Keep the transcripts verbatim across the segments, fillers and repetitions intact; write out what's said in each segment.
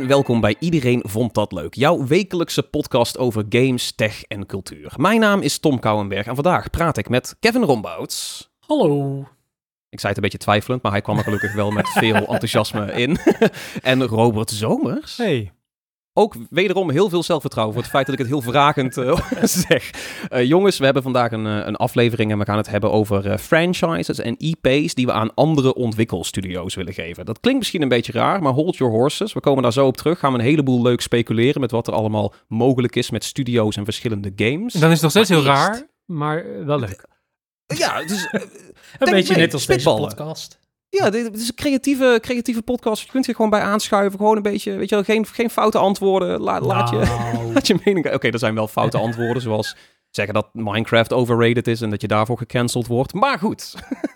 en welkom bij Iedereen Vond Dat Leuk, jouw wekelijkse podcast over games, tech en cultuur. Mijn naam is Tom Kouwenberg en vandaag praat ik met Kevin Rombouts. Hallo. Ik zei het een beetje twijfelend, maar hij kwam er gelukkig wel met veel enthousiasme in. En Robert Zomers. Hey. Ook wederom heel veel zelfvertrouwen voor het feit dat ik het heel vragend uh, zeg. Uh, jongens, we hebben vandaag een, uh, een aflevering en we gaan het hebben over uh, franchises en I P's die we aan andere ontwikkelstudio's willen geven. Dat klinkt misschien een beetje raar, maar hold your horses. We komen daar zo op terug. Gaan we een heleboel leuk speculeren met wat er allemaal mogelijk is met studio's en verschillende games. Dan is het nog steeds maar heel eerst... raar, maar wel leuk. Ja, het is... Uh, een beetje nee, net als deze spitballen. podcast. Ja, dit is een creatieve, creatieve podcast. Je kunt je gewoon bij aanschuiven. Gewoon een beetje, weet je wel, geen, geen foute antwoorden. La, laat, je, Nou. laat je mening... Oké, okay, er zijn wel foute antwoorden, zoals zeggen dat Minecraft overrated is en dat je daarvoor gecanceld wordt. Maar goed.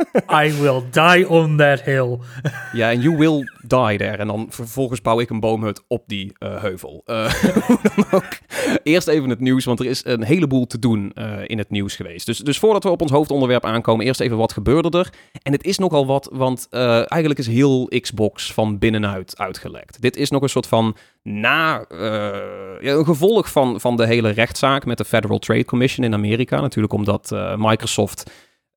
I will die on that hill. Ja, en you will die there. En dan vervolgens bouw ik een boomhut op die uh, heuvel. Uh, hoe dan ook. Eerst even het nieuws, want er is een heleboel te doen uh, in het nieuws geweest. Dus, dus voordat we op ons hoofdonderwerp aankomen, eerst even wat gebeurde er. En het is nogal wat, want uh, eigenlijk is heel Xbox van binnenuit uitgelekt. Dit is nog een soort van na... Uh, ja, een gevolg van, van de hele rechtszaak met de Federal Trade Commission in Amerika. Natuurlijk omdat uh, Microsoft...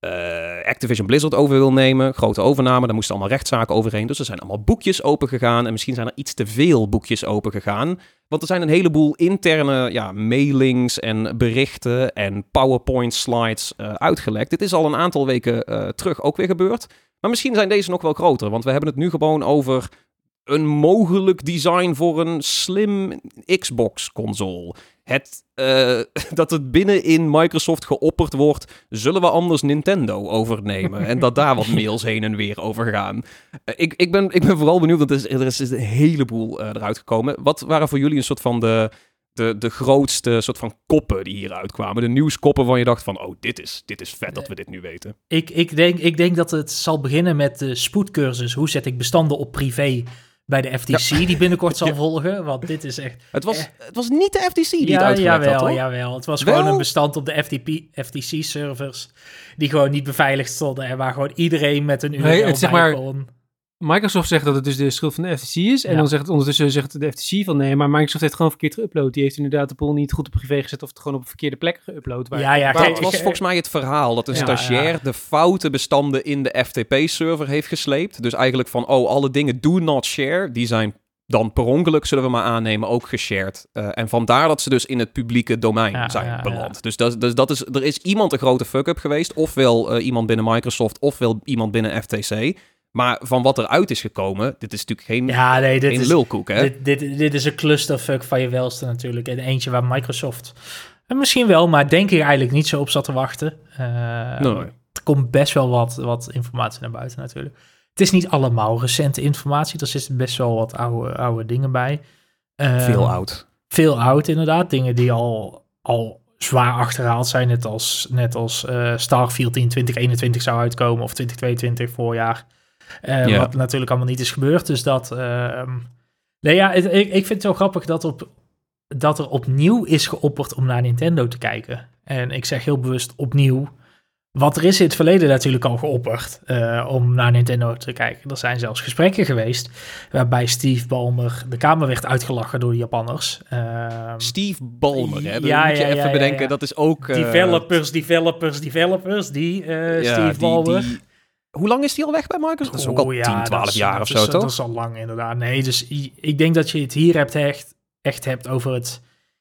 Uh, Activision Blizzard over wil nemen. Grote overname, daar moesten allemaal rechtszaken overheen. Dus er zijn allemaal boekjes open gegaan. En misschien zijn er iets te veel boekjes open gegaan. Want er zijn een heleboel interne ja, mailings en berichten en PowerPoint slides uh, uitgelekt. Dit is al een aantal weken uh, terug ook weer gebeurd. Maar misschien zijn deze nog wel groter. Want we hebben het nu gewoon over een mogelijk design voor een slim Xbox-console. Het, uh, dat het binnenin Microsoft geopperd wordt, zullen we anders Nintendo overnemen? En dat daar wat mails heen en weer over gaan. Uh, ik, ik, ben, ik ben vooral benieuwd, want er is, er is een heleboel uh, eruit gekomen. Wat waren voor jullie een soort van de, de, de grootste soort van koppen die hieruit kwamen? De nieuwskoppen waar je dacht van, oh, dit is, dit is vet dat we dit nu weten. Ik, ik, denk, ik denk dat het zal beginnen met de spoedcursus. Hoe zet ik bestanden op privé bij de F T C, ja. Die binnenkort zal ja. volgen, want dit is echt... Het was, eh, het was niet de F T C die ja, het uitgelekt jawel, had, hoor. Jawel, het was Wel? gewoon een bestand op de F T C-servers die gewoon niet beveiligd stonden en waar gewoon iedereen met een U R L nee, het, bij zeg maar, kon. Microsoft zegt dat het dus de schuld van de F T C is. En ja. dan zegt het ondertussen zegt de F T C van nee, maar Microsoft heeft gewoon verkeerd geüpload. Die heeft inderdaad de pool niet goed op privé gezet of het gewoon op een verkeerde plek geüpload. Waar Ja, ja, Maar kijk, het was volgens mij het verhaal dat een Ja, stagiair ja. de foute bestanden in de F T P-server heeft gesleept. Dus eigenlijk van, oh, alle dingen do not share, die zijn dan per ongeluk, zullen we maar aannemen, ook geshared. Uh, en vandaar dat ze dus in het publieke domein Ja, zijn ja, beland. ja. Dus, dat, dus dat is, er is iemand een grote fuck-up geweest. Ofwel uh, iemand binnen Microsoft, ofwel iemand binnen F T C. Maar van wat eruit is gekomen, dit is natuurlijk geen, Ja, nee, dit geen is, lulkoek, hè? Dit, dit, dit is een clusterfuck van je welste natuurlijk. En eentje waar Microsoft, en misschien wel, maar denk ik eigenlijk niet zo op zat te wachten. Uh, Nee. Er komt best wel wat, wat informatie naar buiten natuurlijk. Het is niet allemaal recente informatie. Er zitten best wel wat oude, oude dingen bij. Uh, Veel oud. Veel oud, inderdaad. Dingen die al, al zwaar achterhaald zijn. Net als, net als uh, Starfield die in twintig eenentwintig zou uitkomen. Of twintig tweeëntwintig voorjaar. Uh, Ja. Wat natuurlijk allemaal niet is gebeurd. Dus dat... Uh, nee, ja, het, ik, ik vind het wel grappig dat, op, dat er opnieuw is geopperd om naar Nintendo te kijken. En ik zeg heel bewust opnieuw. Want er is in het verleden natuurlijk al geopperd uh, om naar Nintendo te kijken. Er zijn zelfs gesprekken geweest waarbij Steve Ballmer de kamer werd uitgelachen door de Japanners. Uh, Steve Ballmer, hè? Dat ja, moet je ja, even ja, bedenken. ja. Dat is ook... Uh, developers, developers, developers. Die uh, ja, Steve die- Ballmer. die- Hoe lang is die al weg bij Microsoft? Dat is ook al Oh, ja, tien, dat twaalf is- jaar dat of is- zo, dat toch? is al lang inderdaad. Nee, dus i- ik denk dat je het hier hebt echt, echt hebt over het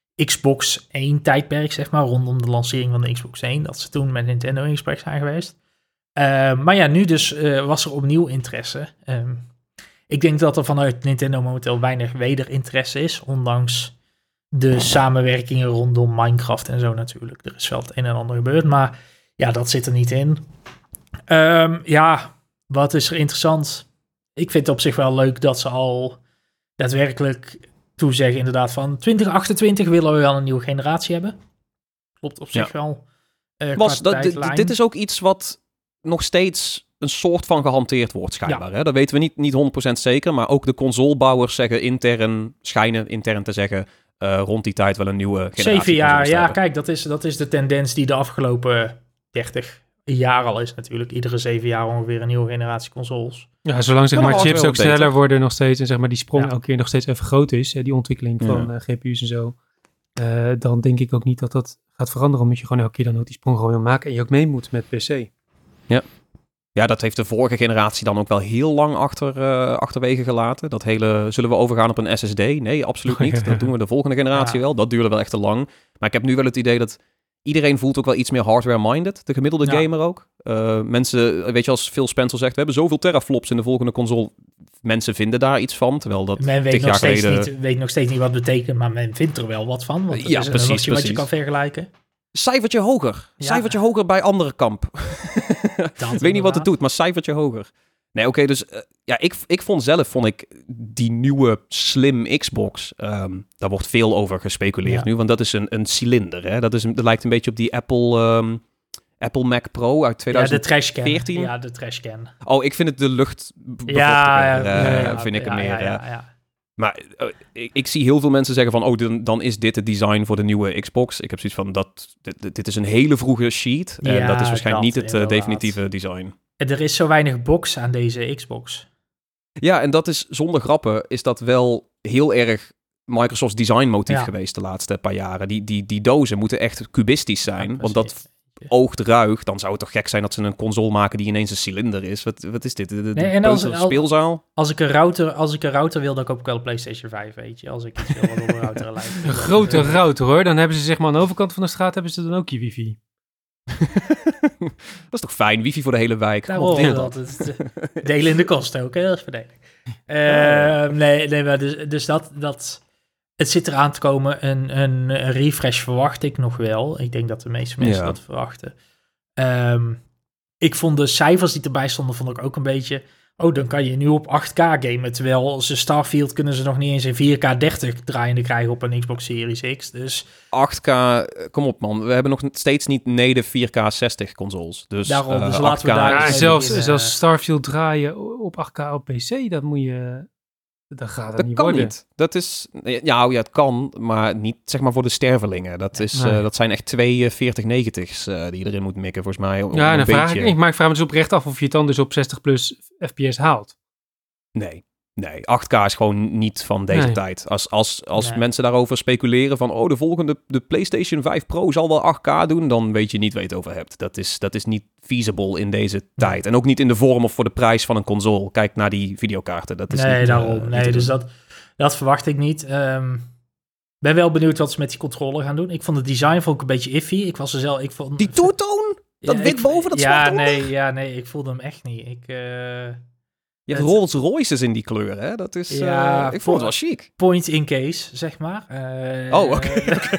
Xbox één tijdperk, zeg maar, rondom de lancering van de Xbox één. Dat ze toen met Nintendo in gesprek zijn geweest. Uh, maar ja, nu dus uh, was er opnieuw interesse. Um, ik denk dat er vanuit Nintendo momenteel weinig wederinteresse is, ondanks de samenwerkingen rondom Minecraft en zo natuurlijk. Er is wel het een en ander gebeurd, maar ja, dat zit er niet in. Um, ja, wat is er interessant? Ik vind het op zich wel leuk dat ze al daadwerkelijk toezeggen inderdaad van twintig achtentwintig willen we wel een nieuwe generatie hebben. Klopt op zich Ja. wel. Uh, Was, qua dat, dit, tijdlijn. dit is ook iets wat nog steeds een soort van gehanteerd wordt, schijnbaar. Ja. Hè? Dat weten we niet, niet honderd procent zeker, maar ook de consolebouwers zeggen intern, schijnen intern te zeggen, uh, rond die tijd wel een nieuwe generatie. Zeven jaar, consoles te ja, hebben. kijk, dat is, dat is de tendens die de afgelopen dertig, een jaar al is natuurlijk. Iedere zeven jaar ongeveer een nieuwe generatie consoles. Ja, zolang zeg Ja, maar maar chips wel ook beter. sneller worden nog steeds en zeg maar die sprong Ja. elke keer nog steeds even groot is, hè, die ontwikkeling van Ja. eh, G P U's en zo, uh, dan denk ik ook niet dat dat gaat veranderen, omdat je gewoon elke keer dan ook die sprong gewoon wil maken en je ook mee moet met P C. Ja, dat heeft de vorige generatie dan ook wel heel lang achter, uh, achterwege gelaten. Dat hele, zullen we overgaan op een S S D? Nee, absoluut niet. Dat doen we de volgende generatie Ja. wel. Dat duurde wel echt te lang. Maar ik heb nu wel het idee dat iedereen voelt ook wel iets meer hardware-minded. De gemiddelde Ja. gamer ook. Uh, mensen, weet je, als Phil Spencer zegt, we hebben zoveel teraflops in de volgende console. Mensen vinden daar iets van, terwijl dat Men weet tig nog, jaar steeds geleden... niet, weet nog steeds niet wat het betekent, maar men vindt er wel wat van. Want er Ja, is een precies, woordje wat je precies. kan vergelijken. Cijfertje hoger. Ja. Cijfertje hoger bij andere kamp. Dat Ik weet niet wat het inderdaad. doet, maar cijfertje hoger. Nee, oké, okay, dus uh, ja, ik, ik vond zelf, vond ik die nieuwe slim Xbox, um, daar wordt veel over gespeculeerd Ja. nu, want dat is een, een cilinder, hè. Dat, is een, dat lijkt een beetje op die Apple, um, Apple Mac Pro uit Ja, tweeduizend de trashcan. veertien. Ja, de trashcan. Oh, ik vind het de lucht Ja, ja, uh, ja, ja, vind ik ja, hem meer. ja, ja, uh, ja. Maar uh, ik, ik zie heel veel mensen zeggen van, oh, dan, dan is dit het design voor de nieuwe Xbox. Ik heb zoiets van, dat, dit, dit is een hele vroege sheet. En Ja, dat is waarschijnlijk dat, niet het uh, inderdaad. definitieve design. Er is zo weinig box aan deze Xbox. Ja, en dat is, zonder grappen, is dat wel heel erg Microsoft's designmotief Ja. geweest de laatste paar jaren. Die, die, die dozen moeten echt cubistisch zijn, Ja, want precies. dat oogt ruig. Dan zou het toch gek zijn dat ze een console maken die ineens een cilinder is. Wat, wat is dit? De, de Nee, en als- peuter als- speelzaal? Als ik een router, als ik een router wil, dan koop ik wel een PlayStation vijf, weet je. Als ik iets wil wat op een router lijkt. Een grote router hoor, dan hebben ze zeg maar aan de overkant van de straat hebben ze dan ook je wifi. Dat is toch fijn? Wifi voor de hele wijk. Daarom, God, wil dat is de- delen in de kosten ook, hè? Dat is verdelig. Uh, nee, nee, maar dus, dus dat, dat... Het zit eraan te komen. Een, een refresh verwacht ik nog wel. Ik denk dat de meeste mensen Ja. dat verwachten. Um, ik vond de cijfers die erbij stonden, vond ik ook een beetje... Oh, dan kan je nu op acht K gamen. Terwijl ze Starfield kunnen ze nog niet eens in vier K dertig draaiende krijgen op een Xbox Series X. Dus acht K, kom op man. We hebben nog steeds niet native vier K zestig consoles. Dus, Daarom, uh, dus laten we acht K daar Ja, eens is- even zelfs, beginnen. zelfs Starfield draaien op acht K op P C, dat moet je... Dat gaat het Dat niet kan worden. niet. Dat is, ja, ja, het kan, maar niet zeg maar voor de stervelingen. Dat, is, Nee. uh, dat zijn echt twee uh, veertig negentig's uh, die je erin moet mikken, volgens mij. om Ja, en een dan vraag ik, beetje- ik, maar ik vraag me dus oprecht af of je het dan dus op zestig plus F P S haalt. Nee, nee, acht K is gewoon niet van deze Nee. tijd. Als, als, als Nee. mensen daarover speculeren van, oh, de volgende, de PlayStation vijf Pro zal wel acht K doen, dan weet je niet waar je het over hebt. Dat is, dat is niet feasible in deze tijd. En ook niet in de vorm of voor de prijs van een console. Kijk naar die videokaarten. Dat is nee, niet, daarom. uh, niet nee, te dus doen. dat, dat verwacht ik niet. Um, ben wel benieuwd wat ze met die controller gaan doen. Ik vond het design vond ik een beetje iffy. Ik was er zelf... Ik vond, Die two-tone? Dat Ja, wit ik- boven, dat ja, zwart onder? nee, ja, nee, ik voelde hem echt niet. Ik, uh, Je hebt het- Rolls Royces in die kleur, hè? Dat is, Ja, uh, ik voor- vond het wel chic. point in case, zeg maar. Uh, Oh, oké. oké.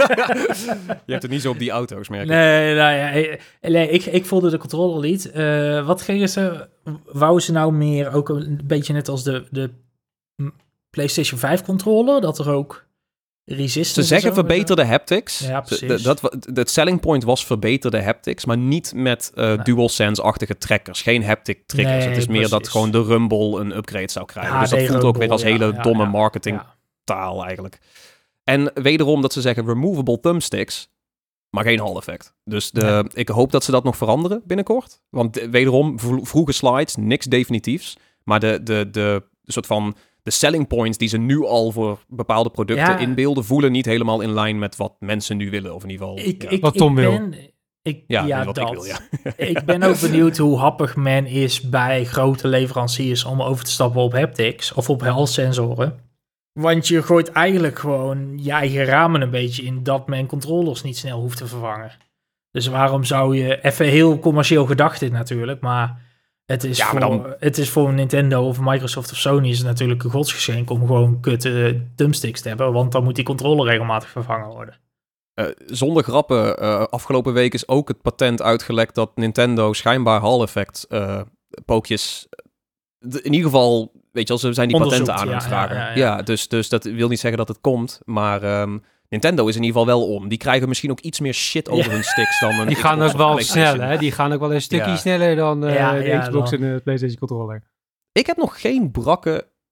Je hebt het niet zo op die auto's, merk ik. Nee, nou ja, eh, nee ik, ik voelde de controller niet. Uh, wat gingen ze... Wou ze nou meer ook een beetje net als de, de PlayStation vijf controller? Dat er ook resistance... Ze zeggen en zo- verbeterde haptics. Ja, Ze- precies. Dat, dat, het selling point was verbeterde haptics, maar niet met uh, Nee. DualSense-achtige trekkers. Geen haptic triggers. Nee, het is meer dat precies. gewoon de Rumble een upgrade zou krijgen. Ja, dus dat nee, voelt ook weer als Rumble, hele ja, domme ja, marketingtaal ja. eigenlijk. En wederom dat ze zeggen removable thumbsticks, maar geen Hall effect. Dus de, Nee. ik hoop dat ze dat nog veranderen binnenkort. Want de- wederom, vro- vroege slides, niks definitiefs. Maar de, de, de, de soort van... De selling points die ze nu al voor bepaalde producten Ja. inbeelden, voelen niet helemaal in lijn met wat mensen nu willen. Of in ieder geval... Ik, ja. ik, Wat Tom ik wil. Ben, ik, Ja, ja, nee, wat dat. ik wil, ja. Ik ben ook benieuwd hoe happig men is bij grote leveranciers om over te stappen op haptics of op health sensoren. Want je gooit eigenlijk gewoon je eigen ramen een beetje in dat men controllers niet snel hoeft te vervangen. Dus waarom zou je, even heel commercieel gedacht dit natuurlijk, maar het is, Ja, maar voor, dan- het is voor Nintendo of Microsoft of Sony is het natuurlijk een godsgeschenk om gewoon kutte thumbsticks te hebben, want dan moet die controller regelmatig vervangen worden. Uh, zonder grappen, uh, afgelopen week is ook het patent uitgelekt dat Nintendo schijnbaar Hall effect uh, pookjes... De, in ieder geval, weet je wel, ze zijn die Onderzoekt, patenten aan ja, het vragen. ja, Ja, ja, ja. dus, dus dat wil niet zeggen dat het komt, maar um, Nintendo is in ieder geval wel om. Die krijgen misschien ook iets meer shit over Ja. hun sticks dan een Die gaan Xbox ook of wel PlayStation. sneller, hè? Die gaan ook wel een stukje Ja. sneller dan uh, Ja, de ja, Xbox dan. en de PlayStation controller. Ik heb nog geen brakke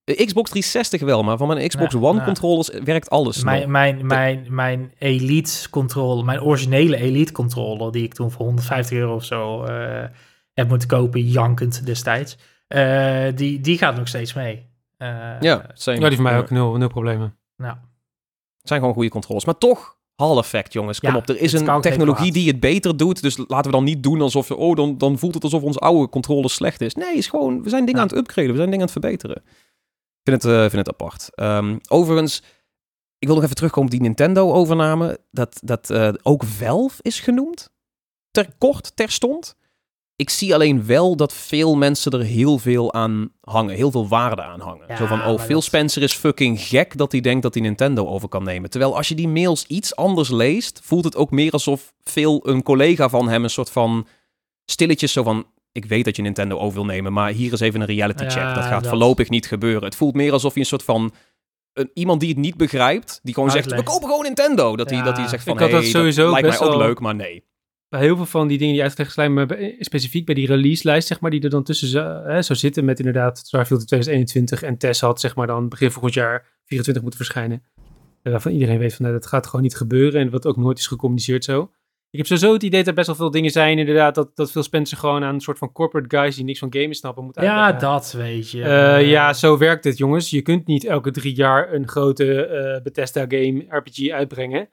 De Xbox driehonderdzestig wel, maar van mijn Xbox Ja, One ja. controllers werkt alles Mijn, nog. mijn, mijn, mijn Elite controller, mijn originele Elite controller, die ik toen voor honderdvijftig euro of zo uh, heb moeten kopen, jankend destijds, uh, die, die gaat nog steeds mee. Uh, Ja, same. Ja, die van mij Ja. ook nul, nul problemen. Nou, Het zijn gewoon goede controllers. Maar toch, Hall effect, jongens. Kom Ja, op, er is het kan een ook geen technologie kwaad. die het beter doet. Dus laten we dan niet doen alsof... we- Oh, dan, dan voelt het alsof onze oude controller slecht is. Nee, is gewoon... We zijn dingen Ja. aan het upgraden. We zijn dingen aan het verbeteren. Ik vind het, uh, vind het apart. Um, overigens, ik wil nog even terugkomen op die Nintendo-overname. Dat, dat uh, ook Valve is genoemd. Ter kort, terstond. Ik zie alleen wel dat veel mensen er heel veel aan hangen. Heel veel waarde aan hangen. Ja, Zo van, oh, maar Phil dat- Spencer is fucking gek dat hij denkt dat hij Nintendo over kan nemen. Terwijl als je die mails iets anders leest, voelt het ook meer alsof Phil, een collega van hem, een soort van stilletjes zo van... Ik weet dat je Nintendo over wil nemen, maar hier is even een reality check. Ja, dat gaat dat- voorlopig niet gebeuren. Het voelt meer alsof je een soort van... Een, iemand die het niet begrijpt, die gewoon zegt... Uitlegt. We kopen gewoon Nintendo. Dat hij Ja, dat hij zegt van, ik had hey, dat sowieso lijkt mij best ook wel- leuk, maar nee. Bij heel veel van die dingen die uitgelegd zijn, maar bij- specifiek bij die release-lijst, zeg maar, die er dan tussen zo- hè, zou zitten met inderdaad Starfield in twintig eenentwintig en Tess had, zeg maar, dan begin volgend jaar vierentwintig moeten verschijnen. En waarvan iedereen weet van, nou, dat gaat gewoon niet gebeuren en wat ook nooit is gecommuniceerd zo. Ik heb sowieso het idee dat er best wel veel dingen zijn, inderdaad, dat, dat Phil Spencer gewoon aan een soort van corporate guys die niks van gamen snappen moet ja, uitleggen. dat weet je. Eh, ja, zo werkt het, jongens. Je kunt niet elke drie jaar een grote eh, Bethesda-game R P G uitbrengen.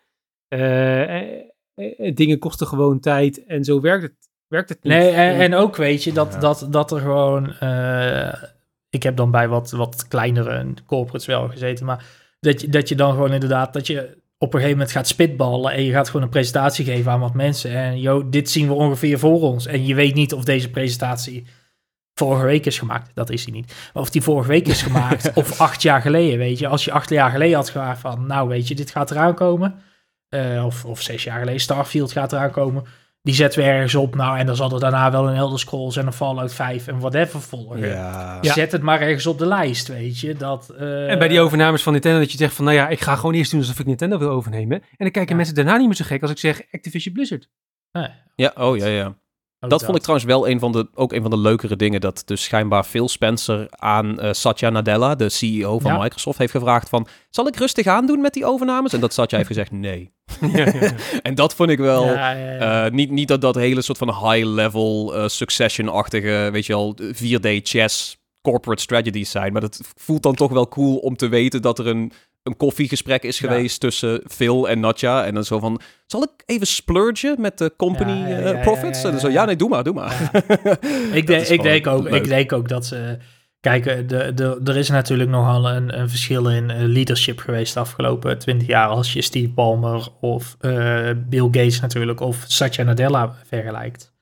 Eh, eh, eh, dingen kosten gewoon tijd en zo werkt het, werkt het niet. Nee, en, en ook weet je dat, Ja. dat, dat er gewoon... eh, ik heb dan bij wat, wat kleinere corporates wel gezeten, maar dat je, dat je dan gewoon inderdaad... dat je op een gegeven moment gaat spitballen en je gaat gewoon een presentatie geven aan wat mensen. En joh, dit zien we ongeveer voor ons. En je weet niet of deze presentatie vorige week is gemaakt. Dat is die niet. Maar of die vorige week is gemaakt of acht jaar geleden, weet je. Als je acht jaar geleden had gevraagd van, nou weet je, dit gaat eraan komen. Uh, of, of zes jaar geleden, Starfield gaat eraan komen. Die zetten we ergens op. Nou, en dan zal er daarna wel een Elder Scrolls en een Fallout vijf en whatever volgen. Ja. Ja. Zet het maar ergens op de lijst, weet je. Dat, uh, En bij die overnames van Nintendo dat je zegt van, nou ja, ik ga gewoon eerst doen alsof ik Nintendo wil overnemen. En dan kijken Ja. mensen daarna niet meer zo gek als ik zeg Activision Blizzard. nee, Ja, oh ja, ja. ook Dat vond ik trouwens wel een van de, ook een van de leukere dingen, dat dus schijnbaar Phil Spencer aan uh, Satya Nadella, de C E O van Ja. Microsoft, heeft gevraagd van, zal ik rustig aandoen met die overnames? En dat Satya heeft gezegd, nee. ja, ja, ja. En dat vond ik wel, Ja, ja, ja. uh, niet, niet dat dat hele soort van high-level uh, succession-achtige, weet je wel, vier D chess corporate strategies zijn, maar dat voelt dan toch wel cool om te weten dat er een een koffiegesprek is Ja. geweest tussen Phil en Natja. En dan zo van, zal ik even splurgen met de company Ja, ja, uh, ja, profits? ja, ja, En zo, ja. ja, nee, doe maar, doe maar. ik, Dat denk, is ik, gewoon denk ook, leuk. ik denk ook dat ze... Kijk, de, de, er is natuurlijk nogal een, een verschil in uh, leadership geweest de afgelopen twintig jaar. Als je Steve Ballmer of uh, Bill Gates natuurlijk of Satya Nadella vergelijkt.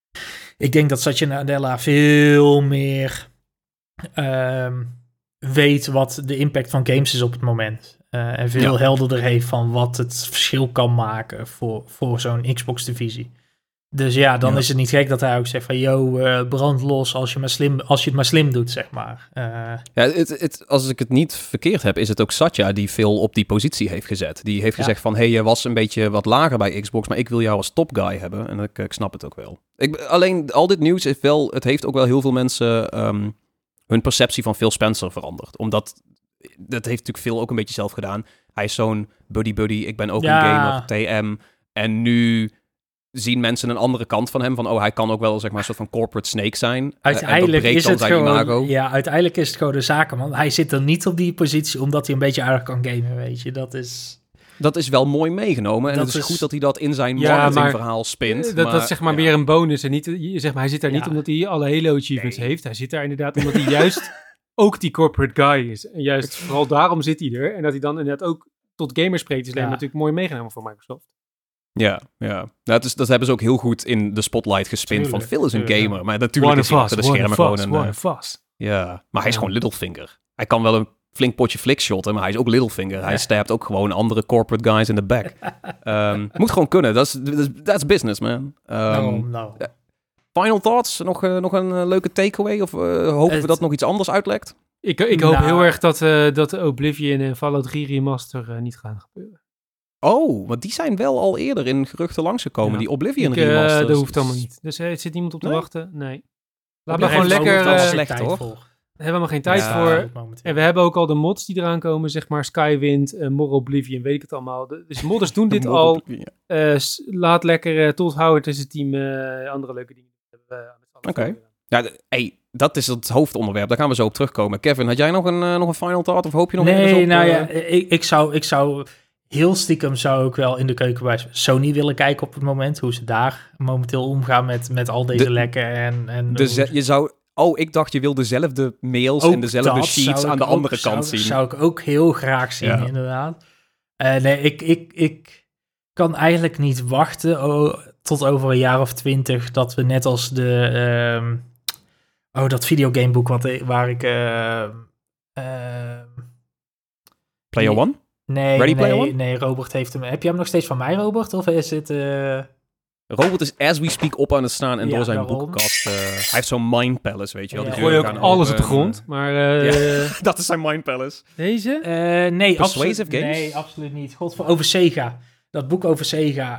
Ik denk dat Satya Nadella veel meer um, weet wat de impact van games is op het moment. Uh, en veel Ja. helderder heeft van wat het verschil kan maken voor, voor zo'n Xbox-divisie. Dus ja, dan Ja. is het niet gek dat hij ook zegt van... yo, uh, brand los als je, maar slim, als je het maar slim doet, zeg maar. Uh, Ja, het, het, als ik het niet verkeerd heb, is het ook Satya die Phil op die positie heeft gezet. Die heeft Ja. gezegd van, hey, je was een beetje wat lager bij Xbox, maar ik wil jou als topguy hebben. En ik, ik snap het ook wel. Ik, alleen, al dit nieuws heeft wel, het heeft ook wel heel veel mensen um, hun perceptie van Phil Spencer veranderd. Omdat, dat heeft natuurlijk Phil ook een beetje zelf gedaan. Hij is zo'n buddy-buddy, ik ben ook Ja. een gamer, T M. En nu zien mensen een andere kant van hem. Van, oh, hij kan ook wel zeg maar een soort van corporate snake zijn. uiteindelijk uh, is dan het zijn gewoon... imago. Ja, uiteindelijk is het gewoon de zakenman. Hij zit er niet op die positie omdat hij een beetje aardig kan gamen, weet je. Dat is... Dat is wel mooi meegenomen. En Dat het is, is- goed dat hij dat in zijn Ja, marketingverhaal spint. dat, dat is zeg maar ja. meer een bonus. En niet, je- zeg maar, hij zit daar niet Ja. omdat hij alle Halo achievements Nee. heeft. Hij zit daar inderdaad omdat hij juist ook die corporate guy is. En juist vooral daarom zit hij er. En dat hij dan inderdaad ook tot gamers spreekt is alleen Ja. natuurlijk mooi meegenomen voor Microsoft. Ja, ja. Nou, het is, dat hebben ze ook heel goed in de spotlight gespind. Tuurlijk, Van Phil is een tuurlijk, gamer. ja. Maar natuurlijk is hij achter de schermen gewoon een... one uh, of us. ja, maar hij is Ja. gewoon Littlefinger. Hij kan wel een flink potje flickshotten, maar hij is ook Littlefinger. Hij Ja. stapt ook gewoon andere corporate guys in de back. um, moet gewoon kunnen. Dat is that's business, man. Um, nou, nou. ja. Final thoughts? Nog, uh, nog een uh, leuke takeaway? Of uh, hopen Het- we dat nog iets anders uitlekt? Ik, ik hoop Nou. heel erg dat, uh, dat de Oblivion en Fallout drie remaster uh, niet gaan gebeuren. Oh, want die zijn wel al eerder in geruchten langsgekomen. Ja. Die Oblivion Ik, uh, remasters. dat hoeft allemaal niet. Dus er zit niemand op te Nee? wachten. Nee. Laat Daar maar gewoon heeft lekker... ook wel uh, slecht, tijd hoor. voor. Daar hebben we helemaal geen tijd Ja. voor. En we hebben ook al de mods die eraan komen, zeg maar Skywind, uh, More Oblivion, weet ik het allemaal. De, dus modders doen dit al. Uh, laat lekker uh, Todd Howard en zijn team uh, andere leuke dingen doen. Oké. Okay. Ja, de, hey, dat is het hoofdonderwerp. Daar gaan we zo op terugkomen. Kevin, had jij nog een, uh, nog een final thought? Of hoop je nog nee, even op? nou uh... ja, ik, ik, zou, ik zou... Heel stiekem zou ik wel in de keuken bij Sony willen kijken op het moment. Hoe ze daar momenteel omgaan met, met al deze de, lekken. En, en de ze- je zou... Oh, ik dacht je wil dezelfde mails en dezelfde sheets aan de ook, andere zou, kant zien. zou ik ook heel graag zien, ja. inderdaad. Uh, nee, ik, ik, ik kan eigenlijk niet wachten oh, tot over een jaar of twintig... dat we net als de... Um, oh, dat videogameboek wat, waar ik... Uh, uh, Player die, One? Nee, Ready nee, One? nee, Robert heeft hem. Heb je hem nog steeds van mij, Robert? Of is het... Uh... Robert is as we speak op aan het staan en ja, door zijn daarom. boekenkast. Uh, hij heeft zo'n mind palace, weet je wel. Ja. Gooi je ook alles op de grond, uh, maar... Uh, ja, dat is zijn mind palace. Deze? Uh, nee, absoluut, games? nee, absoluut niet. God, voor, over Sega. Dat boek over Sega.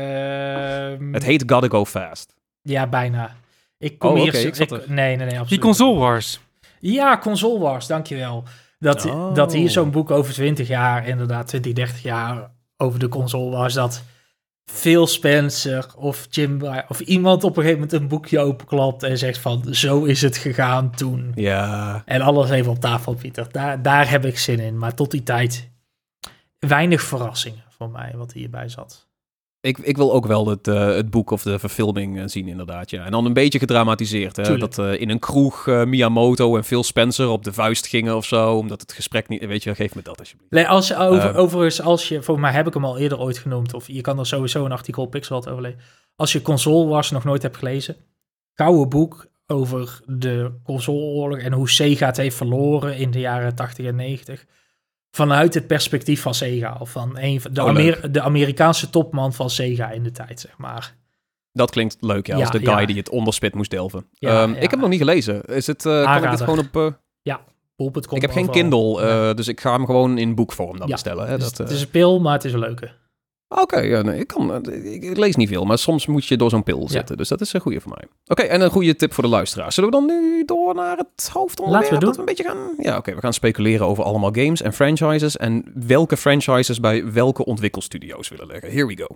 Uh, het heet Gotta Go Fast. Ja, bijna. Ik kom oh, hier... Okay, ik ik, nee, nee, nee, absoluut. Die Console Wars. Ja, Console Wars, dankjewel. Dat, oh. dat hier zo'n boek over twintig jaar, inderdaad twintig, dertig jaar over de console was, dat Phil Spencer of Jim of iemand op een gegeven moment een boekje openklapt en zegt van, zo is het gegaan toen. Ja. En alles even op tafel, Pieter. Daar, daar heb ik zin in. Maar tot die tijd weinig verrassingen voor mij wat hierbij zat. Ik, ik wil ook wel het, uh, het boek of de verfilming uh, zien, inderdaad. Ja. En dan een beetje gedramatiseerd. Hè? Dat uh, in een kroeg uh, Miyamoto en Phil Spencer op de vuist gingen of zo. Omdat het gesprek niet... Weet je, geef me dat alsjeblieft. Nee, als, over, uh, overigens, als je... Volgens mij heb ik hem al eerder ooit genoemd. Of je kan er sowieso een artikel op Pixel over lezen. Als je Console Wars nog nooit hebt gelezen. Gouden boek over de consoleoorlog en hoe Sega het heeft verloren in de jaren tachtig en negentig. Vanuit het perspectief van Sega. Of van een, de, oh, Amer- de Amerikaanse topman van Sega in de tijd, zeg maar. Dat klinkt leuk, ja. ja als de guy ja. die het onderspit moest delven. Ja, um, ja. Ik heb hem nog niet gelezen. Is het, uh, kan ik het gewoon op... Uh... Ja, bol punt com. Ik heb geen Kindle, uh, ja. dus ik ga hem gewoon in boekvorm dan ja. bestellen. Hè? Dus dat, uh... het is een pil, maar het is een leuke. Oké, okay, ja, nee, ik, kan, ik, ik lees niet veel, maar soms moet je door zo'n pil zitten. Ja. Dus dat is een goede voor mij. Oké, okay, en een goede tip voor de luisteraars. Zullen we dan nu door naar het hoofdonderwerp? Laten we doen. Dat we een beetje gaan... Ja, oké, okay, we gaan speculeren over allemaal games en franchises en welke franchises bij welke ontwikkelstudio's willen leggen. Here we go.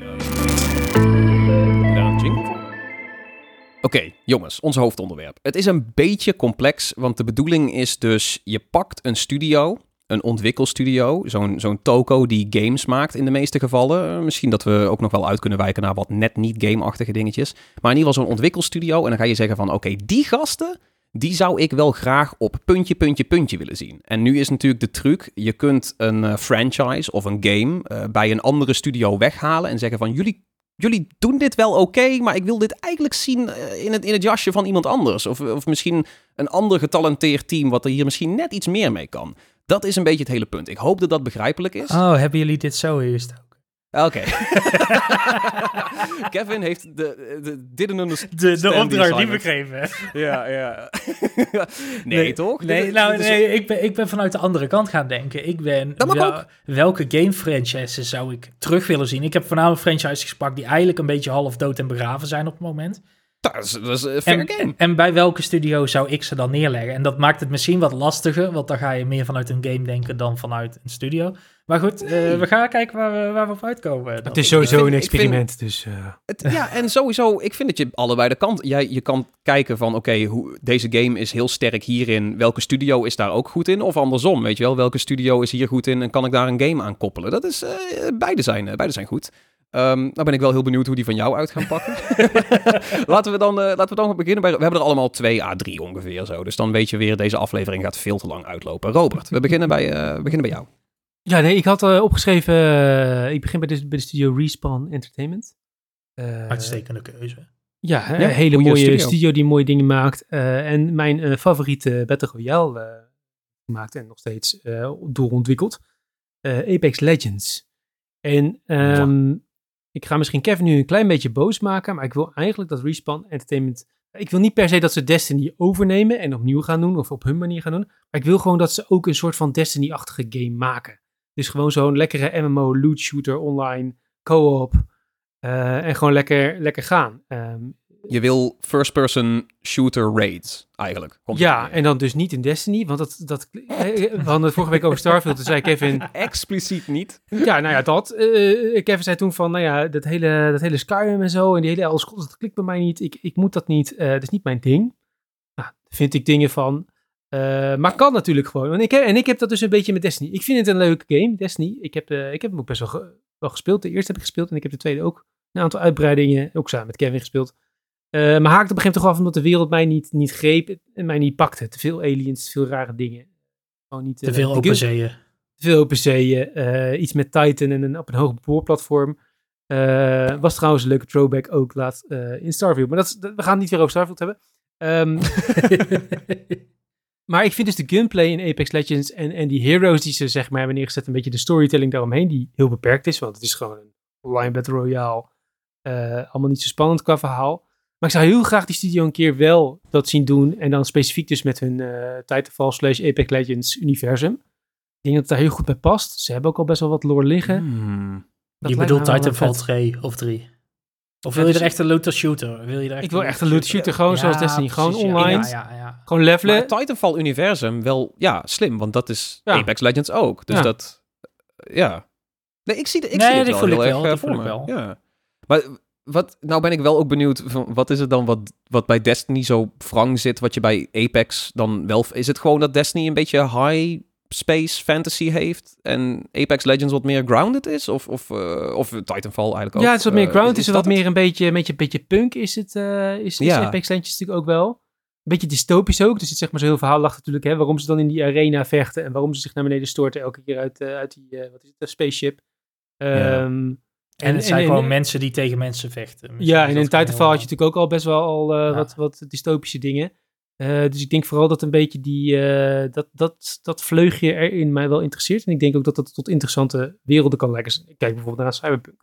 Oké, okay, jongens, ons hoofdonderwerp. Het is een beetje complex, want de bedoeling is dus... je pakt een studio... een ontwikkelstudio, zo'n, zo'n toko die games maakt in de meeste gevallen. Misschien dat we ook nog wel uit kunnen wijken naar wat net niet game-achtige dingetjes. Maar in ieder geval zo'n ontwikkelstudio. En dan ga je zeggen van, oké, okay, die gasten, die zou ik wel graag op puntje, puntje, puntje willen zien. En nu is natuurlijk de truc, je kunt een uh, franchise of een game uh, bij een andere studio weghalen en zeggen van, jullie, jullie doen dit wel oké, okay, maar ik wil dit eigenlijk zien uh, in, het, in het jasje van iemand anders. Of, of misschien een ander getalenteerd team wat er hier misschien net iets meer mee kan. Dat is een beetje het hele punt. Ik hoop dat dat begrijpelijk is. Oh, hebben jullie dit zo eerst ook? Oké. Okay. Kevin heeft de, de, didn't understand de, de opdracht niet begrepen. Ja, ja. nee, nee, toch? Nee, dit, nou, dit nee, ik ben, ik ben vanuit de andere kant gaan denken. Ik ben, wel, welke game franchises zou ik terug willen zien? Ik heb voornamelijk franchises gepakt die eigenlijk een beetje half dood en begraven zijn op het moment. Dat is, dat is een fair en, game. En, en bij welke studio zou ik ze dan neerleggen? En dat maakt het misschien wat lastiger, want dan ga je meer vanuit een game denken dan vanuit een studio. Maar goed, nee. uh, we gaan kijken waar we, waar we op uitkomen. Het is sowieso vind, een experiment, vind, dus... Uh... Het, ja, en sowieso, ik vind dat je allebei de kant... Jij, je kan kijken van, oké, okay, deze game is heel sterk hierin. Welke studio is daar ook goed in? Of andersom, weet je wel? Welke studio is hier goed in en kan ik daar een game aan koppelen? Dat is, uh, beide, zijn, uh, beide zijn goed. Um, nou ben ik wel heel benieuwd hoe die van jou uit gaan pakken. laten, we dan, uh, laten we dan beginnen bij... We hebben er allemaal twee à drie ongeveer zo. Dus dan weet je weer, deze aflevering gaat veel te lang uitlopen. Robert, we beginnen bij, uh, we beginnen bij jou. Ja, nee, ik had uh, opgeschreven... Uh, ik begin bij de, bij de studio Respawn Entertainment. Uh, Uitstekende keuze. Ja, een ja, hele mooie studio. studio die mooie dingen maakt. Uh, en mijn uh, favoriete Battle Royale uh, gemaakt en nog steeds uh, doorontwikkeld. Uh, Apex Legends. En... Um, wow. Ik ga misschien Kevin nu een klein beetje boos maken, maar ik wil eigenlijk dat Respawn Entertainment... Ik wil niet per se dat ze Destiny overnemen en opnieuw gaan doen of op hun manier gaan doen, maar ik wil gewoon dat ze ook een soort van Destiny-achtige game maken. Dus gewoon zo'n lekkere M M O, loot shooter, online, co-op uh, en gewoon lekker, lekker gaan. Um, Je wil first-person shooter raids, eigenlijk. Komt ja, het en dan dus niet in Destiny, want dat... dat we hadden het vorige week over Starfield, toen zei Kevin... expliciet niet. Ja, nou ja, dat. Uh, Kevin zei toen van, nou ja, dat hele, dat hele Skyrim en zo, en die hele Elder Scrolls, dat klikt bij mij niet. Ik, ik moet dat niet, uh, dat is niet mijn ding. Nou, daar vind ik dingen van. Uh, maar kan natuurlijk gewoon. En ik, heb, en ik heb dat dus een beetje met Destiny. Ik vind het een leuke game, Destiny. Ik heb, uh, ik heb hem ook best wel, ge, wel gespeeld. De eerste heb ik gespeeld en ik heb de tweede ook. Een aantal uitbreidingen, ook samen met Kevin gespeeld. Uh, maar haakte op een gegeven moment toch af omdat de wereld mij niet, niet greep en mij niet pakte. Te veel aliens, te veel rare dingen. Gewoon niet, te veel uh, open zeeën. Te veel open zeeën. Uh, iets met Titan en een, op een hoog boorplatform. Uh, was trouwens een leuke throwback ook laat uh, in Starfield. Maar dat, dat, we gaan het niet weer over Starfield hebben. Um, maar ik vind dus de gunplay in Apex Legends en, en die heroes die ze zeg maar hebben neergezet, een beetje de storytelling daaromheen, die heel beperkt is, want het is gewoon een online battle royale. Uh, allemaal niet zo spannend qua verhaal. Maar ik zou heel graag die studio een keer wel dat zien doen. En dan specifiek dus met hun uh, Titanfall slash Apex Legends universum. Ik denk dat het daar heel goed bij past. Ze hebben ook al best wel wat lore liggen. Hmm. Je bedoelt Titanfall twee of drie? Of wil ja, je er echt een looter shooter? Wil je er echt ik wil echt een looter shooter, gewoon ja, zoals Destiny. Gewoon precies, online. Ja, ja, ja. Gewoon levelen. Maar het Titanfall universum wel, ja, slim. Want dat is ja. Apex Legends ook. Dus ja. dat, ja. Nee, ik zie, de, ik nee, zie het wel heel ik erg wel, uh, dat voor voel me. ik wel. Ja. Maar wat, nou ben ik wel ook benieuwd, van, wat is het dan wat, wat bij Destiny zo wrang zit, wat je bij Apex dan wel... Is het gewoon dat Destiny een beetje high space fantasy heeft en Apex Legends wat meer grounded is? Of, of, uh, of Titanfall eigenlijk ook? Ja, het is wat meer grounded. Uh, is, is het wat meer een beetje, een beetje, een beetje punk is het, uh, is, is ja. Apex Legends natuurlijk ook wel. Een beetje dystopisch ook. Dus het zeg maar zo'n heel verhaal lag natuurlijk, hè, waarom ze dan in die arena vechten en waarom ze zich naar beneden storten elke keer uit, uh, uit die, uh, wat is het, uh, spaceship. Um, ja. En het zijn en, gewoon en, mensen die tegen mensen vechten. Misschien ja, en in Titanfall had je natuurlijk ook al best wel al uh, ja. wat, wat dystopische dingen. Uh, dus ik denk vooral dat een beetje die, uh, dat, dat, dat vleugje erin mij wel interesseert. En ik denk ook dat dat tot interessante werelden kan leiden. Ik kijk bijvoorbeeld naar Cyberpunk.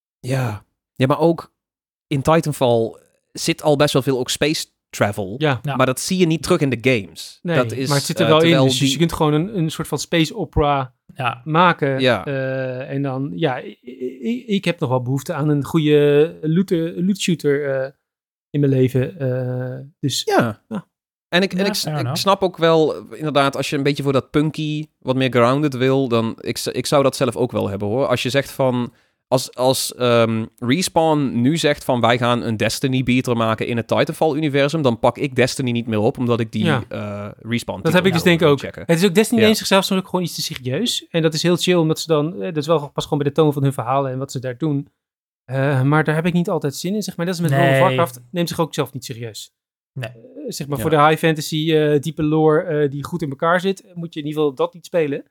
Ja. ja, maar ook in Titanfall zit al best wel veel ook space travel. Ja. Ja. Maar dat zie je niet terug in de games. Nee, dat is, maar het zit er wel uh, in. Dus die... je kunt gewoon een, een soort van space opera ja. maken. Ja. Uh, en dan, ja, ik, ik, ik heb nog wel behoefte aan een goede looter, loot shooter uh, in mijn leven. Uh, dus ja. ja. En, ik, ja, en ik, ik snap ook wel, inderdaad, als je een beetje voor dat punky, wat meer grounded wil, dan ik, ik zou dat zelf ook wel hebben, hoor. Als je zegt van, als, als um, Respawn nu zegt van, wij gaan een Destiny beater maken in het Titanfall-universum, dan pak ik Destiny niet meer op, omdat ik die ja. uh, Respawn... Dat heb ik dus denk ik ook. Checken. Het is ook, Destiny ja. neemt zichzelf soms ook gewoon iets te serieus. En dat is heel chill, omdat ze dan, dat is wel pas gewoon bij de toon van hun verhalen en wat ze daar doen. Uh, maar daar heb ik niet altijd zin in, zeg maar. Dat is met World of Warcraft, neemt zich ook zelf niet serieus. Nee. Uh, zeg maar ja. voor de high fantasy, uh, diepe lore uh, die goed in elkaar zit, moet je in ieder geval dat niet spelen.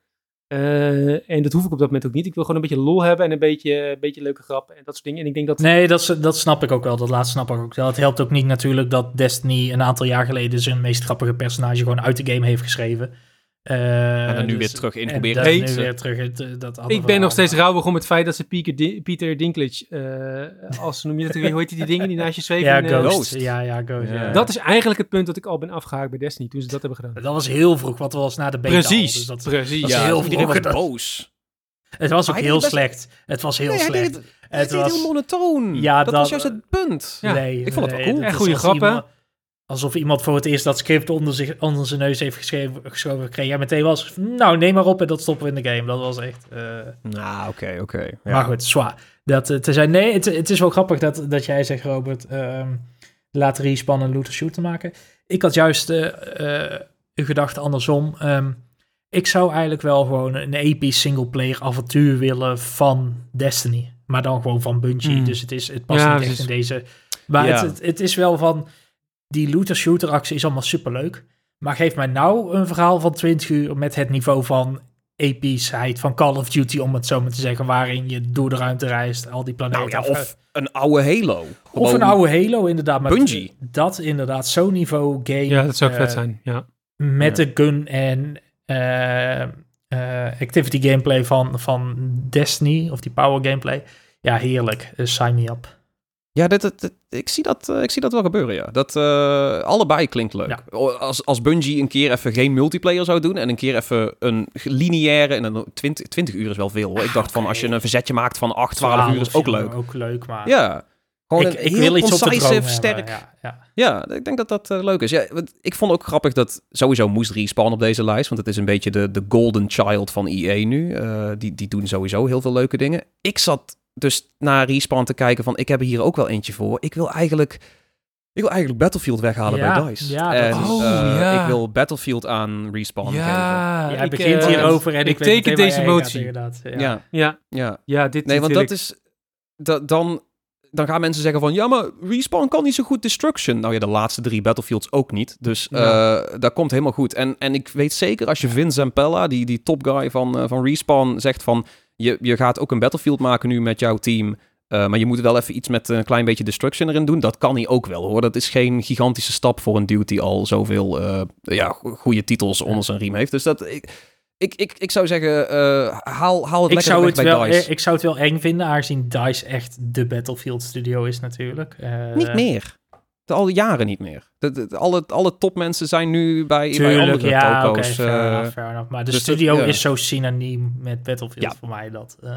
Uh, en dat hoef ik op dat moment ook niet. Ik wil gewoon een beetje lol hebben en een beetje, een beetje leuke grappen en dat soort dingen. En ik denk dat... Nee, dat, dat snap ik ook wel. Dat laatste snap ik ook wel. Het helpt ook niet natuurlijk dat Destiny een aantal jaar geleden zijn meest grappige personage gewoon uit de game heeft geschreven. Uh, en dan nu dus, weer terug in proberen. Hey, nu weer terug het, dat ik ben nog steeds rauwig om het feit dat ze Pieter, Di- Pieter Dinklage, uh, als noem je dat, hoe heet die dingen die naast je zweven? Ja, in, uh, Ghost. Ghost. Ja, ja, Ghost. Ja. Ja. Dat is eigenlijk het punt dat ik al ben afgehaakt bij Destiny toen ze dat hebben gedaan. Dat was heel vroeg, want het was na de beta. Precies, dus dat, precies. Dat ja, heel iedereen was vroeg. boos. Het was ook hij heel best... slecht. Het was heel nee, slecht. Het, het het was heel monotoon. Ja, dat, dat was juist het punt. Ja. Nee, ik vond het nee, wel cool. Echt goede grappen. Iemand, alsof iemand voor het eerst dat script onder, zich, onder zijn neus heeft geschreven, geschoven gekregen. En meteen was, nou, neem maar op en dat stoppen we in de game. Dat was echt... Uh... Nou, oké, okay, oké. Okay. Ja. Maar goed, zwaar. Dat uh, te zijn. Nee, het, het is wel grappig dat, dat jij zegt, Robert, um, laat Respawn een looter shooter maken. Ik had juist uh, uh, uw gedachte andersom. Um, ik zou eigenlijk wel gewoon een episch singleplayer avontuur willen van Destiny. Maar dan gewoon van Bungie. Mm. Dus het, is, het past ja, niet echt is... in deze... Maar ja. het, het, het is wel van... Die looter-shooter actie is allemaal superleuk. Maar geef mij nou een verhaal van twintig uur... met het niveau van epischheid van Call of Duty... om het zo maar te zeggen... waarin je door de ruimte reist, al die planeten... Nou ja, of een oude Halo. Of Gewoon een oude Halo, inderdaad. Maar Bungie. Dat inderdaad, zo'n niveau game... Ja, dat zou ook uh, vet zijn, ja. Met ja. de gun en... Uh, uh, activity gameplay van, van Destiny... of die power gameplay... Ja, heerlijk. Uh, sign me up. Ja, dit, dit, dit, ik, zie dat, uh, ik zie dat wel gebeuren, ja. Dat uh, allebei klinkt leuk. Ja. Als, als Bungie een keer even geen multiplayer zou doen... en een keer even een lineaire... en dan twintig, twintig uur is wel veel, hoor. Ik dacht okay. van, als je een verzetje maakt van acht, twaalf uur is ook leuk. Ook leuk, maar... Ja, Gewoon ik, een ik heel wil iets op de concisive, droom sterk... hebben, ja, ja. Ja, ik denk dat dat uh, leuk is. Ja, want ik vond ook grappig dat sowieso moest Respawn op deze lijst, want het is een beetje de, de golden child van E A nu. Uh, die, die doen sowieso heel veel leuke dingen. Ik zat dus naar Respawn te kijken van, ik heb er hier ook wel eentje voor. Ik wil eigenlijk, ik wil eigenlijk Battlefield weghalen ja, bij DICE. Ja, en dat is... Oh, uh, ja. ik wil Battlefield aan Respawn Ja, geven. Jij ik, begint uh, hierover en ik, ik weet teken meteen waar deze jij heen gaat, motie. inderdaad. Ja. Ja, Ja, ja. ja dit Nee, dit want wil dat ik. is... Da, dan, dan gaan mensen zeggen van... Ja, maar Respawn kan niet zo goed Destruction. Nou ja, de laatste drie Battlefields ook niet. Dus uh, Ja. dat komt helemaal goed. En, en ik weet zeker als je Vince Zampella, die, die topguy van, uh, van Respawn, zegt van... Je, je gaat ook een Battlefield maken nu met jouw team... Uh, maar je moet wel even iets met een klein beetje Destruction erin doen. Dat kan hij ook wel, hoor. Dat is geen gigantische stap voor een dude die al zoveel uh, ja, goede titels onder zijn riem heeft. Dus dat... Ik, Ik, ik, ik zou zeggen, uh, haal, haal het ik lekker zou weg het bij wel, DICE. Ik zou het wel eng vinden, aangezien DICE echt de Battlefield studio is natuurlijk. Uh, Niet meer. De, al jaren niet meer. De, de, de, alle, alle topmensen zijn nu bij, Tuurlijk, bij andere ja, oké, toko's. okay, fair, uh, enough, fair enough. Maar de dus studio dat, ja. is zo synoniem met Battlefield Ja. voor mij. Dat, uh...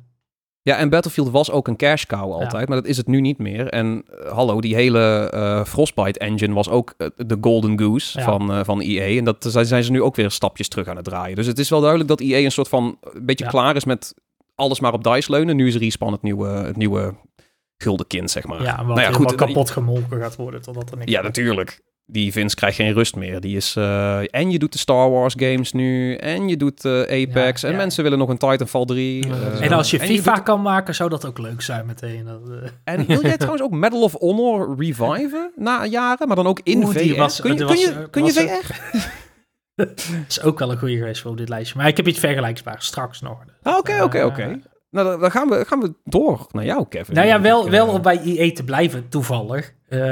Ja, en Battlefield was ook een cash cow altijd, Ja. maar dat is het nu niet meer. En uh, hallo, die hele uh, Frostbite engine was ook uh, de golden goose Ja. van, uh, van E A. En dat zijn, zijn ze nu ook weer stapjes terug aan het draaien. Dus het is wel duidelijk dat E A een soort van een beetje Ja. klaar is met alles maar op DICE leunen. Nu is Respawn het nieuwe, het nieuwe gulden kind, zeg maar. Ja, wat Nou ja, helemaal goed, kapot gemolken gaat worden totdat er niks Ja, meer- natuurlijk. Die Vince krijgt geen rust meer. Die is, uh, en je doet de Star Wars games nu. En je doet uh, Apex. Ja, en ja. mensen willen nog een Titanfall drie. Ja, uh, En als je en FIFA doet- kan maken, zou dat ook leuk zijn meteen. Dat, uh... En wil jij trouwens ook Medal of Honor reviven na jaren? Maar dan ook in Oeh, V R? die was- kun je, die kun was- je, kun je was- V R? Dat is ook wel een goede geweest voor op dit lijstje. Maar ik heb iets vergelijkbaars straks nog. Ah, Oké, oké, Uh, oké. Nou, dan- dan gaan we, gaan we door naar jou, Kevin. Nou ja, wel, Ik, uh, wel om bij E A te blijven, toevallig.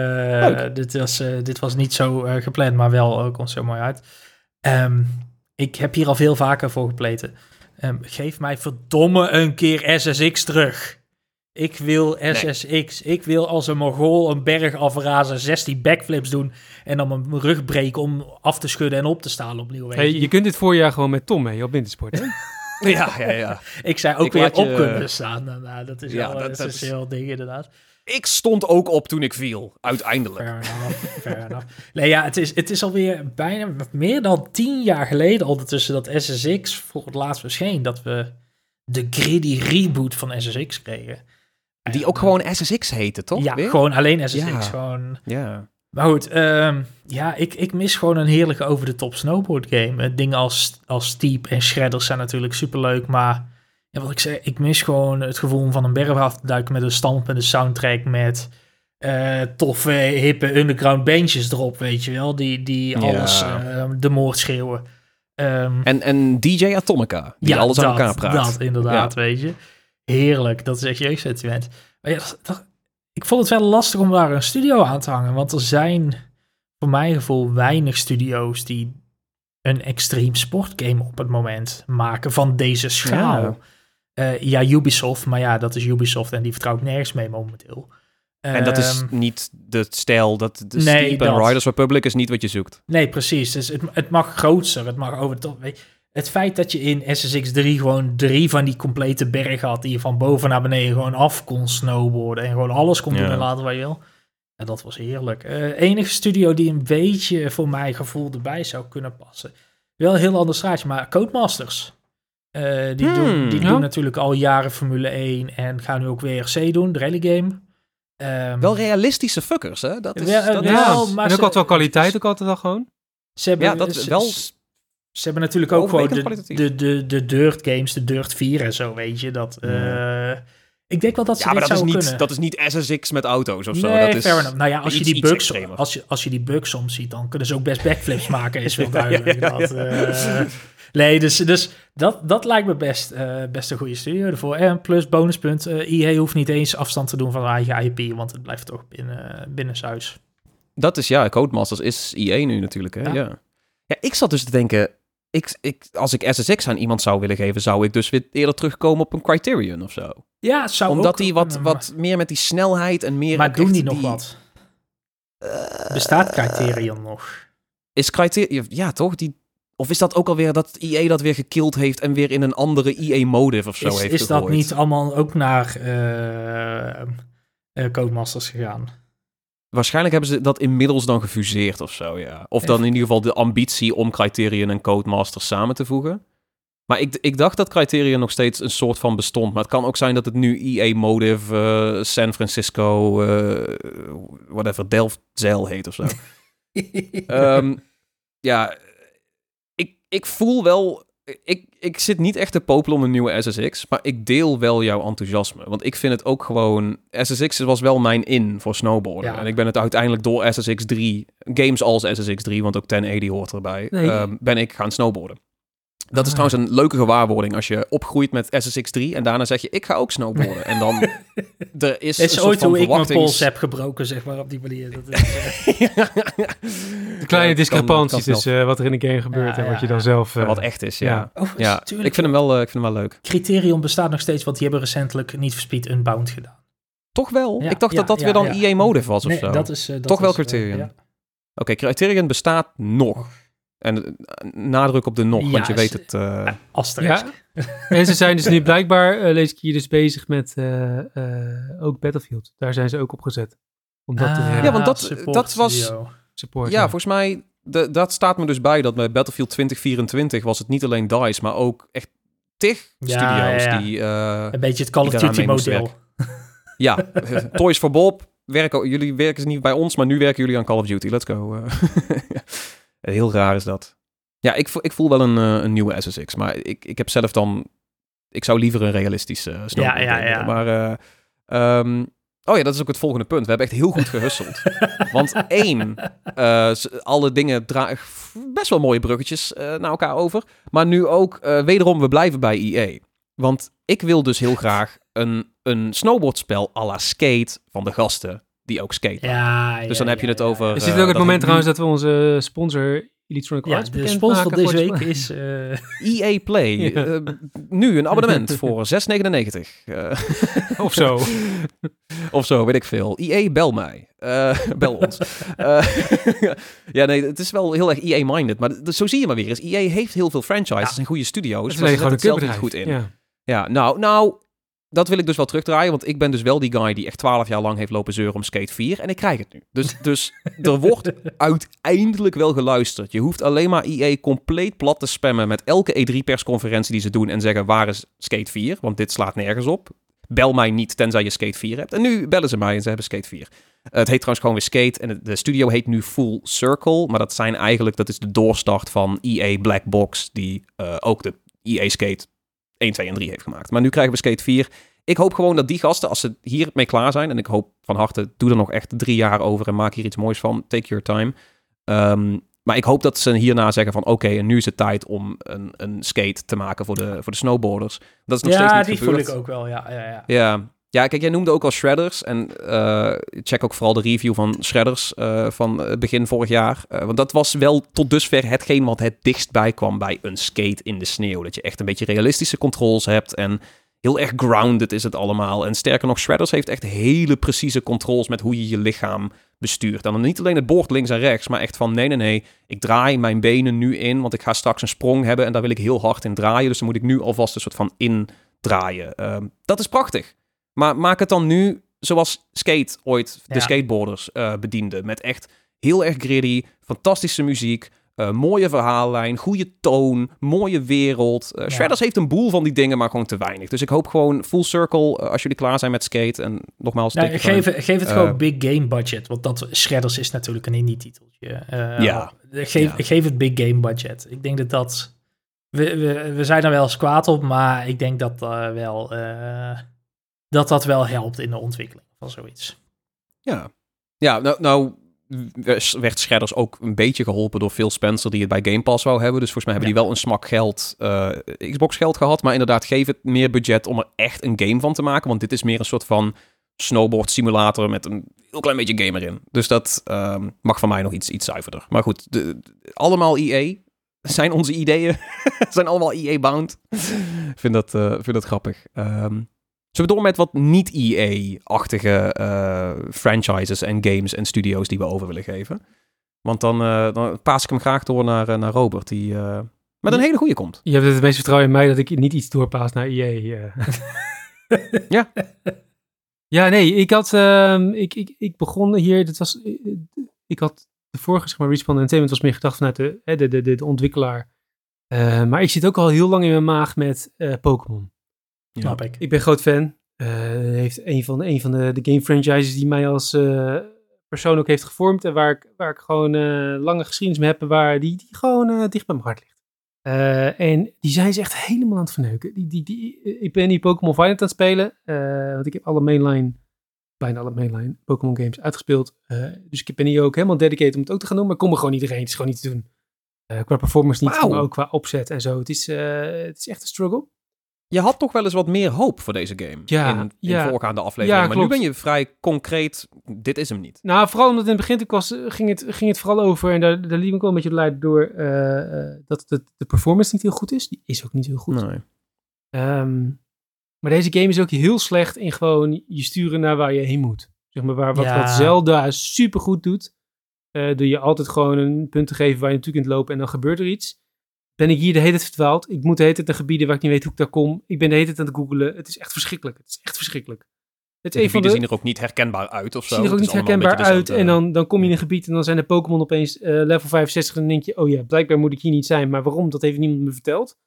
Uh, dit, was, uh, dit was niet zo uh, gepland, maar wel uh, komt zo mooi uit. Um, ik heb hier al veel vaker voor gepleten. Um, geef mij verdomme een keer S S X terug. Ik wil S S X. Ik wil als een Mongool een berg afrazen, zestien backflips doen en dan mijn rug breken om af te schudden en op te staan opnieuw. Weet Hey, je. je kunt dit voorjaar gewoon met Tom mee op Wintersport, hè? Ja, ja, ja. Ik zei ook Ik weer laat je- op kunnen staan. Nou, nou, dat is Ja, wel dat- dat, dat is is- heel ding inderdaad. Ik stond ook op toen ik viel, uiteindelijk. Fair enough, fair enough. Nee, ja, het is, het is alweer bijna meer dan tien jaar geleden ondertussen dat S S X voor het laatst verscheen. Dat we de gritty reboot van S S X kregen. Die En, ook gewoon S S X heette, toch? Ja, Weer? gewoon alleen S S X. Ja. Gewoon. Ja. Maar goed, ehm, ja, ik, ik mis gewoon een heerlijke over-de-top snowboard game. Uh, dingen als, als Steep en Shredders zijn natuurlijk superleuk, maar ja, wat ik zeg, ik mis gewoon het gevoel om van een berg af te duiken met een stampende soundtrack met uh, toffe, hippe underground bandjes erop, weet je wel, die, die Ja. alles uh, de moord schreeuwen. Um, En, en D J Atomica, die ja, alles dat, aan elkaar praat. Dat inderdaad, weet je. Heerlijk, dat is echt jeugdsentiment. Maar ja, dat, dat- ik vond het wel lastig om daar een studio aan te hangen, want er zijn voor mijn gevoel weinig studio's die een extreem sportgame op het moment maken van deze schaal. Ja, uh, ja Ubisoft, maar ja, dat is Ubisoft en die vertrouw ik nergens mee momenteel. En dat is Ehm, niet de stijl, dat de Nee, Steep en dat. Riders Republic is niet wat je zoekt. Nee, precies. Dus het, het mag grootser, het mag over de top. Weet je, het feit dat je in S S X drie gewoon drie van die complete bergen had, die je van boven naar beneden gewoon af kon snowboarden en gewoon alles kon doen Ja. en laten wat je wil. Ja, dat was heerlijk. Uh, enige studio die een beetje voor mijn gevoel erbij zou kunnen passen. Wel een heel ander straatje, maar Codemasters. Uh, die Hmm, doen, die ja. doen natuurlijk al jaren Formule één en gaan nu ook W R C doen, de rally game. Um, Wel realistische fuckers, hè? Dat is, Wel, dat ja, is- Ja, maar en ze- ook altijd wel kwaliteit, ook altijd wel gewoon. Ze hebben, ja, dat ze- wel. Ze hebben natuurlijk ook gewoon Overwegend de, kwalitatief. de, de, de Dirt games, de Dirt vier en zo, weet je. Dat, uh, ik denk wel dat ze Ja, maar dit dat is, zouden niet, kunnen. dat is niet S S X met auto's of zo. Nee, Dat is fair enough. Nou ja, als je, iets- die iets bugs, extremer. als, je, als je die bugs soms ziet, dan kunnen ze ook best backflips maken, is wel duidelijk. Ja, ja, ja, Dat, uh, nee, dus, dus dat, dat lijkt me best, uh, best een goede studio ervoor. En plus bonuspunt, uh, E A hoeft niet eens afstand te doen van haar eigen I P, want het blijft toch binnen, binnenshuis. Dat is, ja, Codemasters is E A nu natuurlijk, hè? Ja. Ja. Ja, ik zat dus te denken, ik, ik, als ik S S X aan iemand zou willen geven, zou ik dus weer eerder terugkomen op een Criterion of zo. Ja, het zou Omdat ook die wat, kunnen, wat meer met die snelheid en meer... Maar ook doen echt die nog wat? Bestaat Criterion nog? Is Criterion... Ja, toch? Die, of is dat ook alweer dat E A dat weer gekild heeft en weer in een andere E A-modif of zo Is, heeft is dat gegooid? niet allemaal ook naar uh, uh, Codemasters gegaan. Waarschijnlijk hebben ze dat inmiddels dan gefuseerd of zo, ja. Of dan Even. in ieder geval de ambitie om Criterion en Codemasters samen te voegen. Maar ik, ik dacht dat Criterion nog steeds een soort van bestond. Maar het kan ook zijn dat het nu E A Motive, uh, San Francisco, uh, whatever, Delft-Zeil heet of zo. um, ja, ik, ik voel wel... Ik, ik zit niet echt te popelen om een nieuwe S S X, maar ik deel wel jouw enthousiasme. Want ik vind het ook gewoon... S S X was wel mijn in voor snowboarden. Ja. En ik ben het uiteindelijk door S S X drie, games als S S X drie, want ook tien honderd hoort erbij, Nee. um, ben ik gaan snowboarden. Dat is Ah. trouwens een leuke gewaarwording als je opgroeit met S S X drie en daarna zeg je, ik ga ook snowboarden. En dan, er is Het is een ooit soort van hoe ik mijn verwachtings... pols heb gebroken, zeg maar, op die manier. Dat is, uh, De kleine Ja, discrepantie kan- kan tussen uh, wat er in de game gebeurt Ja, en wat je ja, dan ja. zelf... uh, wat echt is, ja. ja. Ja, overigens, ja. tuurlijk, Ik, vind hem wel, uh, ik vind hem wel leuk. Criterion bestaat nog steeds, want die hebben recentelijk niet Speed Unbound gedaan. Toch wel? Ja, ik dacht ja, dat dat ja, weer dan ja. E A Motive was of Nee, zo. dat is... uh, dat Toch wel is, uh, Criterion. ja. Oké, Criterion bestaat nog. Oh. En uh, nadruk op de nog, Ja, want je is- weet het... uh, Asterisk. Ja. En ze zijn dus nu blijkbaar, uh, lees ik hier dus bezig met uh, uh, ook Battlefield. Daar zijn ze ook op gezet. Om dat te Ah, redden. Ja, want dat- support dat was- studio. Support, ja, volgens mij... De, dat staat me dus bij dat bij Battlefield twintig vierentwintig was het niet alleen DICE, maar ook echt tig Ja, studio's ja, ja. die... uh, Een beetje het Call of die daaraan Duty mee moesten model. Ja, Toys for Bob. Werken, jullie werken ze niet bij ons, maar nu werken jullie aan Call of Duty. Let's go. Uh, heel raar is dat. Ja, ik, vo- ik voel wel een, uh, een nieuwe S S X, maar ik, ik heb zelf dan... Ik zou liever een realistische uh, snowboard Ja, ja, nemen. ja. Maar... Uh, um, oh ja, dat is ook het volgende punt. We hebben echt heel goed gehusteld. Want één, uh, alle dingen dragen best wel mooie bruggetjes uh, naar elkaar over. Maar nu ook, uh, wederom, we blijven bij E A. Want ik wil dus heel graag een, een snowboardspel à la Skate van de gasten die ook skaten. Ja, ja, Dus dan heb je ja, het ja, over... ja. Is dit uh, ook het dat moment het nu- trouwens dat we onze sponsor Electronic Ja, Arts de bekend sponsor van maken deze voor week het- is... uh, E A Play. Ja. Uh, nu een abonnement voor zes negenennegentig. Uh, Of zo. of zo, weet ik veel. E A, bel mij. Uh, bel ons. Uh, ja, nee, het is wel heel erg E A-minded. Maar d- zo zie je maar weer eens. E A heeft heel veel franchises Ja. en goede studio's. Het is maar alleen ze gewoon zetten een het zelf niet kutbedrijf. goed in. Ja. Ja, nou, nou, dat wil ik dus wel terugdraaien. Want ik ben dus wel die guy die echt twaalf jaar lang heeft lopen zeuren om Skate vier. En ik krijg het nu. Dus, dus er wordt uiteindelijk wel geluisterd. Je hoeft alleen maar E A compleet plat te spammen met elke E drie persconferentie die ze doen en zeggen, waar is Skate vier? Want dit slaat nergens op. Bel mij niet, tenzij je Skate vier hebt. En nu bellen ze mij en ze hebben Skate vier. Uh, het heet trouwens gewoon weer Skate. En de studio heet nu Full Circle. Maar dat zijn eigenlijk, dat is de doorstart van E A Black Box, die uh, ook de E A Skate één, twee en drie heeft gemaakt. Maar nu krijgen we Skate vier. Ik hoop gewoon dat die gasten, als ze hiermee klaar zijn, en ik hoop van harte, doe er nog echt drie jaar over en maak hier iets moois van. Take your time. Um, maar ik hoop dat ze hierna zeggen van, oké, okay, en nu is het tijd om een, een skate te maken voor de, voor de snowboarders. Dat is nog steeds ja, niet die gebeurd. voel ik ook wel, ja. ja, ja. Ja. Ja, kijk, jij noemde ook al Shredders. En uh, check ook vooral de review van Shredders uh, van uh, begin vorig jaar. Uh, want dat was wel tot dusver hetgeen wat het dichtst bij kwam bij een skate in de sneeuw. Dat je echt een beetje realistische controls hebt en heel erg grounded is het allemaal. En sterker nog, Shredders heeft echt hele precieze controls met hoe je je lichaam bestuurt. En dan niet alleen het boord links en rechts, maar echt van nee, nee, nee. Ik draai mijn benen nu in, want ik ga straks een sprong hebben en daar wil ik heel hard in draaien. Dus dan moet ik nu alvast een soort van indraaien. Uh, dat is prachtig. Maar maak het dan nu zoals Skate ooit de Ja. skateboarders uh, bediende. Met echt heel erg gritty, fantastische muziek, uh, mooie verhaallijn, goede toon, mooie wereld. Uh, Ja. Shredders heeft een boel van die dingen, maar gewoon te weinig. Dus ik hoop gewoon full circle uh, als jullie klaar zijn met Skate. En nogmaals, Nou, take your geef, time. geef het Uh, gewoon big game budget. Want dat Shredders is natuurlijk een indie-titeltje. Uh, Ja. Geef, Ja. geef het big game budget. Ik denk dat dat... We, we, we zijn er wel eens kwaad op, maar ik denk dat uh, wel... Uh, dat dat wel helpt in de ontwikkeling van zoiets. Ja, ja nou, nou werd Shredders ook een beetje geholpen door Phil Spencer, die het bij Game Pass wou hebben. Dus volgens mij hebben Ja. die wel een smak geld, uh, Xbox geld gehad. Maar inderdaad, geef het meer budget om er echt een game van te maken. Want dit is meer een soort van snowboard simulator met een heel klein beetje game erin. Dus dat um, mag van mij nog iets, iets zuiverder. Maar goed, de, de, allemaal E A. Zijn onze ideeën. Zijn allemaal E A-bound. Ik vind dat, uh, vind dat grappig. Um, Zullen we door met wat niet-E A-achtige uh, franchises en games en studio's die we over willen geven? Want dan, uh, dan paas ik hem graag door naar, uh, naar Robert, die uh, met een hele goede komt. Je hebt het meest vertrouwen in mij dat ik niet iets doorpaas naar E A. Uh. Ja. Ja, nee, ik had, um, ik, ik, ik begon hier, dat was, ik had de vorige, zeg maar, Respawn Entertainment was meer gedacht vanuit de, de, de, de, de ontwikkelaar. Uh, maar ik zit ook al heel lang in mijn maag met uh, Pokémon. Ja. Snap ik. Ik ben groot fan. Uh, heeft een van, een van de, de game franchises die mij als uh, persoon ook heeft gevormd. En waar ik, waar ik gewoon uh, lange geschiedenis mee heb. Waar die, die gewoon uh, dicht bij mijn hart ligt. Uh, en die zijn ze echt helemaal aan het verneuken. Die, die, die, ik ben die Pokémon Violet aan het spelen. Uh, want ik heb alle mainline, bijna alle mainline Pokémon games uitgespeeld. Uh, dus ik ben hier ook helemaal dedicated om het ook te gaan doen. Maar ik kom er gewoon niet doorheen. Het is gewoon niet te doen. Uh, qua performance niet, wow. Maar ook qua opzet en zo. Het is, uh, het is echt een struggle. Je had toch wel eens wat meer hoop voor deze game ja, in, in ja. voorgaande afleveringen. Ja, maar klopt. nu ben je vrij concreet, dit is hem niet. Nou, vooral omdat in het begin was, ging, het, ging het vooral over, en daar, daar liep ik wel een beetje leiden door, uh, uh, dat de, de performance niet heel goed is. Die is ook niet heel goed. Nee. Um, maar deze game is ook heel slecht in gewoon je sturen naar waar je heen moet. Zeg maar, waar, wat, ja. wat Zelda supergoed doet, uh, door je altijd gewoon een punt te geven waar je naartoe kunt lopen en dan gebeurt er iets. Ben ik hier de hele tijd verdwaald. Ik moet de hele tijd naar gebieden waar ik niet weet hoe ik daar kom. Ik ben de hele tijd aan het googlen. Het is echt verschrikkelijk. Het is echt verschrikkelijk. Het de gebieden de... zien er ook niet herkenbaar uit of zo. Zien er ook niet herkenbaar uit. En dan, dan kom je in een gebied en dan zijn de Pokémon opeens uh, level vijfenzestig. En dan denk je, oh ja, blijkbaar moet ik hier niet zijn. Maar waarom? Dat heeft niemand me verteld.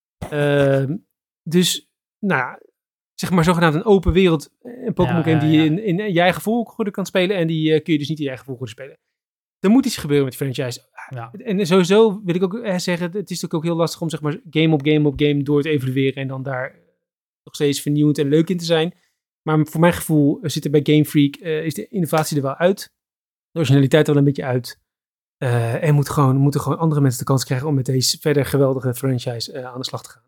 Uh, dus, nou ja, zeg maar zogenaamd een open wereld. Een Pokémon game ja, ja, ja. die je in, in je eigen volgorde kan spelen. En die uh, kun je dus niet in je eigen volgorde spelen. Er moet iets gebeuren met die franchise. Ja. En sowieso wil ik ook zeggen, het is natuurlijk ook heel lastig om zeg maar game op game op game door te evalueren en dan daar nog steeds vernieuwend en leuk in te zijn. Maar voor mijn gevoel zit er bij Game Freak, uh, is de innovatie er wel uit. De originaliteit er wel een beetje uit. Uh, en moet gewoon, moeten gewoon andere mensen de kans krijgen om met deze verder geweldige franchise uh, aan de slag te gaan.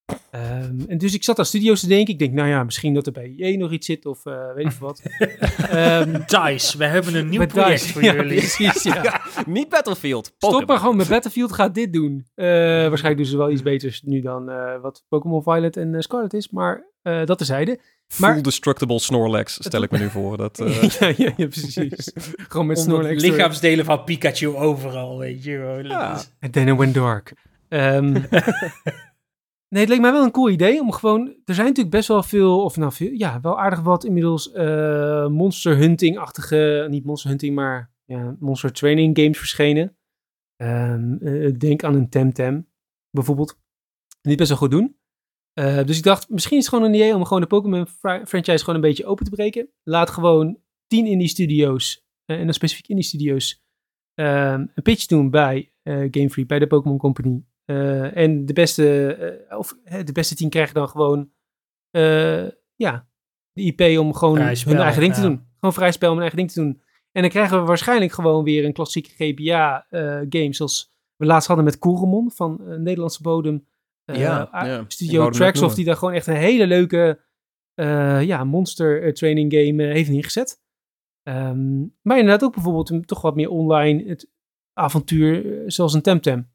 Um, en dus ik zat aan studio's te denken. Ik denk, nou ja, misschien dat er bij E A nog iets zit of uh, weet ik wat. um, DICE, we hebben een nieuw project DICE. Voor ja, jullie. Precies, ja. ja, niet Battlefield, Pokémon. Stop maar gewoon met Battlefield, gaat dit doen. Uh, waarschijnlijk doen ze wel iets beters nu dan uh, wat Pokémon Violet en uh, Scarlet is, maar uh, dat terzijde. Full maar, destructible Snorlax, stel ik me nu voor. Dat, uh... ja, ja, ja, precies. Gewoon met Snorlax. Lichaamsdelen van Pikachu overal, weet je. Ja. And then it went dark. Um, Nee, het leek mij wel een cool idee om gewoon... Er zijn natuurlijk best wel veel, of nou veel, ja, wel aardig wat inmiddels uh, monster hunting-achtige, niet monster hunting, maar ja, monster training games verschenen. Um, uh, denk aan een Temtem, bijvoorbeeld. Die best wel goed doen. Uh, dus ik dacht, misschien is het gewoon een idee om gewoon de Pokémon fr- franchise gewoon een beetje open te breken. Laat gewoon tien indie studio's, uh, en dan specifiek indie studio's, uh, een pitch doen bij uh, Game Freak, bij de Pokémon Company. Uh, en de beste, uh, of uh, de beste tien krijgen dan gewoon uh, ja, de I P om gewoon spel, hun eigen ding ja. te doen. Gewoon vrij spel om hun eigen ding te doen. En dan krijgen we waarschijnlijk gewoon weer een klassieke G B A uh, game zoals we laatst hadden met Coromon van uh, Nederlandse bodem. Uh, ja, ja. Studio Tracksoft die daar gewoon echt een hele leuke uh, ja, monster uh, training game uh, heeft neergezet. Um, maar inderdaad ook bijvoorbeeld een, toch wat meer online het avontuur uh, zoals een Temtem.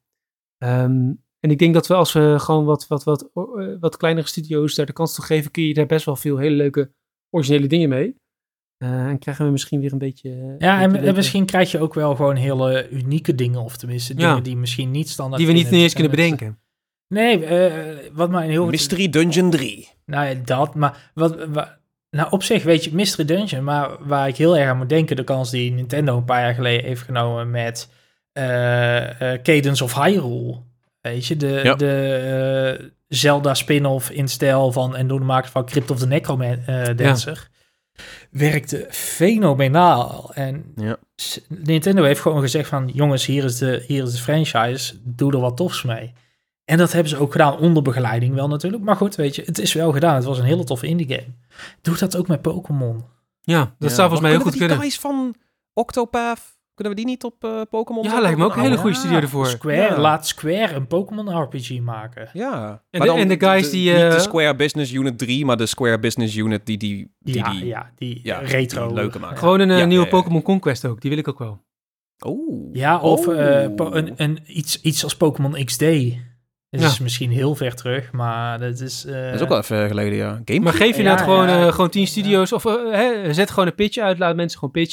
Um, en ik denk dat we als we gewoon wat, wat, wat, uh, wat kleinere studio's daar de kans toe geven, kun je daar best wel veel hele leuke originele dingen mee. Uh, en krijgen we misschien weer een beetje... Uh, ja, en, beetje en misschien krijg je ook wel gewoon hele unieke dingen, of tenminste dingen ja. die misschien niet standaard... Die we niet ineens kunnen bedenken. Nee, uh, wat mij heel... Mystery Dungeon drie. Nou ja, dat, maar wat... wat nou, op zich weet je, Mystery Dungeon, maar waar ik heel erg aan moet denken, de kans die Nintendo een paar jaar geleden heeft genomen met uh, uh, Cadence of Hyrule. Weet je, de, ja. de uh, Zelda spin-off in stijl van, en door de maker van Crypt of the Necrodancer, ja. werkte fenomenaal. En ja. Nintendo heeft gewoon gezegd van, jongens, hier is de, hier is de franchise, doe er wat tofs mee. En dat hebben ze ook gedaan onder begeleiding wel natuurlijk. Maar goed, weet je, het is wel gedaan. Het was een hele toffe indie game. Doe dat ook met Pokémon. Ja, dat ja. zou volgens mij heel goed kunnen. Kunnen we die guys van Octopath, kunnen we die niet op uh, Pokémon? Ja, lijkt me ook een hele goede ja. studio ervoor. Square, ja. Laat Square een Pokémon R P G maken. Ja. En de, en de guys de, die... Uh, niet de Square Business Unit drie, maar de Square Business Unit die die... die, ja, die ja, die ja, retro. Die leuke maken. Gewoon een uh, ja, nieuwe ja, ja. Pokémon Conquest ook. Die wil ik ook wel. Oh. Ja, of oh. Uh, po- een, een, iets, iets als Pokémon X D. Dat ja. is misschien heel ver terug, maar dat is... Uh... Dat is ook wel even geleden, ja. Game maar geef je ja, nou gewoon, ja, uh, gewoon tien studio's, ja. of uh, hè, zet gewoon een pitch uit, laat mensen gewoon pitchen.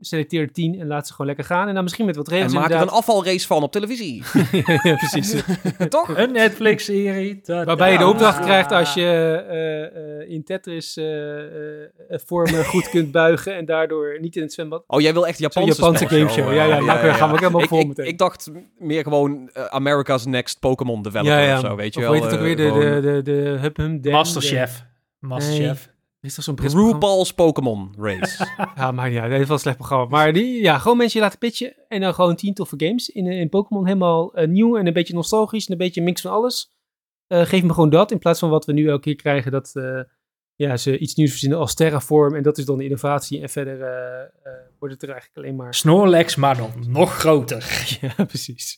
selecteer er tien en laat ze gewoon lekker gaan. En dan misschien met wat En regels maak er inderdaad. een afvalrace van op televisie. Ja, precies. Toch? Een Netflix-serie. Ta-da. Waarbij je de opdracht krijgt als je uh, uh, in Tetris uh, uh, vormen goed kunt buigen en daardoor niet in het zwembad. Oh, jij wil echt Japanse, Japanse gameshow. Ja, ja, nou gaan we ook helemaal ik, vol ik, meteen. ik dacht meer gewoon uh, America's Next Pokémon developer Ja, ja. of zo, weet je of wel. weet het ook uh, weer, de, gewoon de, de, de Hub Hum Dan, Masterchef. Masterchef. Nee. Is toch zo'n Brits programma? RuPaul's Pokémon Race. Ja, maar ja, dat is wel een slecht programma. Maar die, ja, gewoon mensen je laten pitchen en dan gewoon tien toffe games in, in Pokémon. Helemaal uh, nieuw en een beetje nostalgisch en een beetje een mix van alles. Uh, geef me gewoon dat in plaats van wat we nu elke keer krijgen, dat uh, ja, ze iets nieuws verzinnen als Terraform en dat is dan de innovatie en verder uh, uh, wordt het er eigenlijk alleen maar... Snorlax, maar dan nog groter. Ja, precies.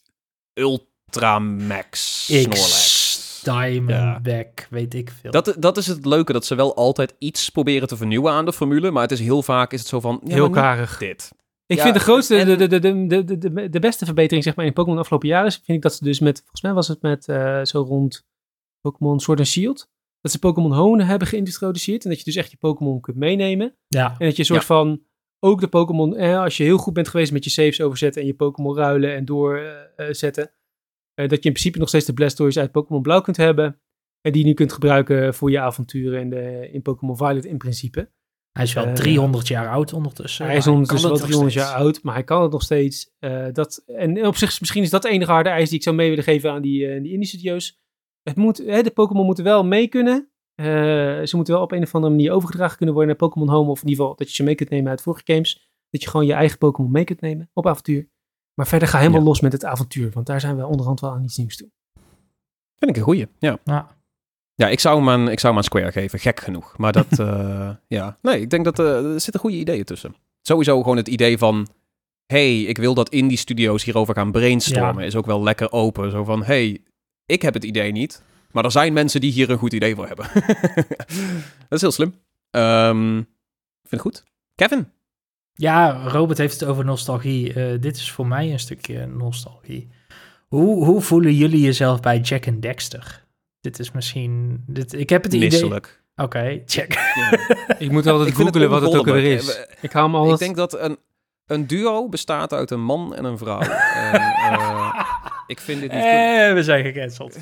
Ultramax Snorlax. Diamondback, ja. Weet ik veel. Dat, dat is het leuke, dat ze wel altijd iets proberen te vernieuwen aan de formule, maar het is heel vaak is het zo van... Ja, heel maar karig. Dit. Ik ja, vind de grootste, en... de, de, de, de, de, de, de beste verbetering zeg maar in Pokémon de afgelopen jaren is, vind ik dat ze dus met, volgens mij was het met uh, zo rond Pokémon Sword and Shield, dat ze Pokémon Hone hebben geïntroduceerd en dat je dus echt je Pokémon kunt meenemen. Ja. En dat je een soort ja. van, ook de Pokémon, eh, als je heel goed bent geweest met je saves overzetten en je Pokémon ruilen en doorzetten, uh, uh, dat je in principe nog steeds de Blastoise uit Pokémon Blauw kunt hebben. En die je nu kunt gebruiken voor je avonturen in, de, in Pokémon Violet in principe. Hij is wel uh, driehonderd jaar oud ondertussen. Hij is ondertussen wel driehonderd jaar oud, maar hij kan het nog steeds. Uh, dat, en op zich, misschien is dat de enige harde eis die ik zou mee willen geven aan die, uh, die indie studio's. Het moet, hè, de Pokémon moeten wel mee kunnen. Uh, ze moeten wel op een of andere manier overgedragen kunnen worden naar Pokémon Home. Of in ieder geval dat je ze mee kunt nemen uit vorige games. Dat je gewoon je eigen Pokémon mee kunt nemen op avontuur. Maar verder ga helemaal ja. los met het avontuur. Want daar zijn we onderhand wel aan iets nieuws toe. Vind ik een goeie, ja. Ja. Ja, ik zou, hem aan, ik zou hem aan Square geven. Gek genoeg. Maar dat, uh, ja. Nee, ik denk dat uh, er zitten goede ideeën tussen. Sowieso gewoon het idee van... hey, ik wil dat indie studio's hierover gaan brainstormen. Ja. Is ook wel lekker open. Zo van, hey, ik heb het idee niet. Maar er zijn mensen die hier een goed idee voor hebben. Dat is heel slim. Um, ik vind het goed. Kevin? Ja, Robert heeft het over nostalgie. Uh, dit is voor mij een stukje nostalgie. Hoe, hoe voelen jullie jezelf bij Jack and Dexter? Dit is misschien... Dit, ik heb het idee... Misselijk. Oké, okay, check. Ja. Ik moet altijd googelen wat het ook weer is. Ik hou me altijd... Ik denk dat een, een duo bestaat uit een man en een vrouw. en, uh, ik vind dit niet eh, we zijn gecanceld.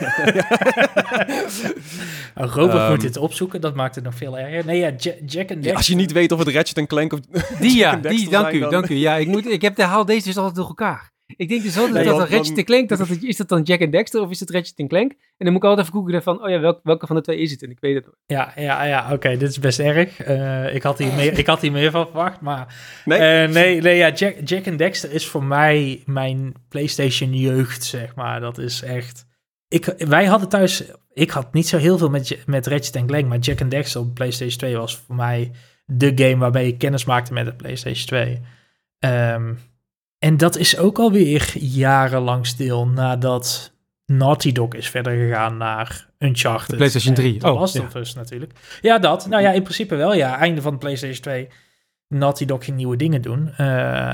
oh, Robert um, moet dit opzoeken, dat maakt het nog veel erger. Nee, ja, J- Jack and Dexter... Ja, als je niet weet of het Ratchet en Clank of... Die ja, die, dank u, dan... dank u. Ja, ik, moet, ik heb de haal deze dus altijd door elkaar. Ik denk dus altijd nee, dat dat Ratchet en Clank, dat dat, is dat dan Jack and Dexter of is het Ratchet en Clank? En dan moet ik altijd even googlen van, oh ja, welk, welke van de twee is het? En ik weet het nooit. Ja, ja, ja, oké, okay, dit is best erg. Uh, ik, had hier meer, ik had hier meer van verwacht, maar... Nee? Uh, nee, nee, ja, Jack, Jack and Dexter is voor mij mijn PlayStation jeugd, zeg maar. Dat is echt... Ik, wij hadden thuis... Ik had niet zo heel veel met, met Ratchet en Clank, maar Jack and Dexter op PlayStation twee was voor mij de game waarmee ik kennis maakte met de PlayStation twee. Um, En dat is ook alweer jarenlang stil nadat Naughty Dog is verder gegaan naar Uncharted. De PlayStation drie. Dat oh, was ja. dus natuurlijk. Ja, dat. Nou ja, in principe wel. Ja, einde van de PlayStation twee. Naughty Dog ging nieuwe dingen doen. Uh,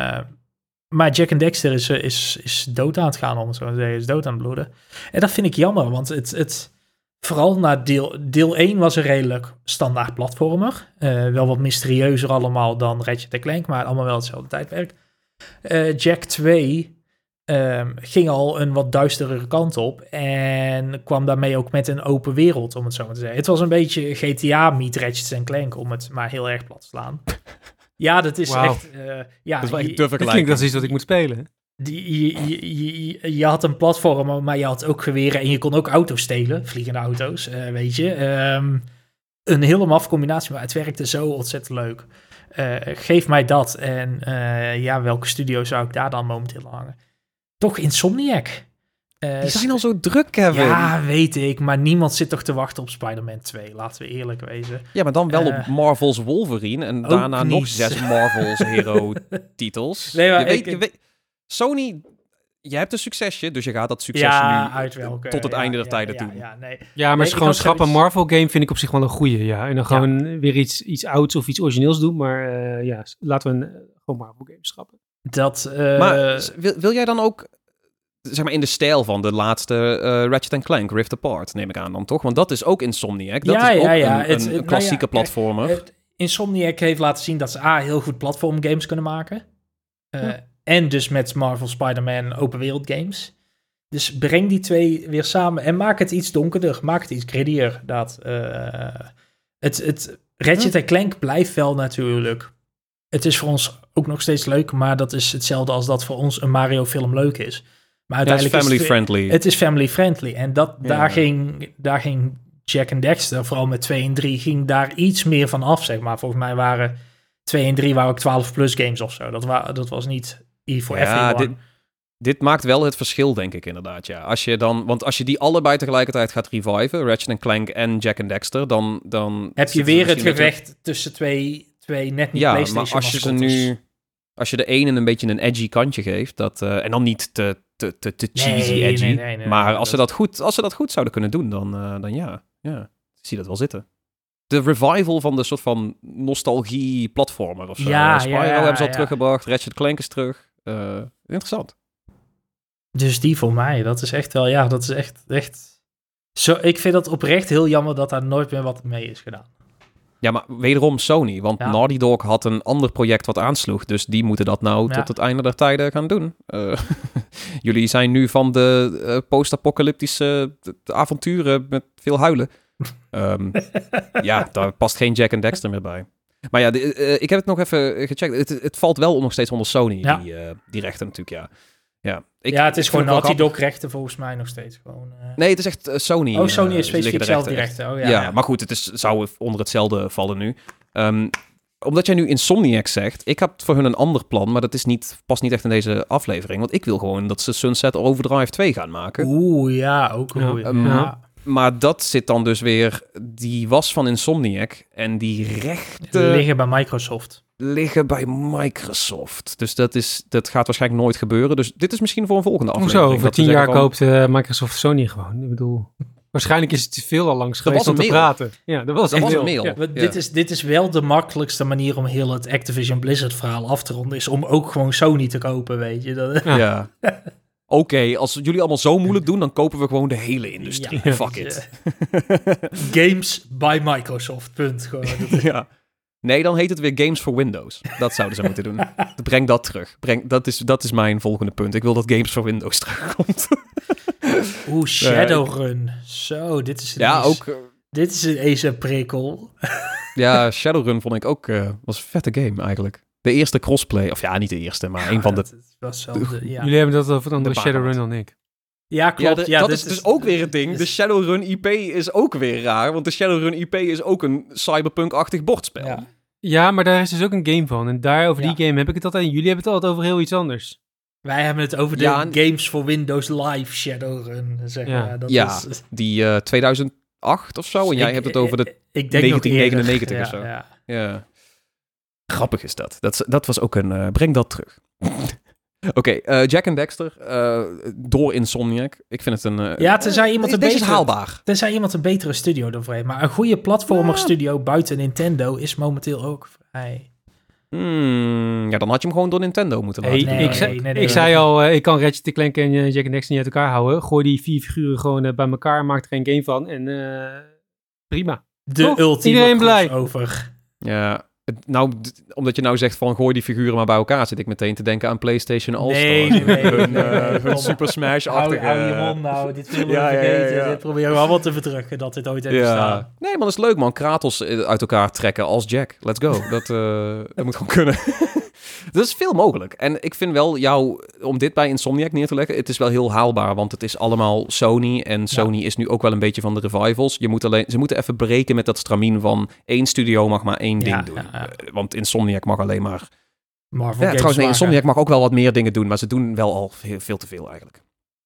maar Jack and Dexter is, is, is dood aan het gaan, om het zo te zeggen. Is dood aan het bloeden. En dat vind ik jammer, want het... het vooral na deel, deel één was een redelijk standaard platformer. Uh, wel wat mysterieuzer allemaal dan Ratchet en Clank, maar allemaal wel hetzelfde tijdperk. Uh, Jack twee um, ging al een wat duisterere kant op en kwam daarmee ook met een open wereld, om het zo maar te zeggen. Het was een beetje G T A meet Ratchet en Clank, om het maar heel erg plat te slaan. Ja, dat is wow. echt... Uh, ja, dat is wel echt dat klinkt als iets wat ik moet spelen. Die, je, je, je, je had een platform, maar je had ook geweren en je kon ook auto's stelen, vliegende auto's, uh, weet je. Um, een hele maf combinatie, maar het werkte zo ontzettend leuk. Uh, geef mij dat. En uh, ja, welke studio zou ik daar dan momenteel hangen? Toch Insomniac. Uh, Die zijn al zo druk, Kevin. Ja, weet ik. Maar niemand zit toch te wachten op Spider-Man twee. Laten we eerlijk wezen. Ja, maar dan wel uh, op Marvel's Wolverine. En daarna niet. nog zes Marvel's hero-titels. Nee, maar je weet, ik, je weet, Sony... Je hebt een succesje, dus je gaat dat succes ja, nu uitwelken. tot het ja, einde der ja, tijden ja, toe. Ja, nee. ja, maar nee, is gewoon schrappen zoiets... Marvel game vind ik op zich wel een goeie, ja. En dan gewoon ja. weer iets, iets ouds of iets origineels doen, maar uh, ja, laten we een, uh, gewoon Marvel game schrappen. Dat, uh... Maar wil, wil jij dan ook, zeg maar in de stijl van de laatste uh, Ratchet and Clank, Rift Apart, neem ik aan dan toch? Want dat is ook Insomniac. Dat ja, is ook ja, ja. een, het, een, het, een klassieke nou ja, platformer. Het, Insomniac heeft laten zien dat ze A, heel goed platformgames kunnen maken. Uh, ja. En dus met Marvel, Spider-Man, open wereld games. Dus breng die twee weer samen en maak het iets donkerder. Maak het iets grittier. Dat, uh, het, het Ratchet en Clank blijft wel natuurlijk... Het is voor ons ook nog steeds leuk, maar dat is hetzelfde als dat voor ons een Mario film leuk is. Maar uiteindelijk ja, het is family is het, friendly. Het is family friendly. En dat, ja. daar, ging, daar ging Jack en Dexter, vooral met twee en drie, ging daar iets meer van af, zeg maar. Volgens mij waren twee en drie waren ook twaalf plus games of zo. Dat, wa- dat was niet E for ja, everyone. Dit, dit maakt wel het verschil, denk ik inderdaad, ja. Als je dan, want als je die allebei tegelijkertijd gaat reviven, Ratchet en Clank en Jack en Dexter, dan... dan heb je weer het gevecht je... tussen twee, twee net niet ja, PlayStation maar als je ze nu... Als je de ene een beetje een edgy kantje geeft, dat, uh, en dan niet te, te, te, te cheesy nee, edgy, nee, nee, nee, maar nee, als, dat... ze dat goed, als ze dat goed zouden kunnen doen, dan, uh, dan ja, ja, ik zie dat wel zitten. De revival van de soort van nostalgie-platformer of zo. Ja, uh, Spyro ja, ja, hebben ze al ja. teruggebracht, Ratchet Clank is terug. Uh, interessant. Dus die voor mij, dat is echt wel, ja, dat is echt, echt... Zo, ik vind dat oprecht heel jammer dat daar nooit meer wat mee is gedaan. Ja, maar wederom Sony, want ja. Naughty Dog had een ander project wat aansloeg, dus die moeten dat nou ja. tot het einde der tijden gaan doen. Uh, jullie zijn nu van de uh, post-apocalyptische uh, avonturen met veel huilen. Um, ja, daar past geen Jack en Dexter meer bij. Maar ja, de, uh, ik heb het nog even gecheckt. Het, het valt wel nog steeds onder Sony, ja. die, uh, die rechten natuurlijk, ja. Ja, ik, ja, het is gewoon Naughty grappig. Dog rechten volgens mij nog steeds. Gewoon, uh... Nee, het is echt uh, Sony. Oh, Sony uh, is specifiek zelf die rechten. rechten. Oh, ja, ja, ja, maar goed, het is, zou onder hetzelfde vallen nu. Um, omdat jij nu Insomniac zegt, ik heb voor hun een ander plan, maar dat is niet, past niet echt in deze aflevering. Want ik wil gewoon dat ze Sunset Overdrive twee gaan maken. Oeh, ja, ook een goeie. Ja, um, ja. Maar dat zit dan dus weer, die was van Insomniac en die rechten liggen bij Microsoft. liggen bij Microsoft. Dus dat, is, dat gaat waarschijnlijk nooit gebeuren. Dus dit is misschien voor een volgende aflevering. Hoezo? Voor tien jaar van... koopt uh, Microsoft Sony gewoon. Ik bedoel, waarschijnlijk is het veel al langs geweest om te mail. praten. Ja, dat was, dat was mail. een mail. Ja. Ja. Dit, is, dit is wel de makkelijkste manier om heel het Activision Blizzard verhaal af te ronden. Is om ook gewoon Sony te kopen, weet je. Dat... Ja. ja. Oké, okay, als jullie allemaal zo moeilijk doen, dan kopen we gewoon de hele industrie. Ja, Fuck it. Games by Microsoft, punt. Gewoon. ja. Nee, dan heet het weer Games for Windows. Dat zouden ze moeten doen. Breng dat terug. Breng, dat, is, dat is mijn volgende punt. Ik wil dat Games for Windows terugkomt. Oeh, Shadowrun. Zo, dit is een ja, eens, ook, uh, dit is eens een prikkel. ja, Shadowrun vond ik ook... Uh, was een vette game eigenlijk. De eerste crossplay. Of ja, niet de eerste, maar ja, een van de... Was wel de ja. Jullie hebben dat over een andere Shadowrun dan ik. Ja, klopt. Ja, de, ja, dat dit is dus ook weer het ding. De Shadowrun I P is ook weer raar. Want de Shadowrun I P is ook een cyberpunk-achtig bordspel. Ja. Ja, maar daar is dus ook een game van. En daar over ja. die game heb ik het altijd... Jullie hebben het altijd over heel iets anders. Wij hebben het over de ja, en... Games for Windows Live Shadowrun, zeg ja. maar. Dat ja, is... die uh, tweeduizend acht of zo. En jij ik, hebt het over de ik denk negentien negenennegentig ja, of zo. Ja. ja. Grappig is dat. Dat, dat was ook een... Uh, breng dat terug. Oké, okay, uh, Jack en Dexter, uh, door Insomniac. Ik vind het een... Uh, ja, tenzij iemand een deze betere, is haalbaar. Tenzij iemand een betere studio ervoor heeft. Maar een goede platformer ja. studio buiten Nintendo is momenteel ook vrij. Hmm, ja, dan had je hem gewoon door Nintendo moeten laten. Hey, nee, ik zei, nee, nee, nee, ik nee. zei al, uh, ik kan Ratchet Clank en uh, Jack and Dexter niet uit elkaar houden. Gooi die vier figuren gewoon uh, bij elkaar, maak er geen game van. En uh, prima. De Toch? ultieme Iedereen blij. crossover. Ja, nou, d- omdat je nou zegt van gooi die figuren maar bij elkaar, zit ik meteen te denken aan PlayStation All-Stars. Nee, nee, nee, hun, nee, uh, nee, hun kom. Super Smash-achtige... Hou, hou je mond nou, dit willen we Ja, ja, vergeten. ja, ja. Dit proberen we allemaal te verdrukken, dat dit ooit heeft Ja. bestaan. Nee, man, dat is leuk, man. Kratos uit elkaar trekken als Jack. Let's go. Dat, uh, dat moet gewoon kunnen. Er is veel mogelijk. En ik vind wel jou, om dit bij Insomniac neer te leggen, het is wel heel haalbaar, want het is allemaal Sony. En Sony ja. is nu ook wel een beetje van de revivals. Je moet alleen, ze moeten even breken met dat stramien van één studio mag maar één Ja, ding doen. ja, ja. Uh, want Insomniac mag alleen maar... Marvel Ja, Games trouwens, nee, maken. Insomniac mag ook wel wat meer dingen doen, maar ze doen wel al veel, veel te veel eigenlijk.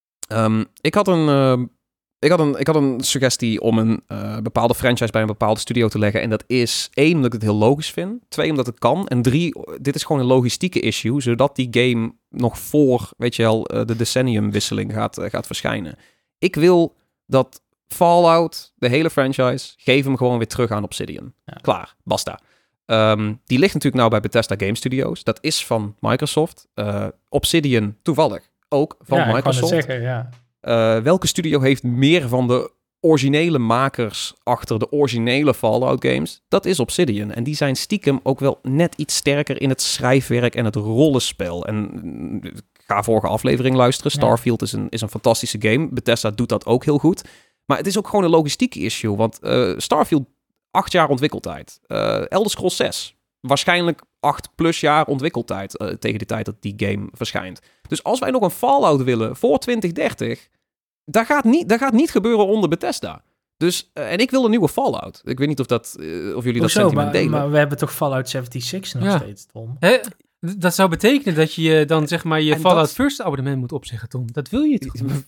Um, ik had een... Uh, Ik had, een, ik had een suggestie om een uh, bepaalde franchise bij een bepaalde studio te leggen. En dat is één, omdat ik het heel logisch vind. Twee, omdat het kan. En drie, dit is gewoon een logistieke issue. Zodat die game nog voor, weet je wel, uh, de decenniumwisseling gaat, uh, gaat verschijnen. Ik wil dat Fallout, de hele franchise, geef hem gewoon weer terug aan Obsidian. Ja. Klaar, basta. Um, die ligt natuurlijk nou bij Bethesda Game Studios. Dat is van Microsoft. Uh, Obsidian, toevallig, ook van ja, Microsoft. Ik kan het zeggen, ja. Uh, welke studio heeft meer van de originele makers achter de originele Fallout games, dat is Obsidian. En die zijn stiekem ook wel net iets sterker in het schrijfwerk en het rollenspel. En uh, ga vorige aflevering luisteren. Starfield ja. is, een, is een fantastische game. Bethesda doet dat ook heel goed. Maar het is ook gewoon een logistieke issue. Want uh, Starfield, acht jaar ontwikkeltijd. Uh, Elder Scrolls zes, waarschijnlijk acht plus jaar ontwikkeltijd uh, tegen de tijd dat die game verschijnt. Dus als wij nog een Fallout willen voor twintig dertig, dat gaat niet, dat gaat niet gebeuren onder Bethesda. Dus, uh, en ik wil een nieuwe Fallout. Ik weet niet of, dat, uh, of jullie Hoezo, dat sentiment maar, delen. maar we hebben toch Fallout zevenenzeventig nog ja. steeds, Tom? Hè? Dat zou betekenen dat je dan zeg maar je En Fallout dat... First abonnement moet opzeggen, Tom. Dat wil je toch niet?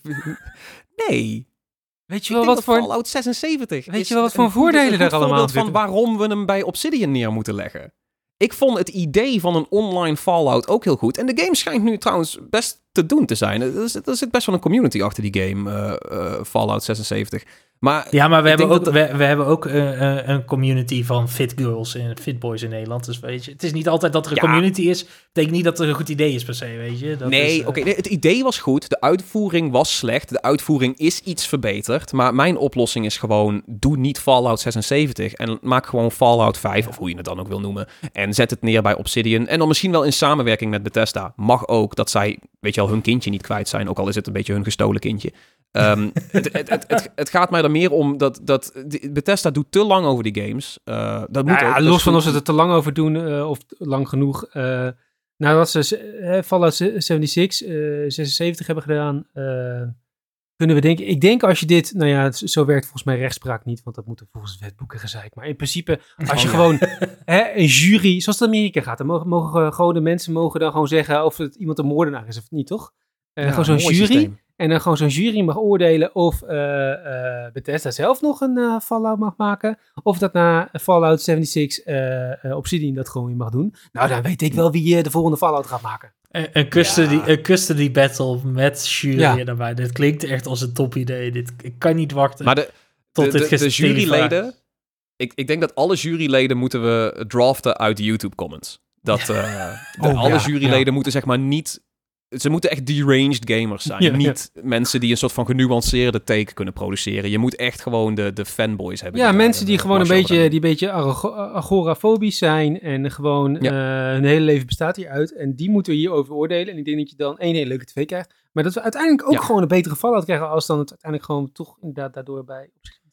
Nee. Weet je Ik wel wat voor Fallout zesenzeventig Weet je wel wat voor voordelen daar allemaal van zitten? Waarom we hem bij Obsidian neer moeten leggen. Ik vond het idee van een online Fallout ook heel goed. En de game schijnt nu trouwens best te doen te zijn. Er zit, er zit best wel een community achter die game, uh, uh, Fallout zesenzeventig. Maar ja, maar we hebben ook, dat... we, we hebben ook uh, een community van fit girls en fit boys in Nederland. Dus weet je, het is niet altijd dat er een ja. community is. Betekent niet dat er een goed idee is per se, weet je. Dat nee, uh... oké. Okay, het idee was goed. De uitvoering was slecht. De uitvoering is iets verbeterd. Maar mijn oplossing is gewoon, doe niet Fallout zesenzeventig. En maak gewoon Fallout vijf, ja. of hoe je het dan ook wil noemen. En zet het neer bij Obsidian. En dan misschien wel in samenwerking met Bethesda. Mag ook dat zij, weet je wel, hun kindje niet kwijt zijn. Ook al is het een beetje hun gestolen kindje. Um, het, het, het, het, het gaat mij er meer om dat, dat Bethesda doet te lang over die games. Uh, dat moet nou ja, ook, los dat van of ze er te lang over doen uh, of lang genoeg. Uh, nadat ze uh, Fallout zevenenzeventig, uh, zesenzeventig hebben gedaan, uh, kunnen we denken... Ik denk als je dit... Nou ja, zo werkt volgens mij rechtspraak niet, want dat moet er volgens wetboeken gezeik. Maar in principe, als je oh, gewoon ja. hè, een jury... Zoals het in Amerika gaat, dan mogen, mogen gewoon de mensen mogen dan gewoon zeggen of het iemand een moordenaar is of niet, toch? Uh, ja, gewoon zo'n jury... Systeem. En dan gewoon zo'n jury mag oordelen of uh, uh, Bethesda zelf nog een uh, Fallout mag maken. Of dat na Fallout zevenenzeventig uh, uh, Obsidian dat gewoon weer mag doen. Nou, dan weet ik wel wie uh, de volgende Fallout gaat maken. Een, een, custody, ja. een custody battle met jury ja. erbij. Dit klinkt echt als een top idee. Dit, ik kan niet wachten maar de, tot de, dit de, de juryleden... Ik, ik denk dat alle juryleden moeten we draften uit de YouTube comments. Dat uh, de, oh, alle ja, juryleden ja. moeten zeg maar niet... Ze moeten echt deranged gamers zijn. Ja, niet ja. mensen die een soort van genuanceerde take kunnen produceren. Je moet echt gewoon de, de fanboys hebben. Ja, die mensen die gewoon een beetje, die een beetje agorafobisch zijn. En gewoon ja. uh, hun hele leven bestaat hieruit. En die moeten we hierover oordelen. En ik denk dat je dan één hele leuke tv krijgt. Maar dat we uiteindelijk ook ja. gewoon een betere Fallout krijgen. Als dan het uiteindelijk gewoon toch inderdaad daardoor bij...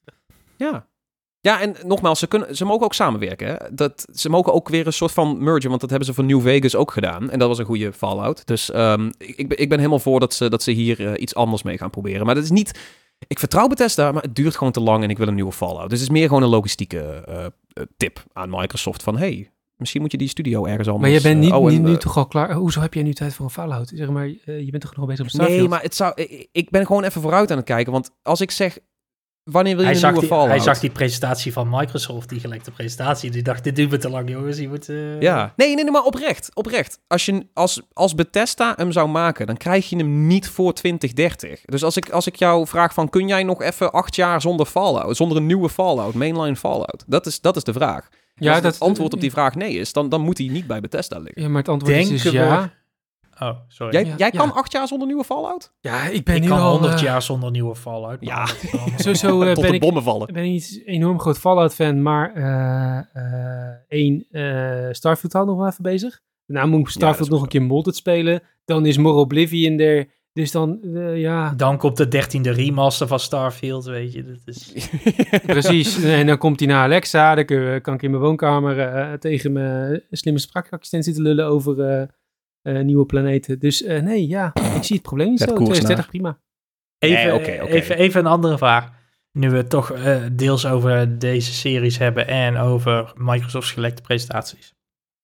Ja. Ja, en nogmaals, ze, kunnen, ze mogen ook samenwerken. Hè? Dat, ze mogen ook weer een soort van mergen, want dat hebben ze voor New Vegas ook gedaan. En dat was een goede Fallout. Dus um, ik, ik ben helemaal voor dat ze, dat ze hier uh, iets anders mee gaan proberen. Maar dat is niet... Ik vertrouw Bethesda, maar het duurt gewoon te lang en ik wil een nieuwe Fallout. Dus het is meer gewoon een logistieke uh, tip aan Microsoft van... Hey, misschien moet je die studio ergens anders... Maar je bent niet, uh, oh, en, nu, nu uh, toch al klaar? Hoezo heb jij nu tijd voor een Fallout? Zeg maar, uh, je bent toch nog bezig met Starfield? Nee, maar het zou, ik, ik ben gewoon even vooruit aan het kijken. Want als ik zeg... Wanneer wil je hij een nieuwe die, Fallout? Hij zag die presentatie van Microsoft, die gelekte presentatie. Die dacht, dit duurt me te lang, jongens. Die moet, uh... Ja, nee, nee, nee, maar oprecht. Oprecht. Als, je, als, als Bethesda hem zou maken, dan krijg je hem niet voor twintig dertig. Dus als ik, als ik jou vraag van, kun jij nog even acht jaar zonder Fallout, zonder een nieuwe Fallout, mainline Fallout? Dat is, dat is de vraag. En ja, als dat, het antwoord op die vraag nee is, dan, dan moet hij niet bij Bethesda liggen. Ja, maar het antwoord Denken is dus we... ja. Oh, sorry. Jij, ja, jij kan ja. acht jaar zonder nieuwe Fallout? Ja, ik ben ik nu kan al... honderd uh, jaar zonder nieuwe Fallout. Ja, sowieso uh, tot ben de bommen ik, vallen. ben ik niet een enorm groot Fallout-fan, maar uh, uh, één, uh, Starfield houdt nog wel even bezig. Daarna moet ik Starfield ja, nog een keer modded spelen. Dan is More Oblivion er. Dus dan, uh, ja... Dan komt de dertiende remaster van Starfield, weet je. Dat is... Precies. En dan komt hij naar Alexa. Dan kan, kan ik in mijn woonkamer uh, tegen mijn slimme spraakassistent zitten lullen over... Uh, Uh, nieuwe planeten. Dus uh, nee, ja, ik zie het probleem niet zo. tweeduizend dertig, prima. Even, nee, okay, okay. Even, even een andere vraag. Nu we het toch uh, deels over deze series hebben en over Microsoft's gelekte presentaties.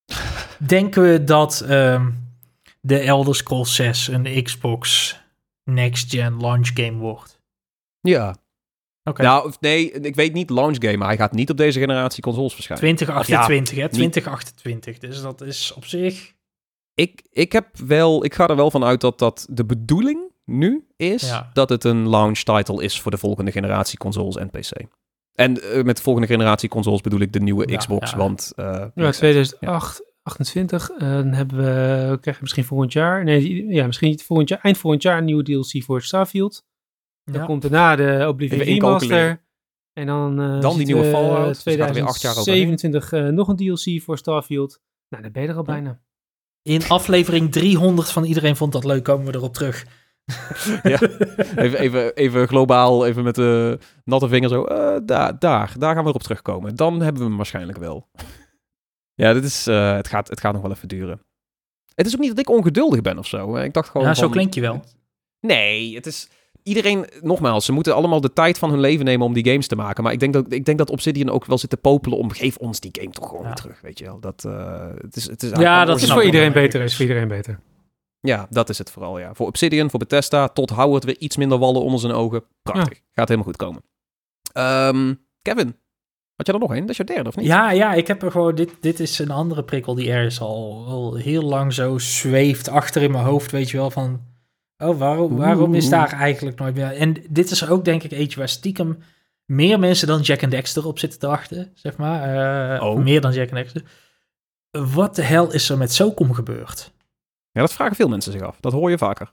Denken we dat um, de Elder Scrolls zes een Xbox Next Gen launch game wordt? Ja. Okay. Nou, nee, ik weet niet launch game, maar hij gaat niet op deze generatie consoles verschijnen. twintig achtentwintig, ja, hè? twintig achtentwintig. Dus dat is op zich... Ik, ik heb wel, ik ga er wel van uit dat dat de bedoeling nu is ja. dat het een launch title is voor de volgende generatie consoles en P C. En uh, met de volgende generatie consoles bedoel ik de nieuwe ja, Xbox, ja. want... Uh, ja, tweeduizend achtentwintig, ja. uh, dan hebben we, we krijgen misschien volgend jaar, nee, ja, misschien niet volgend jaar, eind volgend jaar een nieuwe D L C voor Starfield. Dan Ja. komt daarna de Oblivion Even incalculeren. Remaster. En dan, uh, Dan die nieuwe Fallout. Dus gaat er weer acht jaar overheen. tweeduizend zevenentwintig uh, nog een D L C voor Starfield. Nou, dan ben je er al Ja. bijna. In aflevering driehonderd van Iedereen Vond Dat Leuk komen we erop terug. Ja. Even, even, even globaal, even met de natte vinger zo. Uh, daar, daar, daar gaan we erop terugkomen. Dan hebben we hem waarschijnlijk wel. Ja, dit is, uh, het, gaat, het gaat nog wel even duren. Het is ook niet dat ik ongeduldig ben of zo. Ik dacht gewoon Ja, zo van, klink je wel. Nee, het is... Iedereen, nogmaals, ze moeten allemaal de tijd van hun leven nemen om die games te maken. Maar ik denk dat, ik denk dat Obsidian ook wel zit te popelen om... Geef ons die game toch gewoon Ja. weer terug, weet je wel. Dat, uh, het is, het is Ja, dat Het is snap voor ik iedereen wel. beter. is voor iedereen beter. Ja, dat is het vooral, ja. Voor Obsidian, voor Bethesda, tot Howard weer iets minder wallen onder zijn ogen. Prachtig. Gaat helemaal goed komen. Um, Kevin, had je er nog één? Dat is jouw derde, of niet? Ja, ja, ik heb er gewoon... Dit, dit is een andere prikkel die ergens al, al heel lang zo zweeft achter in mijn hoofd, weet je wel, van... Oh, waarom, waarom is daar eigenlijk nooit meer... En dit is ook, denk ik, eentje waar stiekem meer mensen dan Jack and Dexter op zitten te wachten, zeg maar. Uh, Oh. Meer dan Jack and Dexter. Wat de hel is er met SOCOM gebeurd? Ja, dat vragen veel mensen zich af. Dat hoor je vaker.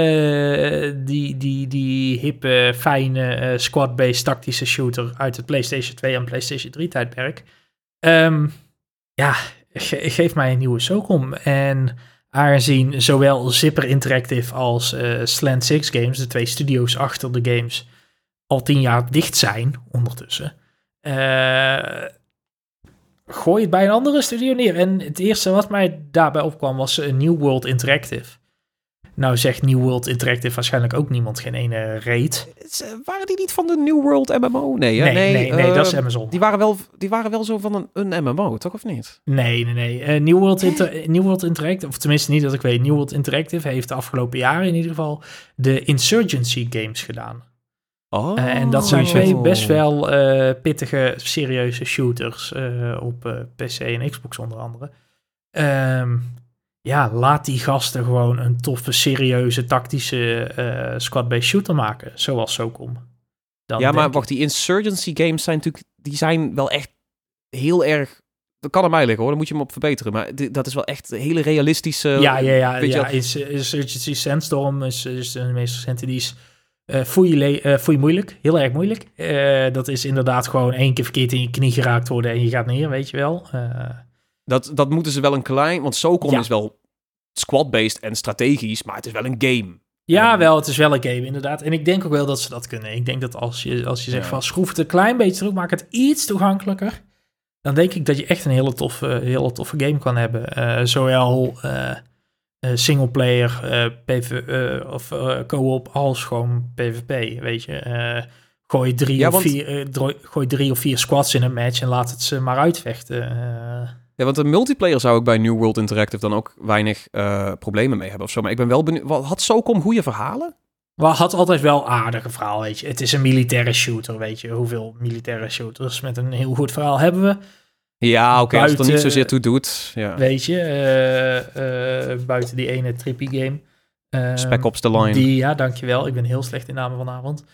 Uh, die, die, die hippe, fijne, uh, squad-based tactische shooter uit het PlayStation twee en PlayStation drie tijdperk. Um, ja, ge- geef mij een nieuwe SOCOM. En aangezien zowel Zipper Interactive als uh, Slant Six Games, de twee studio's achter de games, al tien jaar dicht zijn ondertussen, uh, gooi het bij een andere studio neer. En het eerste wat mij daarbij opkwam was uh, New World Interactive. Nou zegt New World Interactive waarschijnlijk ook niemand geen ene reet. Uh, waren die niet van de New World M M O? Nee, hè? Nee, nee, nee, nee uh, dat is Amazon. Die waren wel, die waren wel zo van een, een M M O, toch of niet? Nee, nee, nee. Uh, New, World Inter- New World Interactive, of tenminste niet dat ik weet, New World Interactive heeft de afgelopen jaren in ieder geval de Insurgency games gedaan. Oh. Uh, en dat zijn twee best wel uh, pittige, serieuze shooters uh, op uh, P C en Xbox onder andere. Um, ja, laat die gasten gewoon een toffe, serieuze, tactische uh, squad-based shooter maken, zoals SOCOM. Dan ja, maar ik... wacht, die Insurgency games zijn natuurlijk, die zijn wel echt heel erg... Dat kan aan mij liggen hoor, dan moet je hem op verbeteren. Maar die, dat is wel echt een hele realistische... Ja, ja, ja. weet ja je Insurgency Sandstorm is, is de meest recente, die is... Uh, voel, je uh, voel je moeilijk, heel erg moeilijk. Uh, dat is inderdaad gewoon één keer verkeerd in je knie geraakt worden en je gaat neer, weet je wel. Uh, dat, dat moeten ze wel een klein... Want SOCOM ja. is wel squad-based en strategisch, maar het is wel een game. Ja, en... wel, het is wel een game inderdaad. En ik denk ook wel dat ze dat kunnen. Ik denk dat als je, als je zegt ja. van schroef het een klein beetje terug, maak het iets toegankelijker, dan denk ik dat je echt een hele toffe, hele toffe game kan hebben. Uh, zowel... Uh, Uh, singleplayer, uh, P V, uh, of uh, co-op, als gewoon P V P, weet je. Uh, gooi, drie ja, of want... vier, uh, dro- gooi drie of vier squads in een match en laat het ze maar uitvechten. Uh. Ja, want de multiplayer zou ik bij New World Interactive dan ook weinig uh, problemen mee hebben of zo. Maar ik ben wel benieuwd, had SOCOM goede verhalen? Maar had altijd wel aardige verhaal, weet je. Het is een militaire shooter, weet je. Hoeveel militaire shooters met een heel goed verhaal hebben we? Ja, oké, okay, als het er niet zozeer toe doet. Ja. Weet je, uh, uh, buiten die ene trippy game. Um, Spec Ops The Line. Die, ja, dankjewel. Ik ben heel slecht in namen vanavond.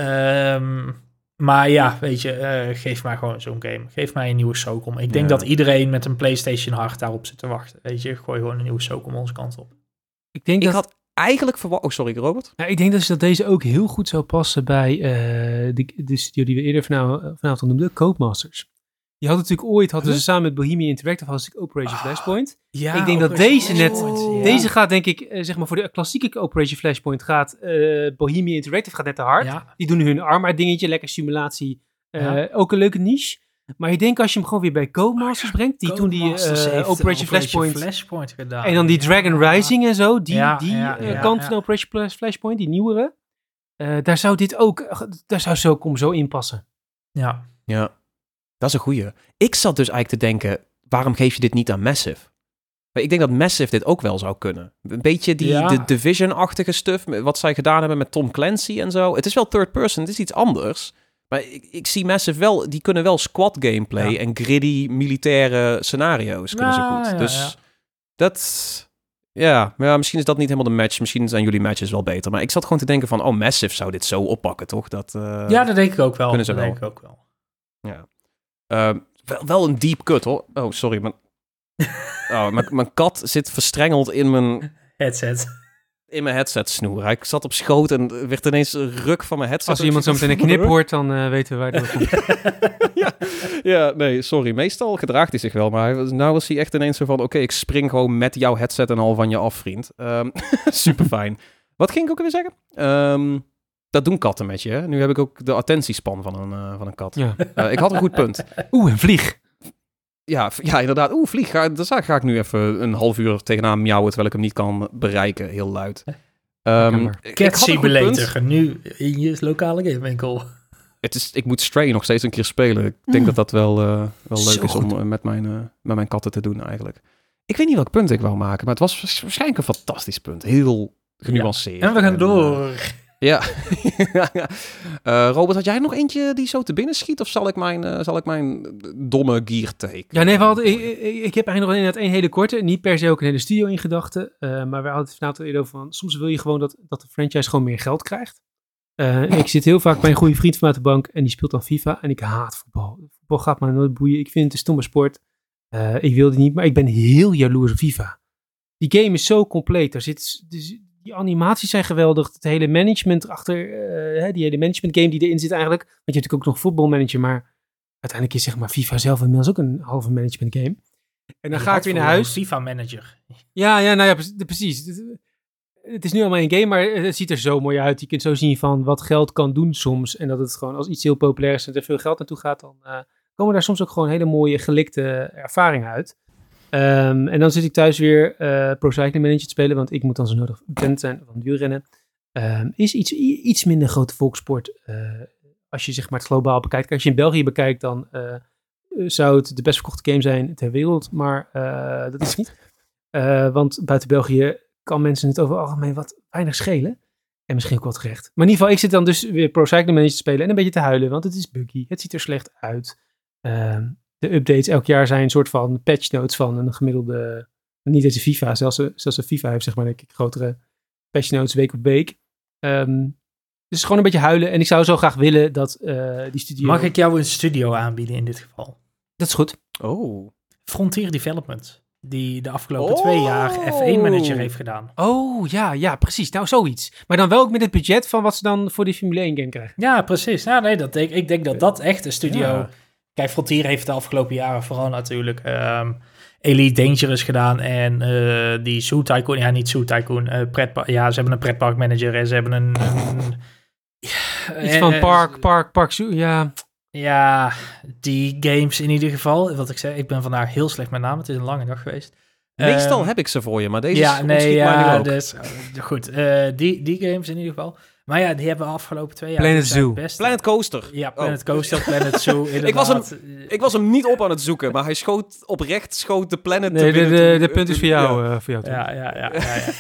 Um, maar ja, weet je, uh, geef mij gewoon zo'n game. Geef mij een nieuwe SOCOM. Ik denk ja. dat iedereen met een PlayStation hart daarop zit te wachten. Weet je, gooi gewoon een nieuwe SOCOM onze kant op. Ik denk ik dat... had eigenlijk verwacht... Oh, sorry, Robert. Ja, ik denk dus dat deze ook heel goed zou passen bij uh, de, de studio die we eerder vanavond, vanavond noemden, Codemasters. Die hadden natuurlijk ooit, hadden huh? ze samen met Bohemia Interactive, hadden ze Operation ah, Flashpoint. Ja, ik denk Operation dat deze net, oh, deze ja. gaat denk ik, uh, zeg maar voor de klassieke Operation Flashpoint gaat, uh, Bohemia Interactive gaat net te hard. Ja. Die doen hun arm dingetje, lekker simulatie, uh, ja. ook een leuke niche. Maar ik denk als je hem gewoon weer bij Codemasters oh, ja. brengt, die toen die uh, Operation, Operation Flashpoint, Flashpoint gedaan. En dan die Dragon ja. Rising en zo, die, ja, die ja, uh, ja, kant ja. van Operation Flashpoint, die nieuwere, uh, daar zou dit ook, daar zou SOCOM zo in passen. Ja. Ja. Dat is een goeie. Ik zat dus eigenlijk te denken, waarom geef je dit niet aan Massive? Maar ik denk dat Massive dit ook wel zou kunnen. Een beetje die ja. de Division-achtige stuff, wat zij gedaan hebben met Tom Clancy en zo. Het is wel third person, het is iets anders. Maar ik, ik zie Massive wel, die kunnen wel squad gameplay ja. en gritty militaire scenario's kunnen ja, ze goed. Ja, dus ja. dat... Ja, ja, misschien is dat niet helemaal de match. Misschien zijn jullie matches wel beter. Maar ik zat gewoon te denken van, oh, Massive zou dit zo oppakken, toch? Dat, uh, ja, dat denk ik ook wel. Kunnen ze dat wel. denk ik ook wel. Ja. Uh, wel, wel een deep cut, hoor. Oh, sorry. Mijn, oh, mijn, mijn kat zit verstrengeld in mijn... Headset. in mijn headset snoer. Hij zat op schoot en werd ineens een ruk van mijn headset. Als iemand zo meteen een knip hoort, dan uh, weten we waar dat komt. ja, ja, nee, sorry. Meestal gedraagt hij zich wel, maar hij, nou was hij echt ineens zo van, oké, okay, ik spring gewoon met jouw headset en al van je af, vriend. Um, super fijn. Wat ging ik ook weer zeggen? Um, dat doen katten met je, hè? Nu heb ik ook de attentiespan van een, uh, van een kat. Ja. Uh, ik had een goed punt. Oeh, een vlieg. Ja, ja, inderdaad. Oeh, vlieg. Ga, daar ga ik nu even een half uur tegenaan miauwen, terwijl ik hem niet kan bereiken. Heel luid. Um, Cat Simulator, nu in je lokale gamewinkel. Het is, ik moet Stray nog steeds een keer spelen. Ik denk mm. dat dat wel, uh, wel leuk Zo is goed. om uh, met, mijn, uh, met mijn katten te doen eigenlijk. Ik weet niet welk punt ik wou maken, maar het was waarschijnlijk een fantastisch punt. Heel genuanceerd. Ja. En we gaan en, door. Uh, ja. uh, Robert, had jij nog eentje die zo te binnen schiet? Of zal ik mijn, uh, zal ik mijn domme gear take? Ja, nee, we hadden, ik, ik, ik heb eigenlijk nog een, een hele korte. Niet per se ook een hele studio in gedachten. Uh, maar we hadden het vanavond eerder over van... Soms wil je gewoon dat, dat de franchise gewoon meer geld krijgt. Uh, ik zit heel vaak bij een goede vriend van mij op de bank en die speelt dan FIFA en ik haat voetbal. Voetbal gaat me nooit boeien. Ik vind het een stomme sport. Uh, ik wil die niet, maar ik ben heel jaloers op FIFA. Die game is zo compleet. Daar zit, dus die animaties zijn geweldig. Het hele management achter, uh, die hele management game die erin zit eigenlijk. Want je hebt natuurlijk ook nog voetbalmanager, maar uiteindelijk is zeg maar FIFA zelf inmiddels ook een halve management game. En dan ga ik weer naar huis. FIFA manager. Ja, ja, nou ja, precies. Het is nu allemaal een game, maar het ziet er zo mooi uit. Je kunt zo zien van wat geld kan doen soms. En dat het gewoon als iets heel populair is en er veel geld naartoe gaat, dan uh, komen daar soms ook gewoon hele mooie gelikte ervaringen uit. Um, en dan zit ik thuis weer uh, Pro Cycling Manager te spelen, want ik moet dan zo nodig bekend zijn van wielrennen. Um, is iets, iets minder grote volkssport uh, als je zeg maar het globaal bekijkt. Kijk, als je in België bekijkt, dan uh, zou het de best verkochte game zijn ter wereld. Maar uh, dat is het niet. Uh, want buiten België kan mensen het over het algemeen wat weinig schelen. En misschien ook wat terecht. Maar in ieder geval, ik zit dan dus weer Pro Cycling Manager te spelen en een beetje te huilen, want het is buggy. Het ziet er slecht uit. Uh, de updates elk jaar zijn een soort van patch notes van een gemiddelde, niet deze FIFA, zelfs, zelfs de FIFA heeft zeg maar denk ik grotere patch notes week op week. Um, dus gewoon een beetje huilen. En ik zou zo graag willen dat uh, die studio... Mag ik jou een studio aanbieden in dit geval? Dat is goed. Oh. Frontier Development. Die de afgelopen oh. twee jaar F één manager heeft gedaan. Oh, ja, ja, precies. Nou, zoiets. Maar dan wel ook met het budget van wat ze dan voor die Formule één game krijgen. Ja, precies. Ja, nee, dat denk, ik denk dat dat echt de studio... Ja. Kijk, Frontier heeft de afgelopen jaren vooral natuurlijk um, Elite Dangerous gedaan en uh, die Zoo Tycoon, ja, niet Zoo Tycoon, uh, pretpark, ja, ze hebben een pretpark manager en ze hebben een... een Iets van Park, Park, Park Zoo, ja... Ja, die games in ieder geval. Wat ik zei, ik ben vandaag heel slecht met namen. Het is een lange dag geweest. Meestal uh, heb ik ze voor je, maar deze ja, is nee, ja, dus, goed. Uh, die, die games in ieder geval. Maar ja, die hebben we afgelopen twee jaar... Planet Zoo. Best... Planet Coaster. Ja, Planet oh. Coaster, Planet Zoo, ik, was hem, ik was hem niet op aan het zoeken, maar hij schoot oprecht, schoot de Planet... Nee, de, de, de, de punt is voor jou. Ja, uh, voor jou ja, ja, ja, ja, ja.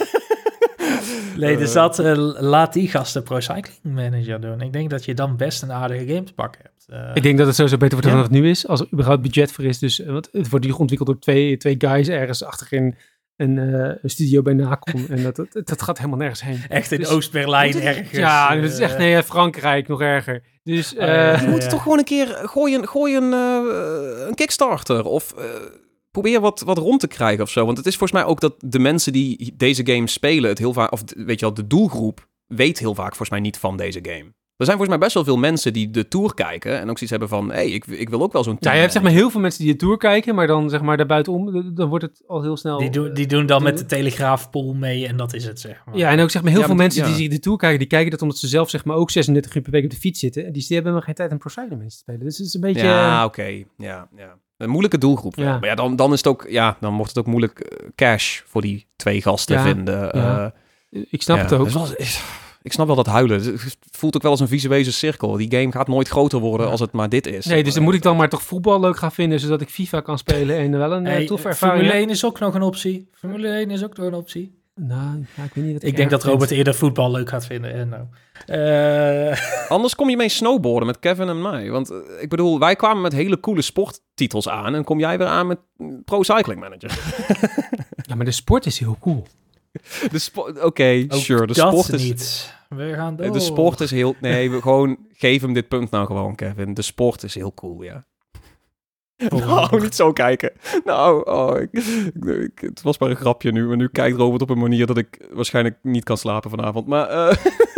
Nee, dus dat, uh, laat die gasten Pro Cycling Manager doen. Ik denk dat je dan best een aardige game te pakken hebt. Uh, ik denk dat het sowieso beter wordt ja. dan het nu is, als er überhaupt budget voor is. Dus, want het wordt hier ontwikkeld door twee, twee guys ergens achterin een, uh, een studio bij Nacon. En dat, dat, dat gaat helemaal nergens heen. Echt in dus, Oost-Berlijn ergens. Ja, dat is echt nee, Frankrijk nog erger. Dus, uh, uh, ja, ja. Je moet toch gewoon een keer gooien, gooien uh, een Kickstarter of... Uh, probeer wat, wat rond te krijgen of zo. Want het is volgens mij ook dat de mensen die deze game spelen... het heel vaak, of weet je wel, de doelgroep... weet heel vaak volgens mij niet van deze game. Er zijn volgens mij best wel veel mensen die de Tour kijken... en ook zoiets hebben van... hé, hey, ik, ik wil ook wel zo'n... Ja, je hebt zeg maar heel veel mensen die de Tour kijken... maar dan zeg maar daarbuitenom... dan wordt het al heel snel... Die, do- die doen dan de, met de Telegraafpool mee... en dat is het, zeg maar. Ja, en ook zeg maar heel ja, veel maar, mensen ja. die de Tour kijken... die kijken dat omdat ze zelf zeg maar ook zesendertig uur per week op de fiets zitten... en die, die hebben helemaal geen tijd om Pro Cycling Manager te spelen. Dus het is een beetje... Ja, oké. Okay. Ja, ja. Een moeilijke doelgroep. Ja. Maar ja, dan, dan is het ook, ja, dan wordt het ook moeilijk uh, cash voor die twee gasten ja, vinden. Ja. Uh, ik snap ja. het ook. Dus wel, ik snap wel dat huilen. Het voelt ook wel als een visuele cirkel. Die game gaat nooit groter worden als het maar dit is. Nee, dus dan moet ik dan maar toch voetbal leuk gaan vinden, zodat ik FIFA kan spelen en wel een hey, toffe ervaring. Formule één is ook nog een optie. Formule één is ook nog een optie. Nou, ja, ik weet niet. Dat ik ik denk dat Robert vind. eerder voetbal leuk gaat vinden. En nou. uh... Anders kom je mee snowboarden met Kevin en mij. Want uh, ik bedoel, wij kwamen met hele coole sporttitels aan. En kom jij weer aan met Pro Cycling Manager. Ja, maar de sport is heel cool. De sport, oké, okay, sure. De dat sport is niet. We gaan door. De sport is heel... Nee, we gewoon geef hem dit punt nou gewoon, Kevin. De sport is heel cool, ja. Nou, niet zo kijken. Nou, oh, ik, ik, het was maar een grapje nu. Maar nu kijkt Robert op een manier dat ik waarschijnlijk niet kan slapen vanavond. Maar uh,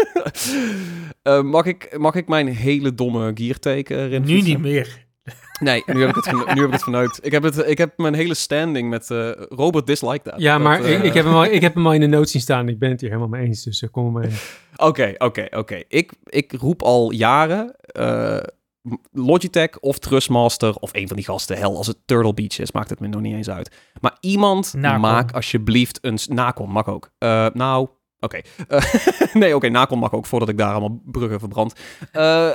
uh, mag, ik, mag ik mijn hele domme geartake erin Nu fietsen? niet meer. Nee, nu heb ik het, nu heb ik het vanuit. Ik heb, het, ik heb mijn hele standing met uh, Robert dislike dat. Ja, maar dat, uh, ik, ik, heb hem al, ik heb hem al in de notes zien staan. Ik ben het hier helemaal mee eens, dus uh, kom er maar in. Oké, oké, oké. Ik, ik roep al jaren uh, Logitech of Trustmaster of een van die gasten. Hel, als het Turtle Beach is, maakt het me nog niet eens uit. Maar iemand Nacon. maak alsjeblieft een... Nacon mag ook. Uh, nou, oké. Okay. Uh, nee, oké, okay, Nacon mag ook, voordat ik daar allemaal bruggen verbrand. Uh,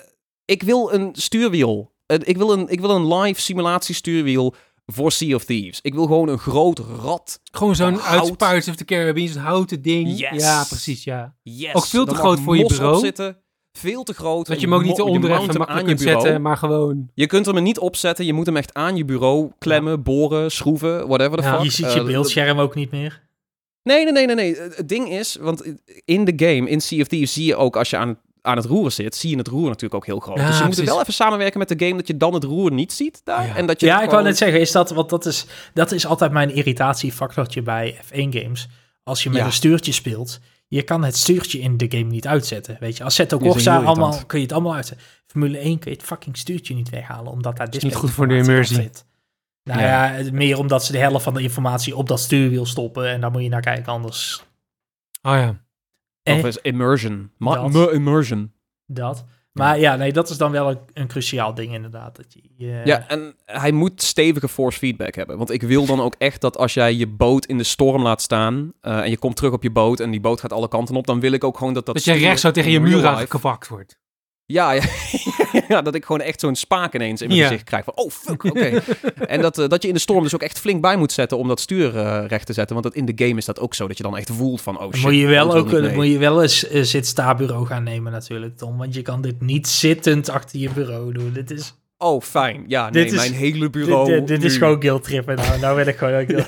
ik wil een stuurwiel. Uh, ik, wil een, ik wil een live simulatie stuurwiel voor Sea of Thieves. Ik wil gewoon een groot rad. Gewoon zo'n hout. uit Pirates of the Caribbean, zo'n houten ding. Yes. Ja, precies, ja. Yes. Ook veel te Dan groot mag voor je mos bureau. op zitten. Veel te groot. Dat je hem ook niet mo- eronder je even mount hem makkelijk aan kunt je bureau. zetten, maar gewoon... Je kunt hem er niet opzetten. Je moet hem echt aan je bureau klemmen, boren, schroeven, whatever the Ja, fuck. Je ziet je Uh, beeldscherm ook niet meer. Nee, nee, nee, nee, nee. Het ding is, want in de game, in Sea of Thieves, zie je ook als je aan, aan het roeren zit, zie je het roer natuurlijk ook heel groot. Ja, dus je moet precies. wel even samenwerken met de game dat je dan het roer niet ziet daar. Ja. En dat je Ja, het ik gewoon... wou net zeggen, is dat, want dat is, dat is altijd mijn irritatiefactortje bij F één games. Als je met Ja. een stuurtje speelt, je kan het stuurtje in de game niet uitzetten. Weet je, Assetto Die is Corsa, heel allemaal, irritant. kun je het allemaal uitzetten. Formule één kun je het fucking stuurtje niet weghalen, omdat daar is niet goed voor de dispatch-informatie immersie. op zit. Nou ja. ja, meer omdat ze de helft van de informatie op dat stuurwiel stoppen en daar moet je naar kijken, anders Oh ja. Of Eh, is immersion. Ma- dat. me immersion. dat. Maar ja, nee, dat is dan wel een, een cruciaal ding inderdaad. Dat je, uh, Ja, en hij moet stevige force feedback hebben. Want ik wil dan ook echt dat als jij je boot in de storm laat staan uh, en je komt terug op je boot en die boot gaat alle kanten op, dan wil ik ook gewoon dat dat... Dat je stuur recht zo tegen je in real muur life- aangepakt wordt. Ja, ja, ja, dat ik gewoon echt zo'n spaak ineens in mijn Ja. gezicht krijg. Van, oh, fuck, oké. En dat, uh, dat je in de storm dus ook echt flink bij moet zetten om dat stuur uh, recht te zetten. Want dat in de game is dat ook zo, dat je dan echt voelt van, oh Dan shit. moet je wel auto ook niet dan mee. moet je wel eens uh, zit-sta-bureau gaan nemen natuurlijk, Tom. Want je kan dit niet zittend achter je bureau doen. Dit is, Oh, fijn. Ja, nee, Dit is- mijn hele bureau... dit, dit, dit is nu. gewoon guilt-trippen. Nou, nou wil ik gewoon ook...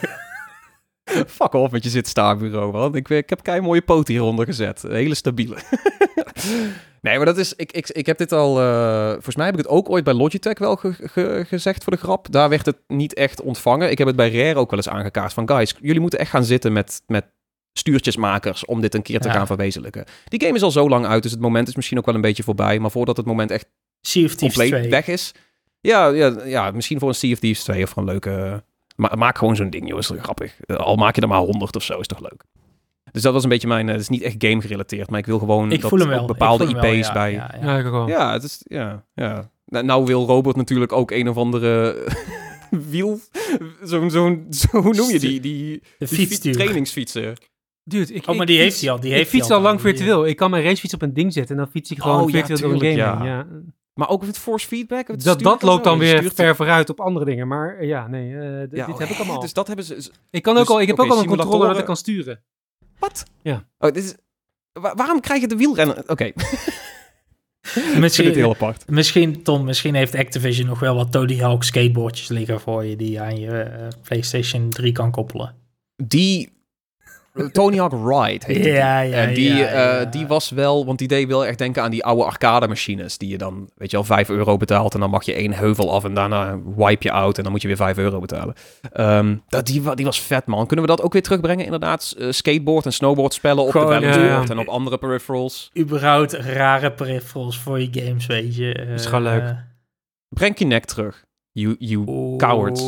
Fuck off met je zit-sta-bureau, man. Ik, ik heb kei mooie poten hieronder gezet. Een hele stabiele. Nee, maar dat is... Ik, ik, ik heb dit al... Uh, volgens mij heb ik het ook ooit bij Logitech wel ge, ge, gezegd voor de grap. Daar werd het niet echt ontvangen. Ik heb het bij Rare ook wel eens aangekaart van... Guys, jullie moeten echt gaan zitten met, met stuurtjesmakers om dit een keer te Ja. gaan verwezenlijken. Die game is al zo lang uit, dus het moment is misschien ook wel een beetje voorbij. Maar voordat het moment echt Sea of Thieves compleet twee. weg is... Ja, ja, ja, misschien voor een Sea of Thieves twee of gewoon een leuke... Ma maak gewoon zo'n ding, joh. Is toch grappig. Al maak je er maar honderd of zo, is toch leuk. Dus dat was een beetje mijn... Het is niet echt game gerelateerd, maar ik wil gewoon Ik dat voel hem wel. ook bepaalde Ik voel hem I P's wel, ja, bij... ja, ja. Ja, ik ook wel. Ja, het is... Ja, ja. Nou, nou wil Robert natuurlijk ook een of andere wiel... Zo'n... zo'n zo, hoe noem je die? Die, De die fietsstuur. trainingsfietsen. Dude, ik, Oh, maar ik die fiets- heeft hij al. Die ik heeft fiets hij al lang Die- virtueel. Ik kan mijn racefiets op een ding zetten en dan fiets ik gewoon Oh, ja, virtueel door een game tuurlijk, heen. ja. Ja. Maar ook met force feedback? Het Dat, stuurt dat en loopt zo. dan Je weer stuurt- ver vooruit op andere dingen. Maar eh, ja, nee, eh, d- Ja, dit oh, heb ik allemaal. Dus dat hebben ze... ik, kan ook dus, al, ik heb oké, ook al een controller dat simulatoren- ik kan sturen. Wat? Ja. Oh, dit is... Wa- waarom krijg je de wielrennen... Oké. Okay. Ik vind het Misschien, heel apart. misschien, Tom, misschien heeft Activision nog wel wat Tony Hawk skateboardjes liggen voor je die je aan je uh, PlayStation drie kan koppelen. Die... Tony Hawk Ride heet die. Ja, ja, En die, ja, eh, ja. die was wel... Want die deed wel echt denken aan die oude arcade machines. Die je dan, weet je wel, vijf euro betaalt. En dan mag je één heuvel af. En daarna wipe je out. En dan moet je weer vijf euro betalen. Um, dat, die, wa- die was vet, man. Kunnen we dat ook weer terugbrengen? Inderdaad, uh, skateboard en snowboard spellen op Gewoon, de balance ja, board ja. en op andere peripherals. Überhaupt rare peripherals voor je games, weet je. Uh, is gewoon leuk. Breng Kinect terug. You, you Oeh. cowards.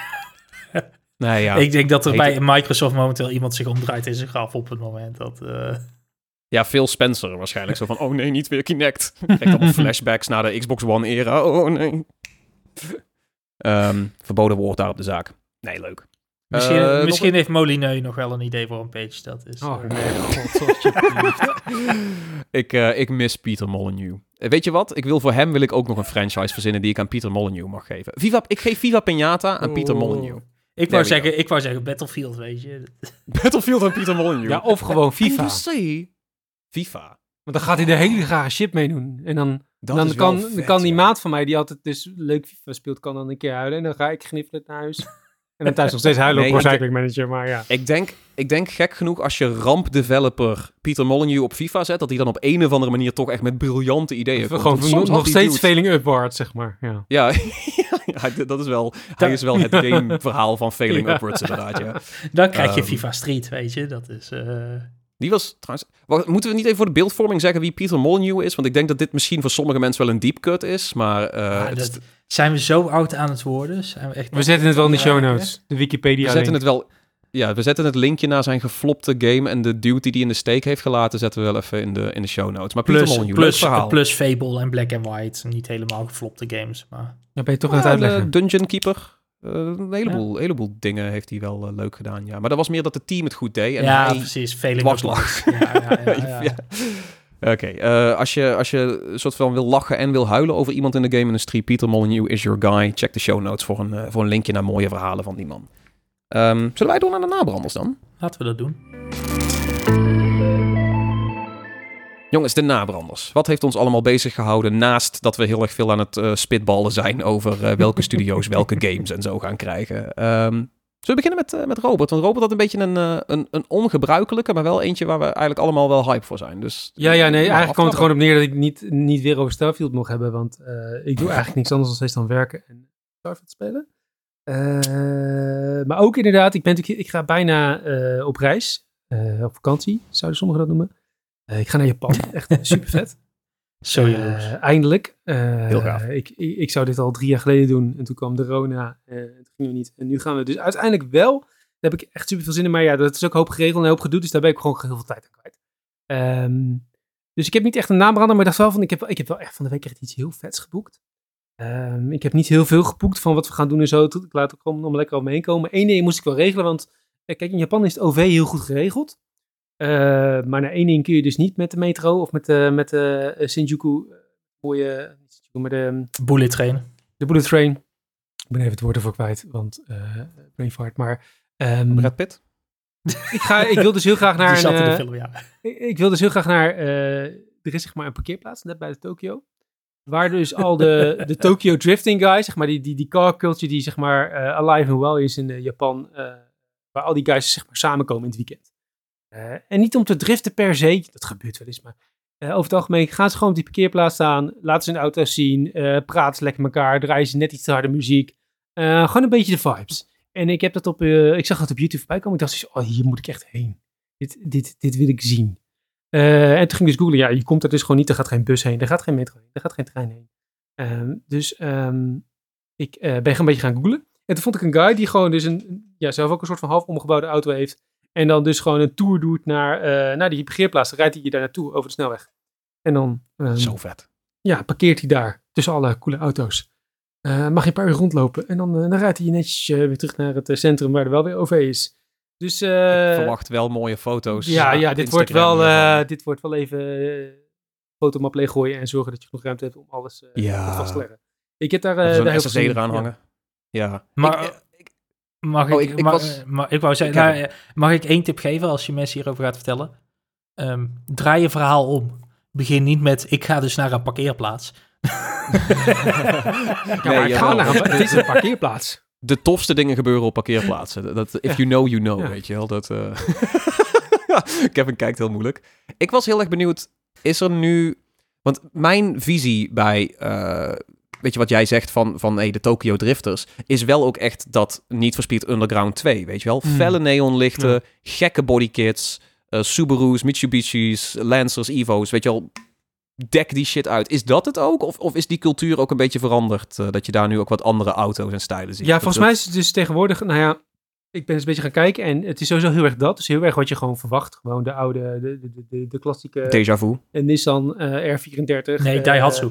Nee, ja. Ik denk dat er Heet bij het- Microsoft momenteel iemand zich omdraait in zijn graf op het moment dat... Uh... Ja, Phil Spencer waarschijnlijk. Zo van, oh nee, niet weer Kinect. Krijgt allemaal flashbacks naar de Xbox One-era. Oh nee. Um, verboden woord daar op de zaak. Nee, leuk. Misschien, Uh, misschien nog heeft Molineux nog wel een idee voor een page. Dat is... Oh, uh, nee, god, alsjeblieft. ik, uh, ik mis Peter Molyneux. Uh, weet je wat? Ik wil voor hem wil ik ook nog een franchise verzinnen die ik aan Peter Molyneux mag geven. Viva, ik geef Viva Pinata aan Peter Oeh. Molyneux. Ik There wou, we zeggen, ik wou zeggen Battlefield, weet je. Battlefield aan Peter Molyneux. Ja, of gewoon FIFA. I say FIFA. Want dan gaat hij de hele grage shit meedoen. En dan, Dat dan is wel kan, vet, dan kan die ja. maat van mij, die altijd dus leuk FIFA speelt, kan dan een keer huilen. En dan ga ik gniffelen naar huis. En dan thuis nog steeds huilen Nee, op Pro ik- Cycling Manager, maar ja. Ik denk, ik denk gek genoeg als je ramp-developer Peter Molyneux op FIFA zet, dat hij dan op een of andere manier toch echt met briljante ideeën komt. Gewoon Want soms nog, had nog die steeds dude- failing upward, zeg maar. Ja. Ja, ja, ja, dat is wel, hij is wel het game-verhaal van Failing Ja. Upwards inderdaad, ja. Dan krijg je Um, FIFA Street, weet je. Dat is... Uh... Die was trouwens... Wacht, moeten we niet even voor de beeldvorming zeggen wie Peter Molyneux is? Want ik denk dat dit misschien voor sommige mensen wel een deep cut is, maar... Uh, Ah, het dat, is, zijn we zo oud aan het worden? Zijn we, echt We zetten het wel in de show notes. De Wikipedia we zetten link. het wel... Ja, we zetten het linkje naar zijn geflopte game en de dude die die in de steek heeft gelaten, zetten we wel even in de, in de show notes. Maar Peter Plus, Molyneux, leuk plus, verhaal. plus Fable en Black and White. Niet helemaal geflopte games, maar... Dan ben je toch aan Ja, het uitleggen. de Dungeon Keeper. Uh, een heleboel, heleboel dingen heeft hij wel uh, leuk gedaan, ja. Maar dat was meer dat het team het goed deed. En ja, hij precies. Failing dwarslag. Upwards. Ja, ja, ja, ja. ja. Oké, okay, uh, als, je, als je een soort van wil lachen en wil huilen over iemand in de game-industrie, Peter Molyneux is your guy. Check de show notes voor een, uh, voor een linkje naar mooie verhalen van die man. Um, zullen wij door naar de nabranders dan? Laten we dat doen. Jongens, de nabranders. Wat heeft ons allemaal bezig gehouden naast dat we heel erg veel aan het uh, spitballen zijn over uh, welke studio's welke games en zo gaan krijgen? Um, zullen we beginnen met, uh, met Robert? Want Robert had een beetje een, uh, een, een ongebruikelijke, maar wel eentje waar we eigenlijk allemaal wel hype voor zijn. Dus, Ja, ja, nee, nou, eigenlijk kwam het er aftrappen. gewoon op neer dat ik niet, niet weer over Starfield mocht hebben, want uh, ik doe eigenlijk niks anders dan steeds dan werken en Starfield spelen. Uh, maar ook inderdaad, ik, ben natuurlijk, ik ga bijna uh, op reis, uh, op vakantie, zouden sommigen dat noemen. Uh, ik ga naar Japan, echt super vet. Zo jaloers. Uh, eindelijk. Uh, Heel gaaf. Ik, ik, ik zou dit al drie jaar geleden doen en toen kwam de Rona uh, en toen gingen we niet. En nu gaan we dus uiteindelijk wel. Daar heb ik echt super veel zin in, maar ja, dat is ook een hoop geregeld en een hoop gedoe, dus daar ben ik gewoon heel veel tijd aan kwijt. Um, dus ik heb niet echt een naambrander, maar ik dacht wel van, ik heb, ik heb wel echt van de week echt iets heel vets geboekt. Um, ik heb niet heel veel geboekt van wat we gaan doen en zo. Ik laat het gewoon nog lekker omheen komen. Eén ding moest ik wel regelen, want kijk, in Japan is het O V heel goed geregeld. Uh, maar naar één ding kun je dus niet met de metro of met de, met de uh, Shinjuku, uh, mooie, niet Shinjuku, maar de... Bullet Train. De Bullet Train. Ik ben even het woord ervoor kwijt, want uh, brain fart, maar... Um, Brad Pitt? ik, ga, ik wil dus heel graag naar... Die zat een, in de uh, film, ja. Ik, ik wil dus heel graag naar... Uh, er is zeg maar een parkeerplaats, net bij de Tokyo. Waar dus al de, de Tokyo drifting guys, zeg maar, die, die, die car culture die zeg maar uh, alive and well is in uh, Japan, uh, waar al die guys zeg maar samenkomen in het weekend. Uh, en niet om te driften per se, dat gebeurt wel eens, maar uh, over het algemeen gaan ze gewoon op die parkeerplaats staan, laten ze hun auto's zien, uh, praten ze lekker met elkaar, draaien ze net iets te harde muziek. Uh, gewoon een beetje de vibes. En ik heb dat op, uh, ik zag dat op YouTube voorbij komen, ik dacht, oh, hier moet ik echt heen. Dit, dit, dit wil ik zien. Uh, en toen ging ik dus googlen, ja, je komt er dus gewoon niet, er gaat geen bus heen, er gaat geen metro heen, er gaat geen trein heen. Um, dus um, ik uh, ben gewoon een beetje gaan googlen. En toen vond ik een guy die gewoon dus een, ja, zelf ook een soort van half omgebouwde auto heeft. En dan dus gewoon een tour doet naar, uh, naar die parkeerplaats. Dan rijdt hij daar naartoe over de snelweg. En dan um, Zo vet. Ja, parkeert hij daar tussen alle coole auto's. Uh, mag je een paar uur rondlopen. En dan, uh, dan rijdt hij netjes uh, weer terug naar het uh, centrum waar er wel weer O V is. Dus, uh, ik verwacht wel mooie foto's. Ja, ja dit, wordt wel, uh, dit wordt wel even uh, fotomap leeggooien en zorgen dat je genoeg ruimte hebt om alles uh, ja. vast te leggen. Ik heb daar, uh, zo'n daar heel S S D veel eraan ja. hangen. Ja. Maar, ik, ik, mag, oh, ik, ik, ik, mag, was, mag, ik wou zeggen, nou, mag ik één tip geven als je mensen hierover gaat vertellen? Um, draai je verhaal om. Begin niet met, ik ga dus naar een parkeerplaats. ja, nee, maar ik ga naar een, het is een parkeerplaats. De tofste dingen gebeuren op parkeerplaatsen. Dat, if ja. you know, you know, ja. weet je wel. Dat, uh... Kevin kijkt heel moeilijk. Ik was heel erg benieuwd, is er nu... Want mijn visie bij... Uh, weet je wat jij zegt van, van hey, de Tokyo Drifters... is wel ook echt dat Need for Speed Underground twee, weet je wel? Mm. Felle neonlichten, ja. gekke bodykits... Uh, Subaru's, Mitsubishi's, Lancers, Evo's, weet je wel... Dek die shit uit. Is dat het ook? Of, of is die cultuur ook een beetje veranderd? Uh, dat je daar nu ook wat andere auto's en stijlen ziet? Ja, volgens dat... mij is het dus tegenwoordig... Nou ja, ik ben eens een beetje gaan kijken en het is sowieso heel erg dat. Dus heel erg wat je gewoon verwacht. Gewoon de oude, de, de, de, de klassieke... Déjà vu. Uh, Nissan uh, R vierendertig. Nee, uh, Daihatsu.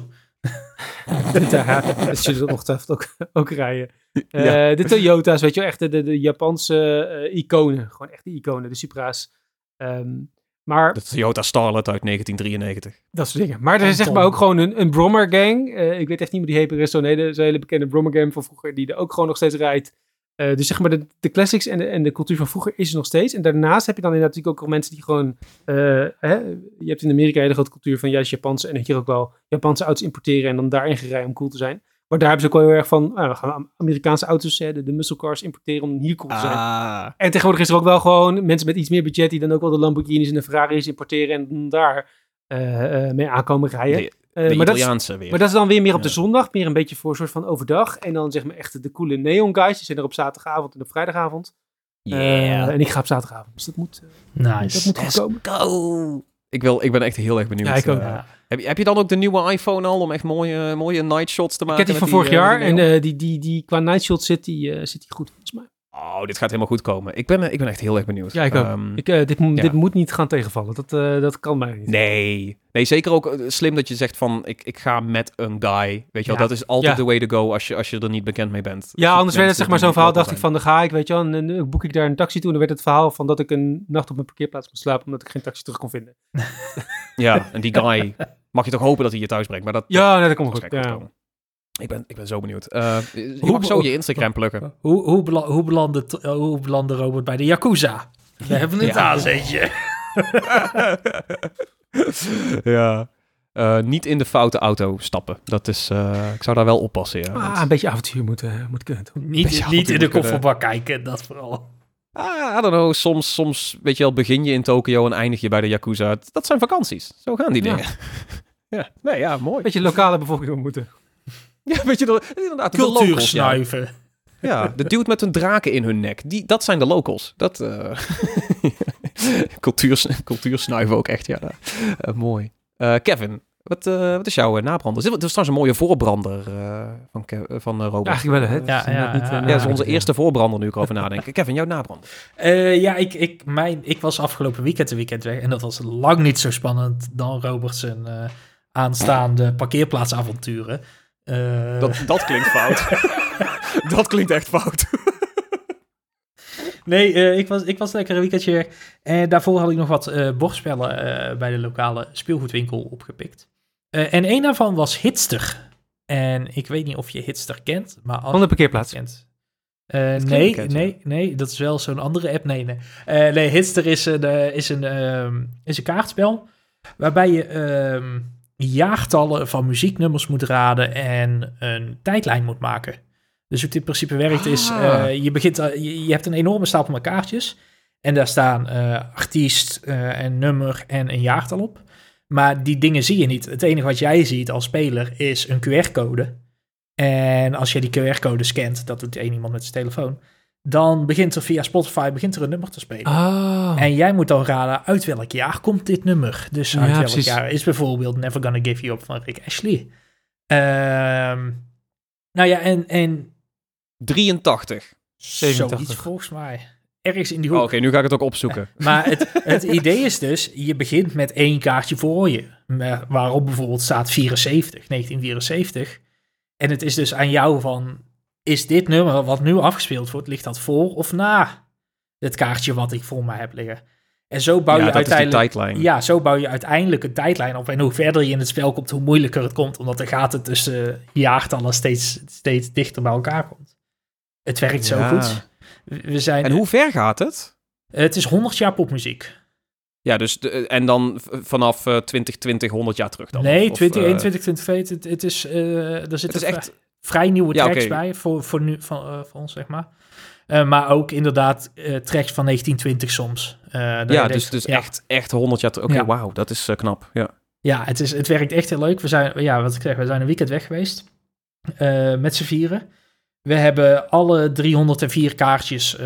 Dat zullen ze ongetwijfeld ook, ook rijden. Uh, ja. De Toyota's, weet je wel, echt de, de, de Japanse uh, iconen. Gewoon echt de iconen, de Supra's. Um, Maar, de Toyota Starlet uit negentien drieënnegentig. Dat soort dingen. Maar er is zeg maar ook gewoon een, een Brommer gang. Uh, ik weet echt niet meer die heet, er is zo'n hele, zo'n hele bekende Brommer gang van vroeger die er ook gewoon nog steeds rijdt. Uh, dus zeg maar de, de classics en de, en de cultuur van vroeger is er nog steeds. En daarnaast heb je dan inderdaad natuurlijk ook mensen die gewoon... Uh, hè, je hebt in Amerika een hele grote cultuur van juist Japanse en hier ook wel Japanse auto's importeren en dan daarin gerijden om cool te zijn. Maar daar hebben ze ook wel heel erg van, nou, we gaan Amerikaanse auto's, hè, de, de muscle cars importeren om hier cool te zijn. Ah. En tegenwoordig is er ook wel gewoon mensen met iets meer budget die dan ook wel de Lamborghinis en de Ferraris importeren en daar uh, uh, mee aankomen rijden. De, de uh, maar Italiaanse dat is, weer. Maar dat is dan weer meer op de ja. zondag. Meer een beetje voor een soort van overdag. En dan zeg maar echt de coole neon guys. Die zijn er op zaterdagavond en op vrijdagavond. Yeah. Uh, en ik ga op zaterdagavond. Dus dat moet, uh, Nice. dat moet goed komen. Go! Ik, wil, ik ben echt heel erg benieuwd. Ja, ik ook. Uh, Ja. heb, je, heb je dan ook de nieuwe iPhone al om echt mooie, mooie night shots te maken? Ik heb die van vorig uh, jaar. die En uh, die, die, die, qua nightshot zit die, uh, zit die goed volgens mij. Oh, dit gaat helemaal goed komen. Ik ben, ik ben echt heel erg benieuwd. Ja, ik ook. Um, ik, uh, dit, mo- ja. dit moet niet gaan tegenvallen. Dat, uh, dat kan mij niet. Nee. Nee, zeker ook uh, slim dat je zegt van, ik, ik ga met een guy. Weet je wel, Ja. dat is altijd Ja. the way to go als je, als je er niet bekend mee bent. Ja, Als anders werd het zeg maar zo'n verhaal, dacht ik van. van, dan ga ik, weet je wel, en dan uh, boek ik daar een taxi toe. En dan werd het verhaal van dat ik een nacht op mijn parkeerplaats moest slapen, omdat ik geen taxi terug kon vinden. Ja, en die guy, mag je toch hopen dat hij je thuis brengt. Maar dat, Ja, nee, dat komt dat goed. gaat Ja. komen. Ik ben, ik ben zo benieuwd. Uh, je Hoe- mag zo je Instagram plukken. Hoe, hoe, bela- hoe, belandde, t- uh, hoe belandde Robert bij de Yakuza? We hebben het Ja. aan, zeetje. ja. Uh, niet in de foute auto stappen. Dat is, uh, ik zou daar wel oppassen. Ja, Ah, want- een beetje avontuur moet, uh, moet kunnen. Toch? Niet, Beetje niet in avontuur de moet kunnen. kofferbak kijken, dat vooral. Ah, I don't know. Soms, soms, weet je wel, begin je in Tokio en eindig je bij de Yakuza. Dat zijn vakanties. Zo gaan die Ja. dingen. Ja, nee, ja, mooi. Een beetje lokale bevolking ontmoeten. Ja, weet je, dat- inderdaad, de Cultuur locals, ja. snuiven. Ja, de dude met een draken in hun nek. Die, dat zijn de locals. Dat, uh... Cultuur, cultuursnuiven ook echt, ja. Uh, mooi. Uh, Kevin, wat, uh, wat is jouw uh, nabrander? Dit is trouwens een mooie voorbrander uh, van, Ke- van uh, Robert. Ja, eigenlijk wel, hè? Ja, Het is ja, net ja. uh, Ja, dat is onze ja. eerste voorbrander nu ik erover nadenk. Kevin, jouw nabrander. Uh, ja, ik, ik, mijn, ik was afgelopen weekend een weekend weg. En dat was lang niet zo spannend dan Robert zijn uh, aanstaande parkeerplaatsavonturen. Uh, Dat, dat klinkt fout. Dat klinkt echt fout. Nee, uh, ik, was, ik was lekker een weekendje weg. En daarvoor had ik nog wat uh, bordspellen uh, bij de lokale speelgoedwinkel opgepikt. Uh, en een daarvan was Hitster. En ik weet niet of je Hitster kent. Maar als Van de parkeerplaats. je het kent. Uh, klinkt nee, bekend, nee, nee, dat is wel zo'n andere app. Nee, nee. Uh, nee, Hitster is een, uh, is, een, uh, is een kaartspel waarbij je uh, jaartallen van muzieknummers moet raden en een tijdlijn moet maken. Dus hoe het in principe werkt is, Ah. uh, je, begint, uh, je, je hebt een enorme stapel met kaartjes. En daar staan uh, artiest, uh, en nummer en een jaartal op. Maar die dingen zie je niet. Het enige wat jij ziet als speler is een Q R-code. En als je die Q R-code scant, dat doet één iemand met zijn telefoon, dan begint er via Spotify begint er een nummer te spelen. Oh. En jij moet dan raden uit welk jaar komt dit nummer. Dus uit Ja, welk precies. jaar is bijvoorbeeld Never Gonna Give You Up van Rick Astley. Um, nou ja, en, en drieëntachtig. zevenentachtig. zoiets volgens mij. Ergens in die Oh, hoek. Oké, okay, nu ga ik het ook opzoeken. Maar het, het idee is dus, je begint met één kaartje voor je. Maar waarop bijvoorbeeld staat vierenzeventig, negentien vierenzeventig. En het is dus aan jou van, is dit nummer wat nu afgespeeld wordt, ligt dat voor of na het kaartje wat ik voor mij heb liggen? En zo bouw Ja, je dat is die uiteindelijk... tijdlijn. Ja, zo bouw je uiteindelijk een tijdlijn op. En hoe verder je in het spel komt, hoe moeilijker het komt. Omdat de gaten tussen uh, jaartallen steeds, steeds dichter bij elkaar komt. Het werkt zo Ja. goed. We zijn, En hoe ver gaat het? het is honderd jaar popmuziek. Ja, dus de, en dan v- vanaf uh, twintig twintig, honderd jaar terug dan? Nee, Of- of, twintig uh, eenentwintig, twintig veertig. Het, het is, uh, er Het zitten is echt... vrij nieuwe Ja, tracks oké. bij voor, voor, nu, van, uh, voor ons, zeg maar. Uh, maar ook inderdaad uh, tracks van negentien twintig soms. Uh, dat je Ja, denkt, dus, dus ja. echt, echt honderd jaar terug. Oké, Ja. wauw, dat is uh, knap. Ja. Ja, het, is, het werkt echt heel leuk. We zijn, ja, wat ik zeg, we zijn een weekend weg geweest. Uh, met z'n vieren. We hebben alle driehonderdvier kaartjes uh,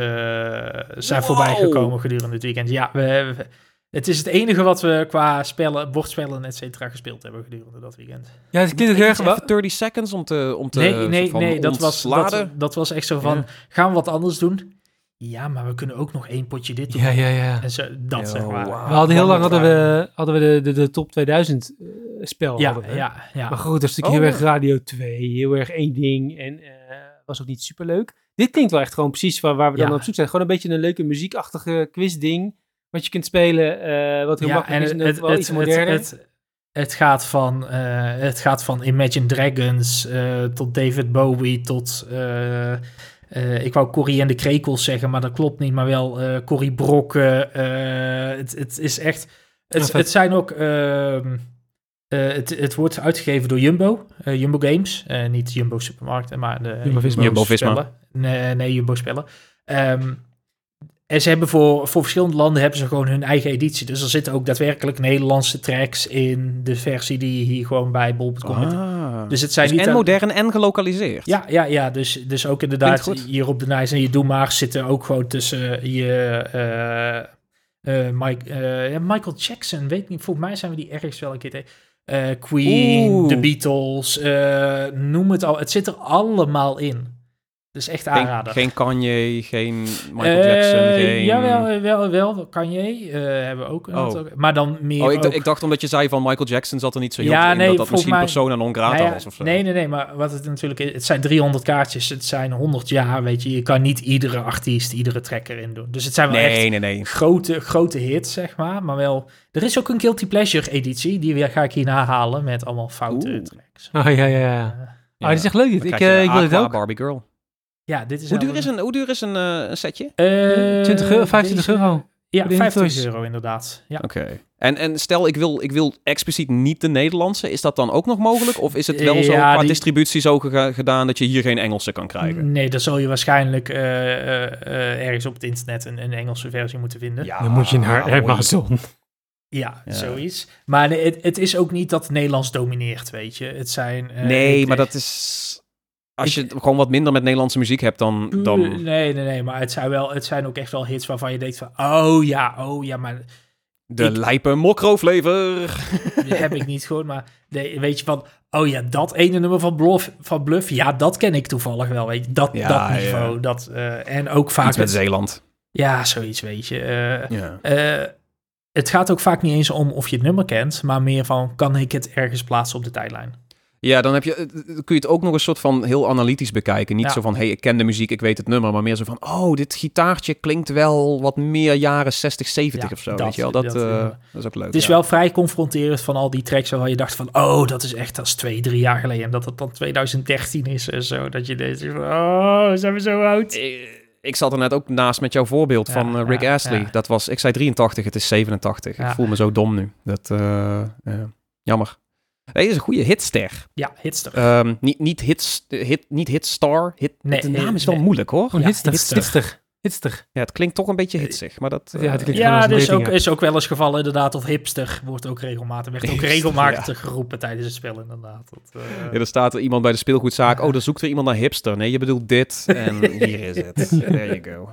zijn Wow. voorbij gekomen gedurende het weekend. Ja, we, we, het is het enige wat we qua spellen, bordspellen, et cetera gespeeld hebben gedurende dat weekend. Ja, het klinkt ook erg. Even dertig seconds om te, om te Nee, nee, van nee, dat was, dat, ontsladen. dat was echt zo van, Ja. gaan we wat anders doen? Ja, maar we kunnen ook nog één potje dit doen. Ja, ja, ja. En zo, dat Yo, zeg maar. wow. We hadden heel lang Wat hadden vragen. we, hadden we de, de, de top tweeduizend uh, spel. Ja, hadden we. ja, ja. Maar goed, dat is natuurlijk Oh, heel erg Radio twee, heel erg één ding en uh, was ook niet superleuk. Dit klinkt wel echt gewoon precies waar, waar we dan Ja. op zoek zijn. Gewoon een beetje een leuke muziekachtige quizding, wat je kunt spelen, uh, wat heel Ja, makkelijk is en het, wel iets moderner. Het, het, het, gaat van, uh, het gaat van Imagine Dragons uh, tot David Bowie tot... Uh, uh, ik wou Corrie en de Krekels zeggen, maar dat klopt niet. Maar wel uh, Corrie Brokken. Uh, het, het is echt... Het, Ja, het zijn ook... Uh, uh, het, het wordt uitgegeven door Jumbo. Uh, Jumbo Games. Uh, niet Jumbo Supermarkten, maar de Jumbo-Visma. Jumbo-Visma. spellen. Nee, nee, Jumbo spellen. Um, en ze hebben voor, voor verschillende landen hebben ze gewoon hun eigen editie. Dus er zitten ook daadwerkelijk Nederlandse tracks in de versie die je hier gewoon bij bol punt com hebt. Ah. Dus het zijn Dus niet en aan- modern en gelokaliseerd. Ja, ja, ja. Dus, dus ook inderdaad Klinkt goed. hier op de Nice en je Doe Maar zitten ook gewoon tussen je eh, eh, Mike, eh, ja, Michael Jackson. Weet niet, volgens mij zijn we die ergens wel een keer tegen. Eh, Queen, Oeh. The Beatles, eh, noem het al. Het zit er allemaal in. Dus echt Geen, aanrader. geen Kanye, geen Michael Eh, Jackson, geen... Jawel, wel, wel. Kanye eh, hebben we ook. een Oh. aantal- Maar dan meer Oh, ik, d- ook- ik dacht omdat je zei van Michael Jackson zat er niet zo heel Ja, veel in, nee, dat dat volgens misschien mij- persona non grata Nou ja, was of zo. Nee, nee, nee, maar wat het natuurlijk is, het zijn driehonderd kaartjes, het zijn honderd jaar, weet je. Je kan niet iedere artiest, iedere track erin doen. Dus het zijn wel nee, echt nee, nee. grote, grote hits, zeg maar. Maar wel, er is ook een Guilty Pleasure editie, die weer ga ik hierna halen met allemaal foute Oeh. tracks. Oh, ja, ja, ja. Eh, Oh, dit is echt leuk. dit. Dan Ik, krijg je eh, ik wil dit Aqua, ook. Barbie Girl. ja, dit is Hoe wel duur is een, hoe duur is een, eh, een setje? Eh, twintig euro, vijfentwintig deze- euro. Ja, Voor de vijfentwintig Toys. euro inderdaad. Ja. Oké. En, en stel, ik wil, ik wil expliciet niet de Nederlandse. Is dat dan ook nog mogelijk? Of is het wel zo Ja, qua die- distributie zo gega- gedaan dat je hier geen Engelse kan krijgen? Nee, dan zul je waarschijnlijk eh, eh, eh, ergens op het internet een, een Engelse versie moeten vinden. Ja, Dan moet je naar mooi. Amazon. Ja, Ja. zoiets. Maar nee, het, het is ook niet dat het Nederlands domineert, weet je. Het zijn... eh, Nee, ik- maar dat is... Als je gewoon wat minder met Nederlandse muziek hebt, dan... dan... Nee, nee, nee, maar het zijn, wel, het zijn ook echt wel hits waarvan je denkt van... Oh ja, oh ja, maar De Ik- lijpe mokroflever. die heb ik niet gehoord. Maar nee, weet je van... Oh ja, dat ene nummer van Bluff, van Bluff, ja, dat ken ik toevallig wel, weet je. Dat, Ja, dat niveau. ja. Dat, eh, en ook vaak... Iets met het- Zeeland. ja, zoiets, weet je. Eh, Ja. eh, het gaat ook vaak niet eens om of je het nummer kent, maar meer van, kan ik het ergens plaatsen op de tijdlijn? Ja, dan heb je, dan kun je het ook nog een soort van heel analytisch bekijken. Niet Ja. zo van, hey, ik ken de muziek, ik weet het nummer. Maar meer zo van, oh, dit gitaartje klinkt wel wat meer jaren zestig, zeventig Ja, of zo. dat- weet je wel? Dat, dat, eh, eh, dat is ook leuk. Het is ja. wel vrij confronterend van al die tracks waarvan je dacht van, oh, dat is echt, dat is twee, drie jaar geleden. En dat het dan twintig dertien is en zo. Dat je denkt van, oh, zijn we zo oud? Ik, ik zat er net ook naast met jouw voorbeeld Ja, van eh, Rick ja, Astley. ja. Dat was, ik zei drieëntachtig, het is zevenentachtig. Ja. Ik voel me zo dom nu. Dat, eh, ja. Jammer. Hey, dit is een goede hitster. Ja, hitster. Ehm, niet, niet, hits, hit, niet hitstar. Hit, Nee, de naam nee, is wel nee. moeilijk, hoor. Gewoon Ja, hitster. hitster. Hitster. Hitster. Ja, het klinkt toch een beetje hitsig, maar dat... Ja, eh, het klinkt- Ja, als een er is dating ook, app. is ook wel eens gevallen inderdaad, of hipster wordt ook regelmatig, werd ook Hipster, regelmatig geroepen tijdens het spel inderdaad. Dat, eh, Ja, er staat er iemand bij de speelgoedzaak. Ja. Oh, er zoekt er iemand naar hipster. Nee, je bedoelt dit. En hier is het. There you go.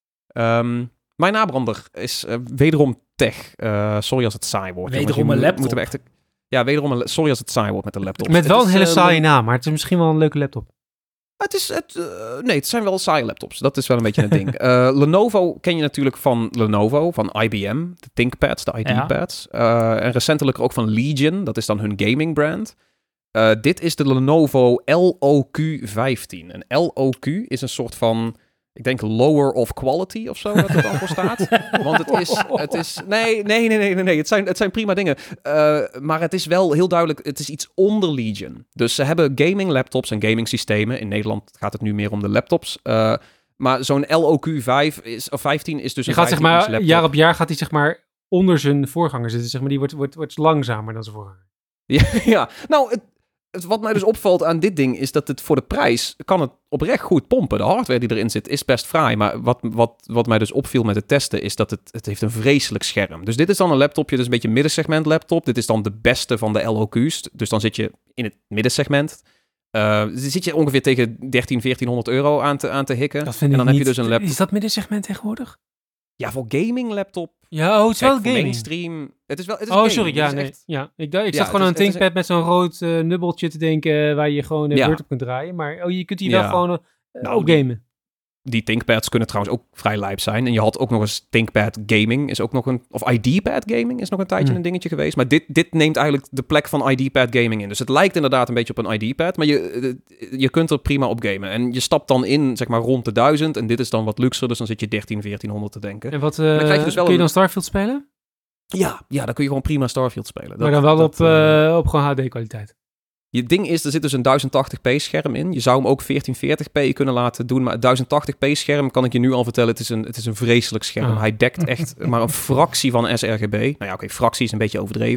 Ehm, mijn nabrander is eh, wederom tech. Eh, sorry als het saai wordt. jongens. Wederom Je een moet- laptop. moeten we echt... Ja, wederom een... la- Sorry als het saai wordt met de laptop. Met wel Het een is, hele eh, saaie naam, maar het is misschien wel een leuke laptop. Het is het... eh, nee, het zijn wel saaie laptops. Dat is wel een beetje een ding. Eh, Lenovo ken je natuurlijk van Lenovo, van I B M. De ThinkPads, de I D-pads. Eh, en recentelijk ook van Legion. Dat is dan hun gaming brand. Eh, dit is de Lenovo L O Q vijftien. En L O Q is een soort van... Ik denk lower of quality of zo, dat het dan voor staat. Want het is... Het is nee, nee, nee, nee, nee, nee. Het zijn, het zijn prima dingen. Uh, maar het is wel heel duidelijk... Het is iets onder Legion. Dus ze hebben gaming laptops en gaming systemen. In Nederland gaat het nu meer om de laptops. Uh, maar zo'n L O Q vijf is, of vijftien is dus Je een gaat zeg maar, vijftien inch jaar laptop. op jaar gaat hij zeg maar onder zijn voorganger zitten. Zeg maar, die wordt, wordt, wordt langzamer dan zijn voorganger. Ja, ja. Nou, het, het, wat mij dus opvalt aan dit ding is dat het voor de prijs kan het oprecht goed pompen. De hardware die erin zit is best fraai. Maar wat, wat, wat mij dus opviel met het testen is dat het, het heeft een vreselijk scherm. Dus dit is dan een laptopje, dus een beetje een middensegment laptop. Dit is dan de beste van de L O Q's. Dus dan zit je in het middensegment. Uh, dan zit je ongeveer tegen dertien, veertienhonderd euro aan te, aan te hikken. Dat vind en ik dan niet. heb je dus een laptop. Is dat middensegment tegenwoordig? Ja, voor gaming laptop. Ja, oh, het is Kijk, wel voor gaming. mainstream. Het is wel. Het is Oh, gaming. sorry, ja, Het is nee. echt- Ja, ik, dacht, ik Ja, zat gewoon aan het een is- het is ThinkPad met zo'n rood uh, nubbeltje te denken, uh, waar je gewoon een Ja. Word op kunt draaien. Maar oh, je kunt hier Ja. wel gewoon uh, Nou, op gamen. Die ThinkPads kunnen trouwens ook vrij lijp zijn. En je had ook nog eens ThinkPad Gaming. Is ook nog een, of I D-pad Gaming is nog een tijdje Hmm. een dingetje geweest. Maar dit, dit neemt eigenlijk de plek van I D-pad Gaming in. Dus het lijkt inderdaad een beetje op een I D-pad. Maar je, je kunt er prima op gamen. En je stapt dan in, zeg maar, rond de duizend. En dit is dan wat luxer. Dus dan zit je dertien, veertienhonderd te denken. En wat, uh, dan krijg je dus wel kun je een- dan Starfield spelen? Ja, ja, dan kun je gewoon prima Starfield spelen. Dat- maar dan wel dat, op, eh, uh, op gewoon H D-kwaliteit. Je ding is, er zit dus een duizend tachtig p scherm in. Je zou hem ook veertien veertig p kunnen laten doen. Maar het duizend tachtig p scherm, kan ik je nu al vertellen, het is een, het is een vreselijk scherm. Oh. Hij dekt echt maar een fractie van sRGB. Nou ja, oké, okay, fractie is een beetje overdreven.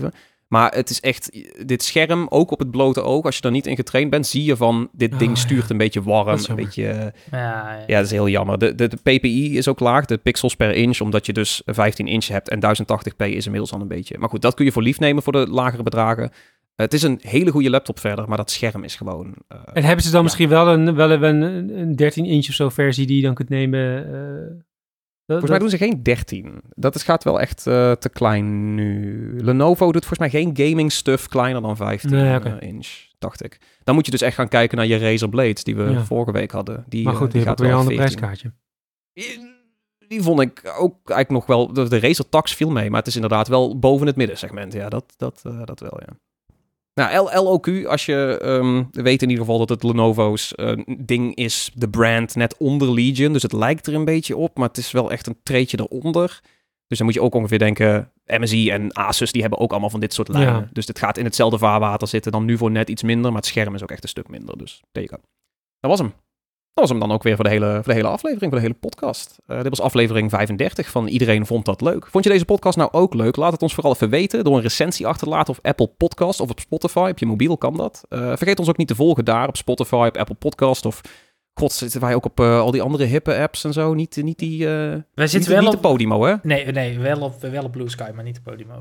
Maar het is echt, dit scherm, ook op het blote oog, als je er niet in getraind bent, zie je van, dit Oh, ding stuurt ja. een beetje warm, Dat is een jammer. beetje... uh, Ja, ja. Ja, dat is heel jammer. De, de, de P P I is ook laag, de pixels per inch, omdat je dus vijftien inch hebt en duizend tachtig p is inmiddels al een beetje. Maar goed, dat kun je voor lief nemen voor de lagere bedragen. Uh, het is een hele goede laptop verder, maar dat scherm is gewoon... Uh, En hebben ze dan ja. misschien wel een, wel een, een dertien inch of zo versie die je dan kunt nemen? Uh, Volgens mij doen ze geen dertien. Dat is, gaat wel echt uh, te klein nu. Lenovo doet volgens mij geen gaming stuff kleiner dan vijftien Nee, okay. uh, inch, dacht ik. Dan moet je dus echt gaan kijken naar je Razer Blades die we Ja. vorige week hadden. Die, maar goed, uh, die, die die gaat weer een wel ander veertien. prijskaartje. Die, die vond ik ook eigenlijk nog wel... De, de Razer Tax viel mee, maar het is inderdaad wel boven het middensegment. Ja, dat, dat, uh, dat wel, ja. Nou, L O Q, als je um, weet in ieder geval dat het Lenovo's uh, ding is, de brand net onder Legion. Dus het lijkt er een beetje op, maar het is wel echt een treetje eronder. Dus dan moet je ook ongeveer denken, M S I en Asus, die hebben ook allemaal van dit soort lijnen. Ja. Dus dit gaat in hetzelfde vaarwater zitten, dan nu voor net iets minder, maar het scherm is ook echt een stuk minder. Dus there you go. Dat was hem. Dat was hem dan ook weer voor de hele, voor de hele aflevering, voor de hele podcast. Uh, dit was aflevering vijfendertig van Iedereen Vond Dat Leuk. Vond je deze podcast nou ook leuk? Laat het ons vooral even weten door een recensie achter te laten op Apple Podcast of op Spotify. Op je mobiel kan dat. Uh, vergeet ons ook niet te volgen daar op Spotify, op Apple Podcast of... God, zitten wij ook op uh, al die andere hippe apps en zo? Niet, niet die... Uh, Wij zitten niet, wel niet op... de Podimo, hè? Nee, nee wel, op, wel op Blue Sky, maar niet op Podimo.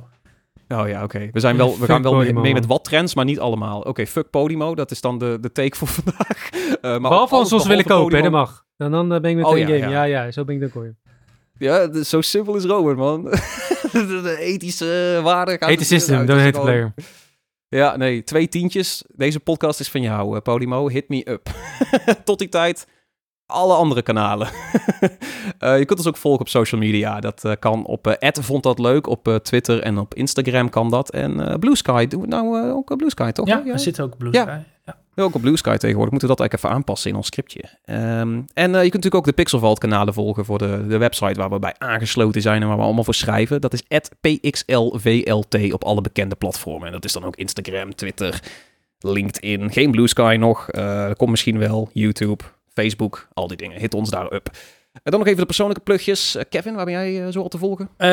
Oh ja, oké. Okay. We, zijn Ja, wel, we fuck gaan wel mee, Podimo, mee met man. wat trends, maar niet allemaal. Oké, okay, fuck Podimo. Dat is dan de, de take voor vandaag. Uh, maar Behalve als we ons willen kopen, hè, dat mag. En dan uh, ben ik meteen Oh, ja, game. ja. Ja. ja, ja, zo ben ik dan kooi. Ja, d- zo simpel is Robert, man. de, de ethische waarde gaat... Hate the er system, uit. don't Dat hate is the gewoon- player. Ja, nee, twee tientjes. Deze podcast is van jou, uh, Podimo. Hit me up. Tot die tijd, alle andere kanalen. uh, je kunt ons ook volgen op social media. Dat uh, kan op uh, at vond dat leuk. Op uh, Twitter en op Instagram kan dat. En uh, Blue Sky, doen we nou uh, ook op Blue Sky, toch? Ja, ja? we zitten ook op Blue Ja. Sky. Ja. Ook op Blue Sky tegenwoordig. Moeten we dat eigenlijk even aanpassen in ons scriptje. Um, en uh, je kunt natuurlijk ook de Pixelvault kanalen volgen voor de, de website waar we bij aangesloten zijn en waar we allemaal voor schrijven. Dat is at P X L V L T op alle bekende platformen. En dat is dan ook Instagram, Twitter, LinkedIn. Geen Blue Sky nog. Uh, dat komt misschien wel. YouTube, Facebook, al die dingen. Hit ons daar up. En dan nog even de persoonlijke plugjes. Uh, Kevin, waar ben jij uh, zo al te volgen? Uh,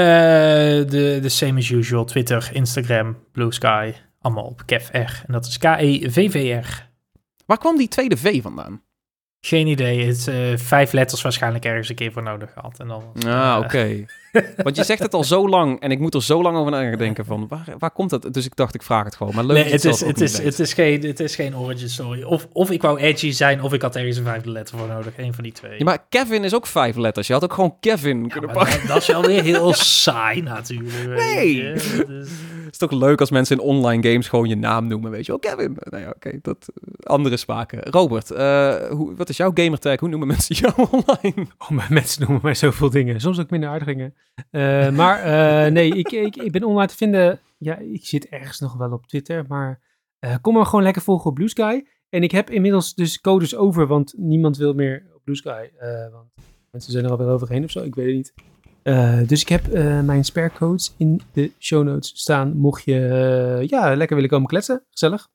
de, de same as usual. Twitter, Instagram, Blue Sky. Allemaal op Kev R. En dat is K E V V R. Waar kwam die tweede V vandaan? Geen idee. Het is uh, vijf letters waarschijnlijk ergens een keer voor nodig gehad. En dan was, Ah, uh, oké. Okay. Want je zegt het al zo lang en ik moet er zo lang over nadenken van, waar, waar komt dat? Dus ik dacht, ik vraag het gewoon. Maar leuk Nee, dat het je is, zelf ook het, niet is, weet. het, is geen, het is geen origin story. Of, of ik wou edgy zijn, of ik had ergens een vijfde letter voor nodig. Eén van die twee. Ja, maar Kevin is ook vijf letters. Je had ook gewoon Kevin Ja, kunnen maar pakken. dat, dat is alweer heel saai natuurlijk. weet Nee. je. Dat is- Het is toch leuk als mensen in online games gewoon je naam noemen, weet je wel. Kevin. Nou ja, oké, dat uh, andere smaken. Robert, uh, hoe, wat is jouw gamertag? Hoe noemen mensen jou online? Oh, maar mensen noemen mij zoveel dingen. Soms ook minder aardige dingen. Uh, maar uh, nee, ik, ik, ik ben online te vinden. Ja, ik zit ergens nog wel op Twitter. Maar uh, kom maar gewoon lekker volgen op Blue Sky. En ik heb inmiddels dus codes over, want niemand wil meer op Blue Sky. Uh, want mensen zijn er alweer overheen of zo, ik weet het niet. Uh, dus ik heb uh, mijn sparecodes in de show notes staan. Mocht je uh, ja, lekker willen komen kletsen. Gezellig.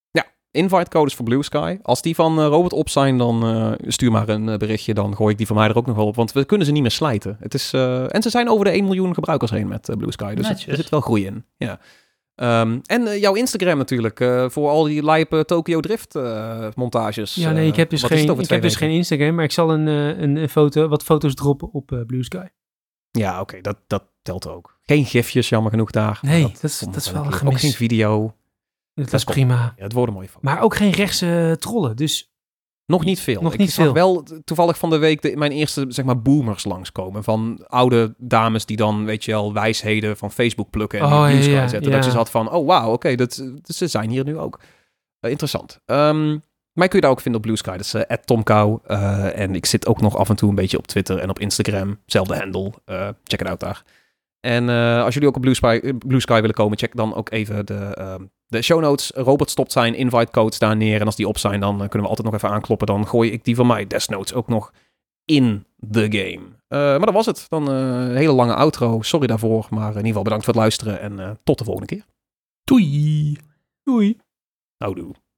Invite codes voor Blue Sky. Als die van uh, Robert op zijn, dan uh, stuur maar een uh, berichtje. Dan gooi ik die van mij er ook nog wel op. Want we kunnen ze niet meer slijten. Het is, uh, en ze zijn over de één miljoen gebruikers heen met uh, Blue Sky. Dus het, er zit wel groei in. Ja. Um, en uh, jouw Instagram natuurlijk. Uh, voor al die lijpe Tokyo Drift uh, montages. Ja, nee, ik heb dus, uh, geen, ik heb dus geen Instagram. Maar ik zal een, uh, een, een foto, wat foto's droppen op uh, Blue Sky. Ja, oké. Okay, dat, dat telt ook. Geen gifjes, jammer genoeg daar. Nee, dat, dat is, dat is wel een Ook gemis. geen video. Dat is prima. Ja, het worden mooie foto's. Maar ook geen rechtse uh, trollen, dus... Nog niet veel. Nog ik niet zag veel. wel toevallig van de week de, mijn eerste, zeg maar, boomers langskomen. Van oude dames die dan, weet je wel, wijsheden van Facebook plukken en Oh, in Blue Sky ja, ja, zetten. ja. Dat je zat van, oh wauw, oké, okay, dat ze zijn hier nu ook. Uh, interessant. Um, mij kun je daar ook vinden op Blue Sky. Dat is uh, at tomkou. Uh, en ik zit ook nog af en toe een beetje op Twitter en op Instagram. Zelfde handle. Uh, check het out daar. En uh, als jullie ook op Blue Sky, Blue Sky willen komen, check dan ook even de, uh, de show notes. Robert stopt zijn invite codes daar neer. En als die op zijn, dan uh, kunnen we altijd nog even aankloppen. Dan gooi ik die van mij, desnoods, ook nog in de game. Uh, maar dat was het. Dan uh, een hele lange outro. Sorry daarvoor. Maar in ieder geval bedankt voor het luisteren. En uh, tot de volgende keer. Doei. Doei. Houdoe.